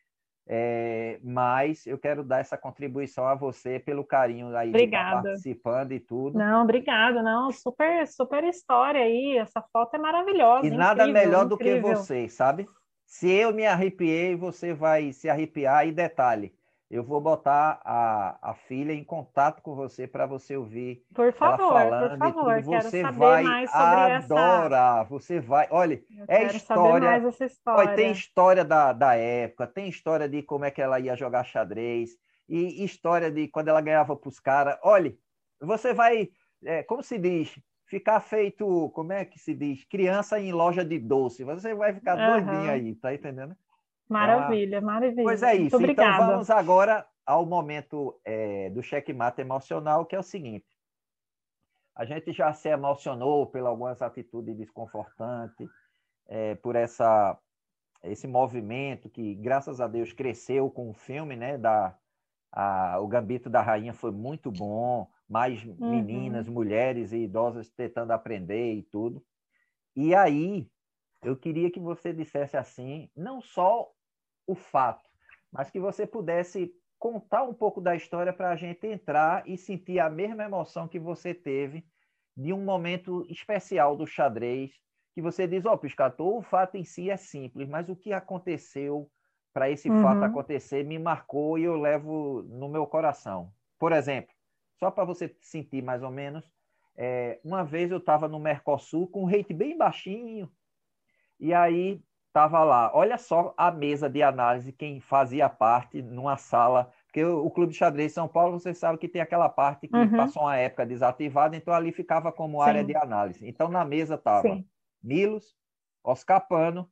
mas eu quero dar essa contribuição a você pelo carinho aí de estar Obrigada. participando e tudo. Não, obrigada. Não, super, super história aí. Essa foto é E maravilhosa, nada incrível, melhor do que incrível. você, sabe? Se eu me arrepiei, você vai se arrepiar. E detalhe, eu vou botar a filha em contato com você para você ouvir ela Por falando e tudo. favor, quero Você saber vai mais sobre essa. adorar. Você vai. Olha, Eu é quero saber história. mais essa Olha, tem história. história da época, tem história de como é que ela ia jogar xadrez, e história de quando ela ganhava para os caras. Olha, você vai, como se diz, ficar feito, como é que se diz? Criança em loja de doce. Você vai ficar doidinho Aham. aí, tá entendendo? É uma... Maravilha, Pois maravilha. é Muito isso. Então obrigada. vamos agora ao momento do checkmate emocional, que é o seguinte. A gente já se emocionou por algumas atitudes desconfortantes, por esse movimento que, graças a Deus, cresceu com o filme, né? O Gambito da Rainha foi muito bom, mais meninas, Uhum. mulheres e idosas tentando aprender e tudo. E aí, eu queria que você dissesse assim, não só o fato, mas que você pudesse contar um pouco da história para a gente entrar e sentir a mesma emoção que você teve de um momento especial do xadrez, que você diz, Piscator, o fato em si é simples, mas o que aconteceu para esse fato Uhum. acontecer me marcou e eu levo no meu coração. Por exemplo, só para você sentir mais ou menos, uma vez eu estava no Mercosul com um rate bem baixinho, e aí estava lá. Olha só a mesa de análise, quem fazia parte numa sala, porque o Clube de Xadrez de São Paulo, você sabe que tem aquela parte que passou uma época desativada, então ali ficava como área de Sim, análise. Então na mesa estava sim. Milos, Oscar Pano,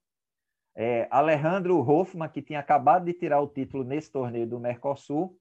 Alejandro Hoffman, que tinha acabado de tirar o título nesse torneio do Mercosul,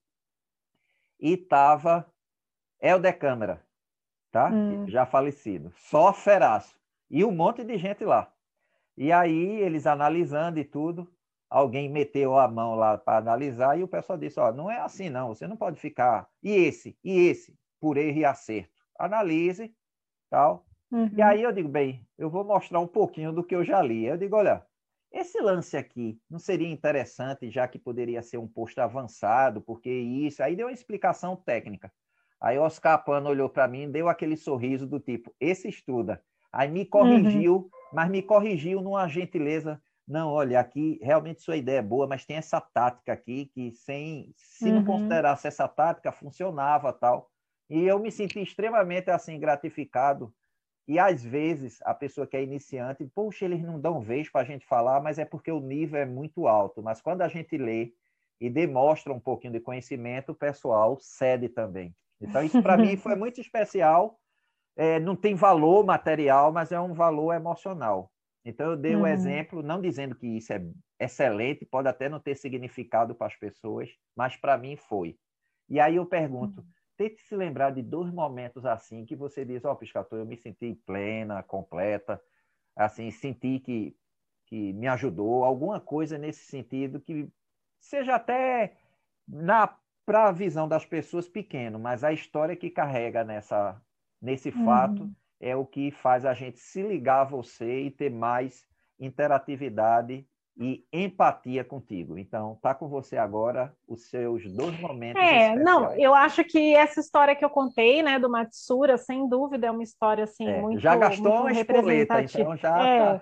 e estava Helder Câmara, tá? Já falecido. Só feraço. E um monte de gente lá. E aí, eles analisando e tudo, alguém meteu a mão lá para analisar e o pessoal disse, ó, não é assim não, você não pode ficar, e esse, por erro e acerto. Analise, tal. E aí eu digo, bem, eu vou mostrar um pouquinho do que eu já li. Eu digo, olha, esse lance aqui não seria interessante, já que poderia ser um posto avançado, porque isso... Aí deu uma explicação técnica. Aí Oscar Pano olhou para mim e deu aquele sorriso do tipo, esse estuda. Aí me corrigiu, mas me corrigiu numa gentileza. Não, olha, aqui realmente sua ideia é boa, mas tem essa tática aqui que se não considerasse essa tática, funcionava tal. E eu me senti extremamente assim gratificado. E às vezes a pessoa que é iniciante, poxa, eles não dão vez para a gente falar, mas é porque o nível é muito alto. Mas quando a gente lê e demonstra um pouquinho de conhecimento, o pessoal cede também. Então, isso para mim foi muito especial. Não tem valor material, mas é um valor emocional. Então, eu dei o exemplo, não dizendo que isso é excelente, pode até não ter significado para as pessoas, mas para mim foi. E aí eu pergunto, tente se lembrar de 2 momentos assim que você diz, ó, Piscator, eu me senti plena, completa, assim, senti que me ajudou, alguma coisa nesse sentido que seja até para a visão das pessoas pequeno, mas a história que carrega nesse fato é o que faz a gente se ligar a você e ter mais interatividade e empatia contigo. Então, tá com você agora os seus 2 momentos Não, especiais. eu acho que essa história que eu contei, né, do Matsura, sem dúvida é uma história assim Já muito gastou muito uma espoleta, representativa. então já tá.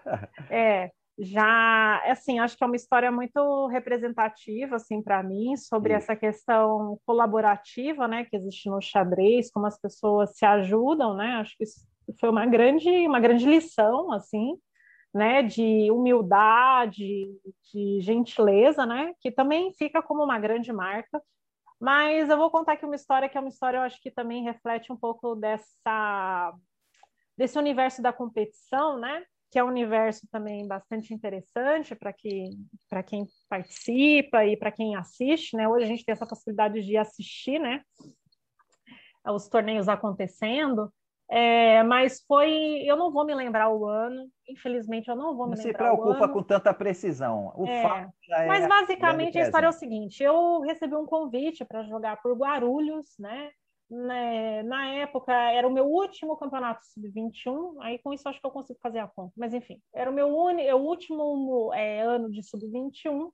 Já assim, acho que é uma história muito representativa assim para mim sobre Isso. essa questão colaborativa, né, que existe no xadrez, como as pessoas se ajudam, né? Acho que isso foi uma grande lição assim, né, de humildade, de gentileza, né, que também fica como uma grande marca. Mas eu vou contar aqui uma história que é uma história, eu acho que também reflete um pouco desse universo da competição, né? Que é um universo também bastante interessante para quem participa e para quem assiste, né? Hoje a gente tem essa possibilidade de assistir, né? Os torneios acontecendo. Mas eu não vou me lembrar o ano, infelizmente eu não vou Não me se lembrar o preocupa ano. com tanta precisão. O fato já Mas é um grande basicamente a história é o presente. seguinte: eu recebi um convite para jogar por Guarulhos, né? Na época era o meu último campeonato sub-21, aí com isso acho que eu consigo fazer a conta, mas enfim, era o meu último ano de sub-21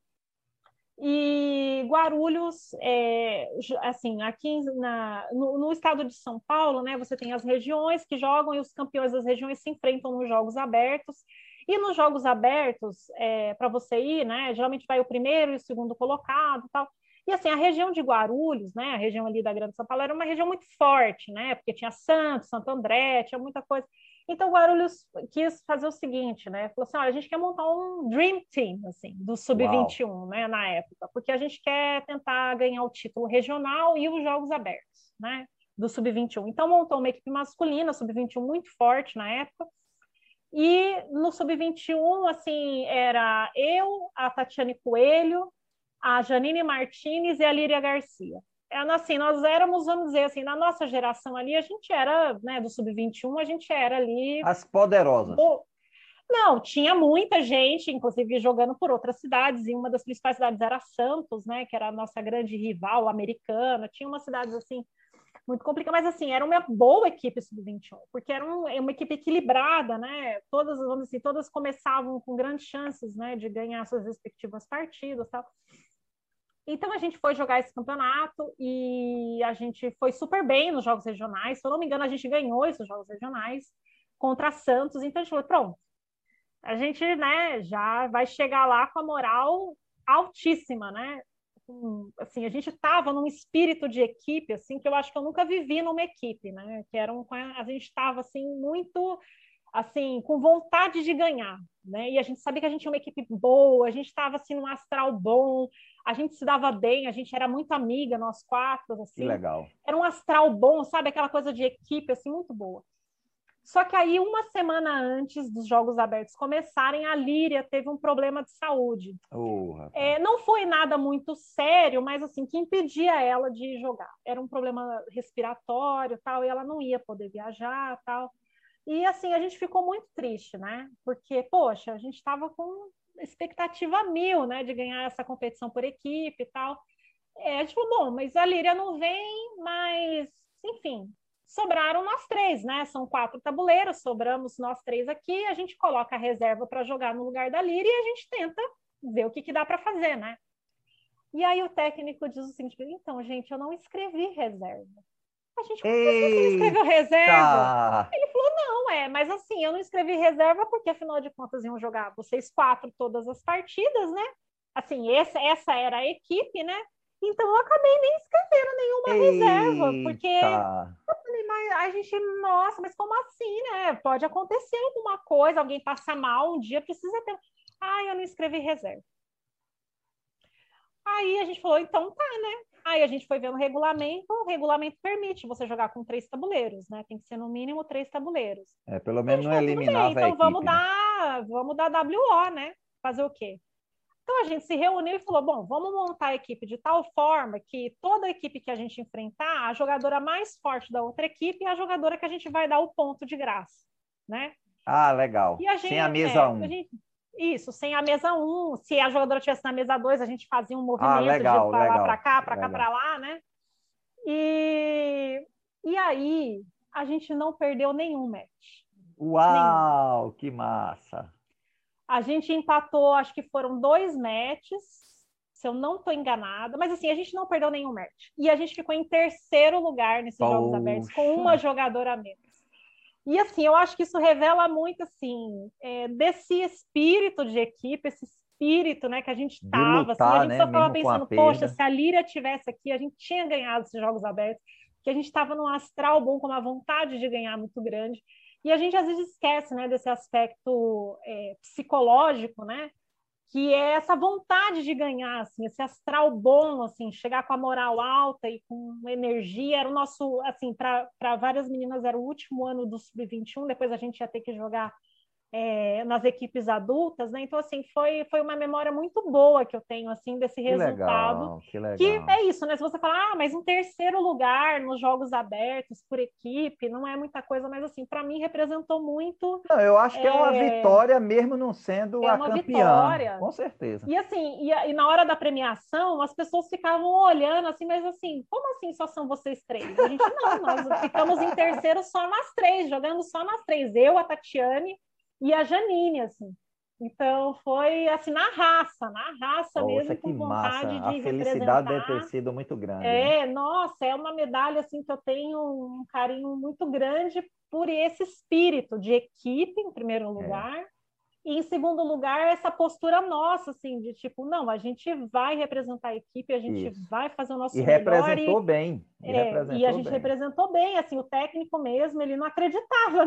e Guarulhos, assim, aqui no estado de São Paulo, né, você tem as regiões que jogam e os campeões das regiões se enfrentam nos jogos abertos. E nos jogos abertos, para você ir, né, geralmente vai o primeiro e o segundo colocado, tal. E assim, a região de Guarulhos, né, a região ali da Grande São Paulo era uma região muito forte, né, porque tinha Santos, Santo André, tinha muita coisa. Então, Guarulhos quis fazer o seguinte, né? Falou assim, olha, a gente quer montar um Dream Team, assim, do Uau! Sub-21, né, na época, porque a gente quer tentar ganhar o título regional e os Jogos Abertos, né, do Sub-21. Então, montou uma equipe masculina, Sub-21, muito forte na época, e no Sub-21, assim, era eu, a Tatiane Coelho, a Janine Martinez e a Líria Garcia. Assim, nós éramos, vamos dizer assim, na nossa geração ali, a gente era, né, do Sub-21, a gente era ali. As poderosas. Não, tinha muita gente, inclusive jogando por outras cidades, e uma das principais cidades era Santos, né, que era a nossa grande rival americana. Tinha umas cidades assim muito complicadas, mas assim, era uma boa equipe sub-21, porque era uma equipe equilibrada, né? Todas, vamos dizer, todas começavam com grandes chances, né, de ganhar suas respectivas partidas, tal. Então a gente foi jogar esse campeonato e a gente foi super bem nos jogos regionais. Se eu não me engano, a gente ganhou esses jogos regionais contra Santos. Então a gente falou, pronto, a gente, né, já vai chegar lá com a moral altíssima, né? Assim, a gente estava num espírito de equipe, assim, que eu acho que eu nunca vivi numa equipe, né? A gente estava assim muito assim, com vontade de ganhar, né? E a gente sabia que a gente tinha uma equipe boa, a gente estava assim num astral bom, a gente se dava bem, a gente era muito amiga, nós quatro, Que assim. legal. Era um astral bom, sabe? Aquela coisa de equipe, assim, muito boa. Só que aí, uma semana antes dos Jogos Abertos começarem, a Líria teve um problema de saúde. Rapaz. Não foi nada muito sério, mas assim, que impedia ela de jogar. Era um problema respiratório, tal, e ela não ia poder viajar, tal. E assim, a gente ficou muito triste, né? Porque, poxa, a gente estava com expectativa 1000, né, de ganhar essa competição por equipe e tal. A gente falou, bom, mas a Líria não vem, mas, enfim, sobraram nós três, né? São 4 tabuleiros, sobramos nós três aqui, a gente coloca a reserva para jogar no lugar da Líria e a gente tenta ver o que dá para fazer, né? E aí o técnico diz o seguinte, então, gente, eu não escrevi reserva. A gente, como assim você não escreveu reserva? Eita! Ele falou, não, mas assim, eu não escrevi reserva porque, afinal de contas, iam jogar vocês 4 todas as partidas, né? Assim, essa era a equipe, né? Então, eu acabei nem escrevendo nenhuma reserva, porque Eita! eu falei, mas a gente, nossa, mas como assim, né? Pode acontecer alguma coisa, alguém passa mal um dia, precisa ter... eu não escrevi reserva. Aí a gente falou, então tá, né? Aí a gente foi ver o regulamento permite você jogar com 3 tabuleiros, né? Tem que ser no mínimo 3 tabuleiros. Pelo Então a menos gente não falou, tudo bem, eliminava a então equipe, né? vamos dar WO, né? Fazer o quê? Então a gente se reuniu e falou, bom, vamos montar a equipe de tal forma que toda a equipe que a gente enfrentar, a jogadora mais forte da outra equipe é a jogadora que a gente vai dar o ponto de graça, né? Ah, legal. E a Sem a gente, mesa um. isso, sem a mesa 1. Se a jogadora estivesse na mesa 2, a gente fazia um Ah, movimento de legal, para lá, para legal, cá, para cá, legal. para lá, né? E aí a gente não perdeu nenhum match. Nenhum. Uau, que massa! A gente empatou, acho que foram 2 matches, se eu não estou enganada, mas assim, a gente não perdeu nenhum match. E a gente ficou em terceiro lugar nesses Jogos Abertos, com uma Poxa, jogadora a menos. E assim, eu acho que isso revela muito assim, desse espírito de equipe, esse espírito, né, que a gente de estava, assim, a lutar, gente né? só ficava Mesmo com a pensando, poxa, perda. se a Líria tivesse aqui, a gente tinha ganhado esses Jogos Abertos, que a gente estava num astral bom, com uma vontade de ganhar muito grande. E a gente às vezes esquece, né, desse aspecto psicológico, né, que é essa vontade de ganhar, assim, esse astral bom, assim, chegar com a moral alta e com energia. Era o nosso, assim, para várias meninas era o último ano do Sub-21, depois a gente ia ter que jogar nas equipes adultas, né? Então, assim, foi uma memória muito boa que eu tenho, assim, desse Que resultado, legal, que que legal. é isso, né? Se você falar, mas um terceiro lugar nos Jogos Abertos por equipe, não é muita coisa, mas, assim, para mim representou muito, Não, eu acho que é uma é, vitória mesmo não sendo é a uma campeã, vitória. com certeza. E assim, e na hora da premiação, as pessoas ficavam olhando assim, mas assim, como assim só são vocês três? A gente não, nós ficamos em terceiro só nós três, jogando só nós três, eu, a Tatiane e a Janine, assim. Então foi assim na raça Poxa, mesmo, que com massa. vontade A de felicidade deve ter representar. sido muito grande, né? Nossa, é uma medalha assim que eu tenho um carinho muito grande por esse espírito de equipe, em primeiro É, lugar, e em segundo lugar, essa postura nossa, assim, de tipo, não, a gente vai representar a equipe, a gente isso. vai fazer o E nocio melhor representou bem, e e a representou gente bem. representou bem, assim, o técnico mesmo, ele não acreditava.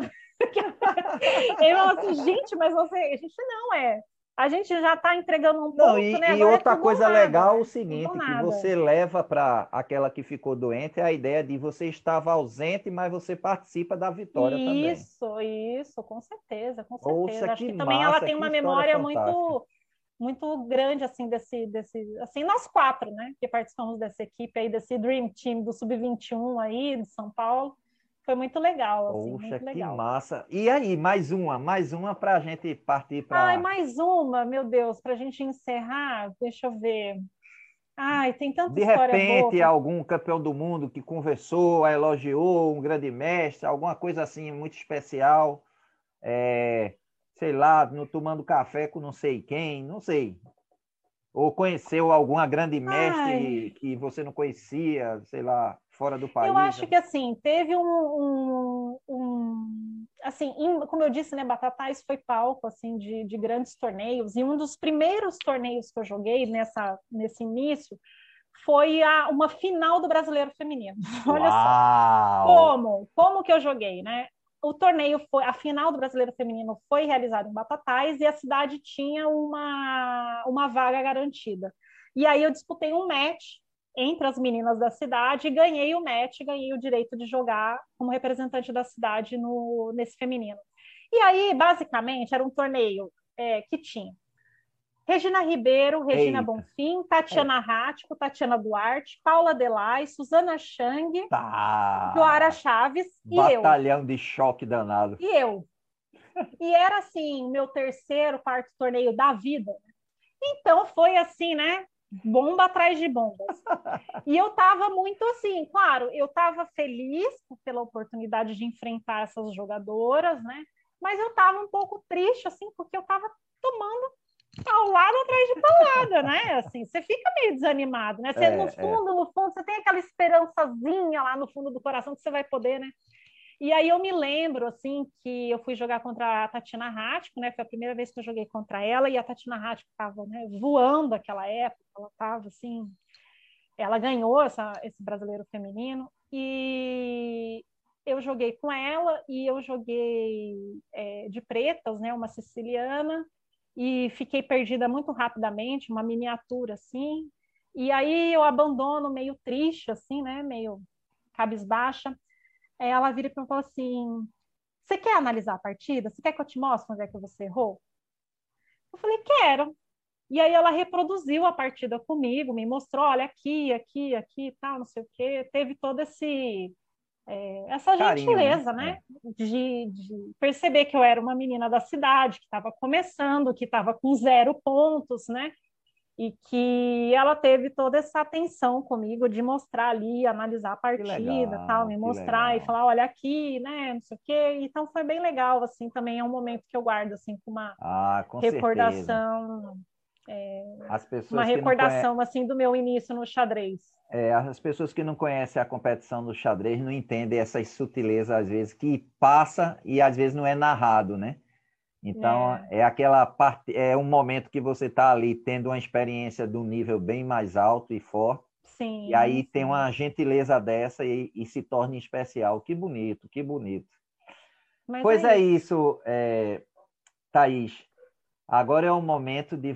Ele falou assim, gente, mas você, a gente não a gente já está entregando um Não, ponto, né? e Agora é outra tudo ou coisa nada, legal é o né? Tudo ou seguinte, que nada. você leva para aquela que ficou doente a ideia de você estava ausente, mas você participa da vitória também. Isso, com certeza, com Poxa, certeza. Acho que que também ela massa, tem que uma história memória fantástica. muito grande, assim, assim, nós quatro, né, que participamos dessa equipe aí, desse Dream Team do Sub-21 aí, de São Paulo, foi muito legal, assim, Poxa, muito que legal. massa. E aí, mais uma para a gente partir Ai, para. mais uma, meu Deus, para a gente encerrar, deixa eu ver. Ai, tem tanta De história boa. repente, algum campeão do mundo que conversou, elogiou um grande mestre, alguma coisa assim muito especial, sei lá, no, tomando café com não sei quem, não sei. Ou conheceu alguma grande Ai, mestre que você não conhecia, sei lá, fora do eu país. acho que assim, teve assim, como eu disse, né, Batatais foi palco assim de grandes torneios, e um dos primeiros torneios que eu joguei nesse início foi uma final do Brasileiro Feminino. Olha só, Uau! como que eu joguei, né? o torneio foi, a final do Brasileiro Feminino foi realizada em Batatais e a cidade tinha uma vaga garantida. E aí eu disputei um match entre as meninas da cidade e ganhei o match, ganhei o direito de jogar como representante da cidade nesse feminino. E aí, basicamente, era um torneio que tinha Regina Ribeiro, Regina Eita. Bonfim, Tatiana Ráttico, Tatiana Duarte, Paula Delay, Suzana Chang, Joara Tá. Chaves Batalhão de choque danado. e eu. E era assim, meu terceiro, quarto torneio da vida. Então foi assim, né? Bomba atrás de bombas. E eu estava muito assim, claro, eu estava feliz pela oportunidade de enfrentar essas jogadoras, né? Mas eu estava um pouco triste, assim, porque eu estava tomando paulada atrás de paulada, né? Assim, você fica meio desanimado, né? Você, no fundo, você tem aquela esperançazinha lá no fundo do coração que você vai poder, né? E aí eu me lembro, assim, que eu fui jogar contra a Tatiana Ráttico, né? Foi a primeira vez que eu joguei contra ela, e a Tatiana Ráttico estava, né, voando naquela época, ela estava, assim... Ela ganhou esse brasileiro feminino, e eu joguei com ela, e eu joguei de pretas, né? Uma siciliana, e fiquei perdida muito rapidamente, uma miniatura, assim. E aí eu abandono meio triste, assim, né? Meio cabisbaixa. Ela vira para mim e fala assim: você quer analisar a partida? Você quer que eu te mostre onde é que você errou? Eu falei, quero. E aí ela reproduziu a partida comigo, me mostrou, olha, aqui, aqui, aqui, tal, não sei o quê. Teve todo essa Carinho, né? gentileza, né? De perceber que eu era uma menina da cidade, que estava começando, que estava com 0 pontos, né? E que ela teve toda essa atenção comigo de mostrar ali, analisar a partida, tal, me Que mostrar e legal. falar, olha aqui, né, não sei o quê. Então foi bem legal, assim, também é um momento que eu guardo assim com Ah, com certeza. recordação, As uma pessoas que não conhecem, recordação assim do meu início no xadrez. as pessoas que não conhecem a competição do xadrez não entendem essas sutilezas, às vezes, que passa e às vezes não é narrado, né? Então, É, é aquela parte, é um momento que você está ali tendo uma experiência de um nível bem mais alto e forte, e aí sim, tem sim. uma gentileza dessa e se torna especial. Que bonito, que bonito. Mas Pois é é isso. isso, Thaís. Agora é o momento de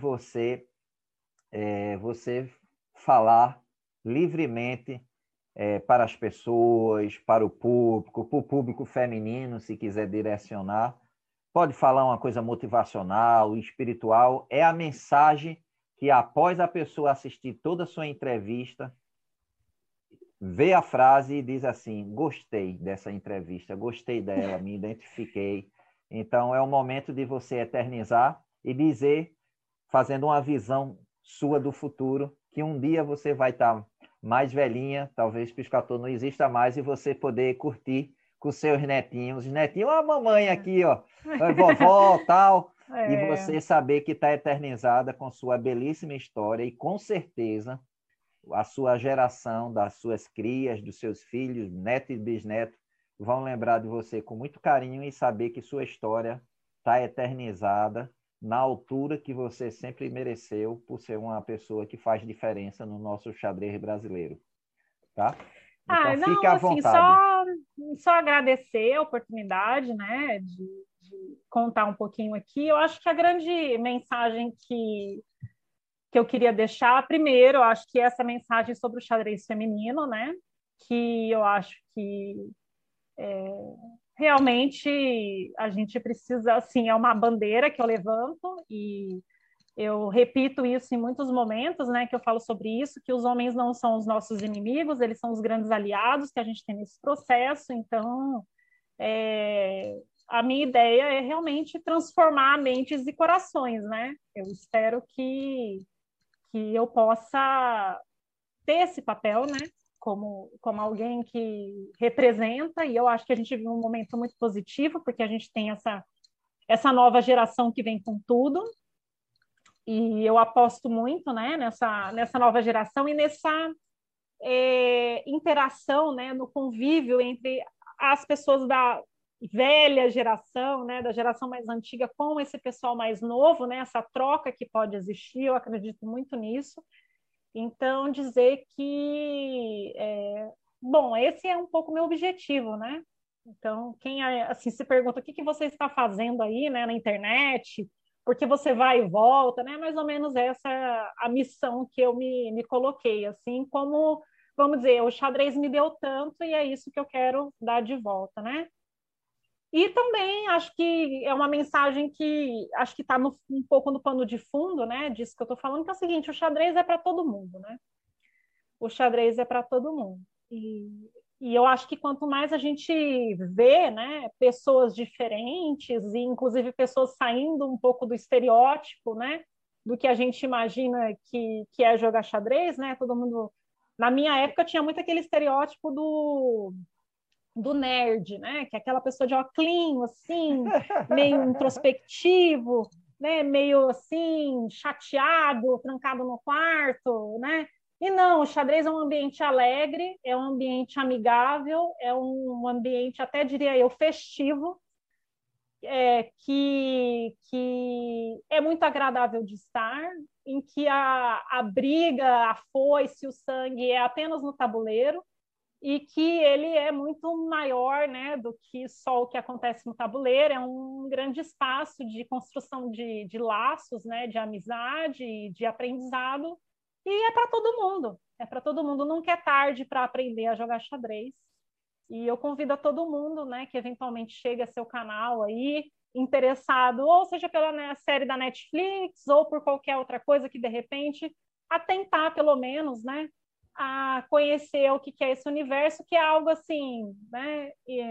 você falar livremente para as pessoas, para o público feminino, se quiser direcionar. Pode falar uma coisa motivacional, espiritual. É a mensagem que, após a pessoa assistir toda a sua entrevista, vê a frase e diz assim: gostei dessa entrevista, gostei dela, me identifiquei. Então, é o momento de você eternizar e dizer, fazendo uma visão sua do futuro, que um dia você vai estar mais velhinha, talvez Piscator não exista mais, e você poder curtir com seus netinhos. Os netinhos, a mamãe aqui, ó, vovó, tal, e É, você saber que está eternizada com sua belíssima história, e com certeza a sua geração, das suas crias, dos seus filhos, netos e bisnetos, vão lembrar de você com muito carinho e saber que sua história está eternizada na altura que você sempre mereceu por ser uma pessoa que faz diferença no nosso xadrez brasileiro, tá? Então fique não, à assim, vontade. só agradecer a oportunidade, né, de contar um pouquinho aqui. Eu acho que a grande mensagem que eu queria deixar, primeiro, eu acho que essa mensagem sobre o xadrez feminino, né, que eu acho que realmente a gente precisa, assim, é uma bandeira que eu levanto e eu repito isso em muitos momentos, né, que eu falo sobre isso, que os homens não são os nossos inimigos, eles são os grandes aliados que a gente tem nesse processo. Então, a minha ideia é realmente transformar mentes e corações, né? Eu espero que eu possa ter esse papel, né? Como alguém que representa, e eu acho que a gente vive um momento muito positivo, porque a gente tem essa nova geração que vem com tudo, e eu aposto muito, né, nessa nova geração e nessa interação, né, no convívio entre as pessoas da velha geração, né, da geração mais antiga com esse pessoal mais novo, né, essa troca que pode existir, eu acredito muito nisso. Então, dizer que, bom, esse é um pouco meu objetivo, né? Então, quem assim se pergunta o que que você está fazendo aí, né, na internet, porque você vai e volta, né? Mais ou menos essa é a missão que eu me coloquei, assim como, vamos dizer, o xadrez me deu tanto e é isso que eu quero dar de volta, né? E também acho que é uma mensagem que acho que está um pouco no pano de fundo, né? Disso que eu estou falando, que é o seguinte: o xadrez é para todo mundo, né? O xadrez é para todo mundo. E eu acho que quanto mais a gente vê, né, pessoas diferentes, e inclusive pessoas saindo um pouco do estereótipo, né, do que a gente imagina que é jogar xadrez, né? Todo mundo. Na minha época tinha muito aquele estereótipo do nerd, né? Que é aquela pessoa de óculos, assim, meio introspectivo, né? Meio assim, chateado, trancado no quarto, né? E não, o xadrez é um ambiente alegre, é um ambiente amigável, é um ambiente, até diria eu, festivo, que é muito agradável de estar, em que a briga, a foice, o sangue é apenas no tabuleiro, e que ele é muito maior, né, do que só o que acontece no tabuleiro, é um grande espaço de construção de laços, né, de amizade, de aprendizado, e é para todo mundo, nunca é tarde para aprender a jogar xadrez, e eu convido a todo mundo, né, que eventualmente chegue a seu canal aí, interessado, ou seja pela, né, série da Netflix, ou por qualquer outra coisa que, de repente, a tentar, pelo menos, né, a conhecer o que é esse universo, que é algo assim, né,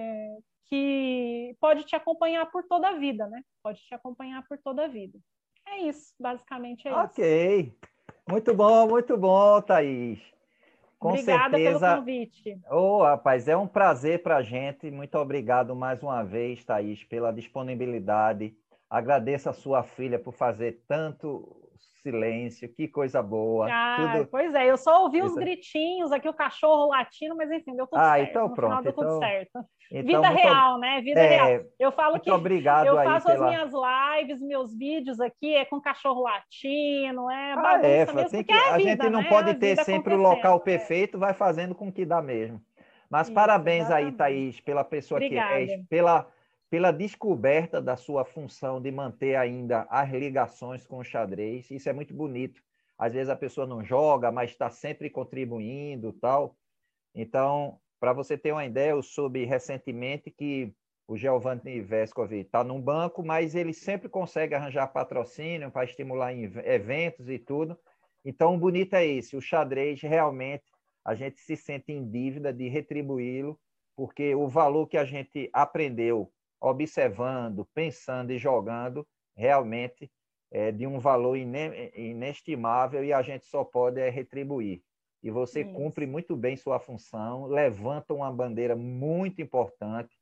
que pode te acompanhar por toda a vida, né? Pode te acompanhar por toda a vida. É isso, basicamente é isso. Ok. Muito bom, Thaís. Com Obrigada pelo certeza. convite. Ô, rapaz, é um prazer para a gente. Muito obrigado mais uma vez, Thaís, pela disponibilidade. Agradeço a sua filha por fazer tanto silêncio. Que coisa boa. Ah, Tudo pois é, eu só ouvi os isso. gritinhos aqui, o cachorro latindo, mas enfim, deu tudo Ah, certo. então No final pronto. deu tudo certo. Então Vida real, né? Vida real. é, Eu falo muito que obrigado eu aí faço as pela. minhas lives, meus vídeos aqui, é com cachorro latino, é Ah, é, bagunça mesmo, tem porque que é a a gente vida, não né? É pode a ter vida sempre o local acontecendo. perfeito, vai fazendo com que dá mesmo. Mas Isso, parabéns aí, exatamente. Thaís, pela pessoa que és, Obrigada. pela descoberta da sua função de manter ainda as ligações com o xadrez. Isso é muito bonito. Às vezes a pessoa não joga, mas está sempre contribuindo, tal. Então, para você ter uma ideia, eu soube recentemente que o Giovanni Vescovi está num banco, mas ele sempre consegue arranjar patrocínio para estimular em eventos e tudo. Então, o bonito é esse, o xadrez realmente a gente se sente em dívida de retribuí-lo, porque o valor que a gente aprendeu observando, pensando e jogando, realmente é de um valor inestimável e a gente só pode retribuir. E você cumpre Isso. muito bem sua função, levanta uma bandeira muito importante.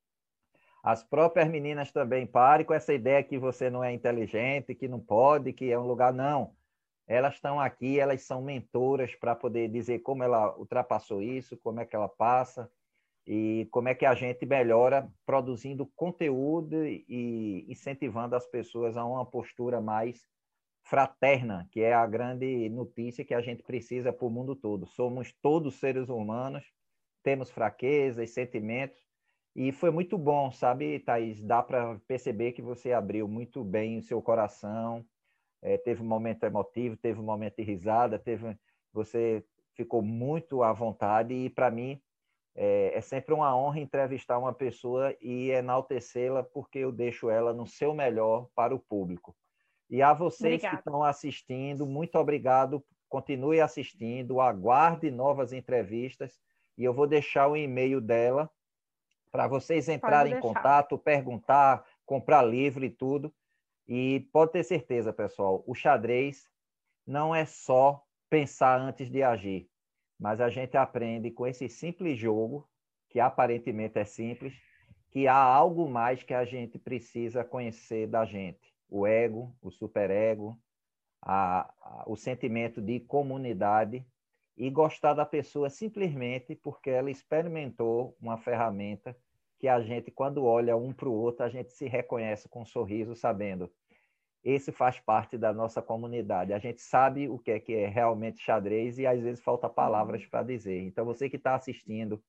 As próprias meninas também parem com essa ideia que você não é inteligente, que não pode, que é um lugar. Não. Elas estão aqui, elas são mentoras para poder dizer como ela ultrapassou isso, como é que ela passa e como é que a gente melhora produzindo conteúdo e incentivando as pessoas a uma postura mais fraterna, que é a grande notícia que a gente precisa para o mundo todo. Somos todos seres humanos, temos fraquezas, sentimentos, e foi muito bom, sabe, Thaís? Dá para perceber que você abriu muito bem o seu coração, teve um momento emotivo, teve um momento de risada, você ficou muito à vontade, e para mim é sempre uma honra entrevistar uma pessoa e enaltecê-la, porque eu deixo ela no seu melhor para o público. E a vocês que Obrigada. estão assistindo, muito obrigado. Continue assistindo, aguarde novas entrevistas e eu vou deixar o e-mail dela para vocês Pode entrarem em deixar. contato, perguntar, comprar livro e tudo. E pode ter certeza, pessoal, o xadrez não é só pensar antes de agir, mas a gente aprende com esse simples jogo, que aparentemente é simples, que há algo mais que a gente precisa conhecer da gente. O ego, o superego, o sentimento de comunidade e gostar da pessoa simplesmente porque ela experimentou uma ferramenta que a gente, quando olha um para o outro, a gente se reconhece com um sorriso, sabendo esse faz parte da nossa comunidade. A gente sabe o que é realmente xadrez e às vezes falta palavras para dizer. Então, você que está assistindo,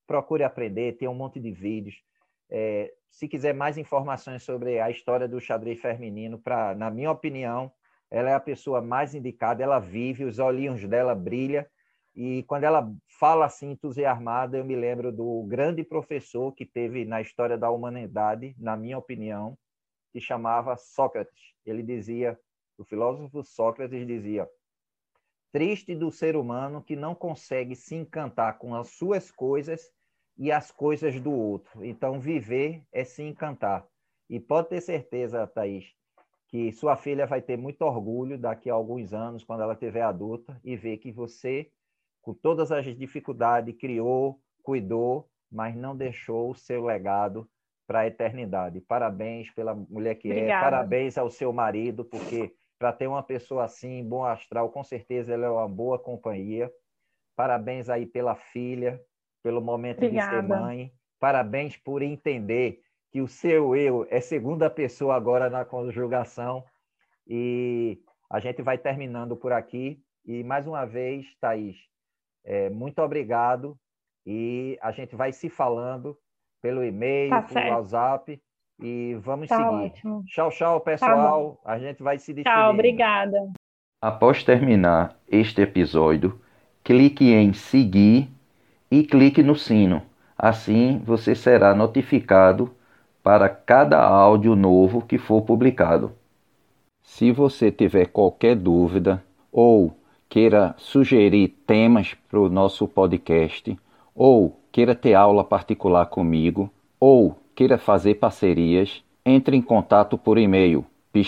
procure aprender, tem um monte de vídeos. Se quiser mais informações sobre a história do xadrez feminino, na minha opinião, ela é a pessoa mais indicada, ela vive, os olhinhos dela brilham, e quando ela fala assim, entusiasmada, eu me lembro do grande professor que teve na história da humanidade, na minha opinião, que chamava Sócrates. Ele dizia, o filósofo Sócrates dizia: triste do ser humano que não consegue se encantar com as suas coisas e as coisas do outro. Então, viver é se encantar. E pode ter certeza, Thaís, que sua filha vai ter muito orgulho daqui a alguns anos, quando ela estiver adulta, e ver que você, com todas as dificuldades, criou, cuidou, mas não deixou o seu legado para a eternidade. Parabéns pela mulher que Obrigada. Parabéns ao seu marido, porque para ter uma pessoa assim, bom astral, com certeza ela é uma boa companhia. Parabéns aí pela filha, pelo momento Obrigada. de ser mãe. Parabéns por entender que o seu eu é segunda pessoa agora na conjugação. E a gente vai terminando por aqui. E, mais uma vez, Thaís, muito obrigado. E a gente vai se falando pelo e-mail, pelo WhatsApp. E vamos seguir. Ótimo. Tchau, tchau, pessoal. A gente vai se despedindo. Tchau, obrigada. Após terminar este episódio, clique em seguir e clique no sino. Assim você será notificado para cada áudio novo que for publicado. Se você tiver qualquer dúvida ou queira sugerir temas para o nosso podcast, ou queira ter aula particular comigo, ou queira fazer parcerias, entre em contato por e-mail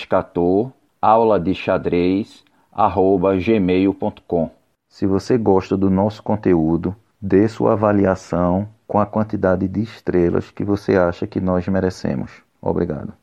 piscator@gmail.com. Se você gosta do nosso conteúdo, dê sua avaliação com a quantidade de estrelas que você acha que nós merecemos. Obrigado.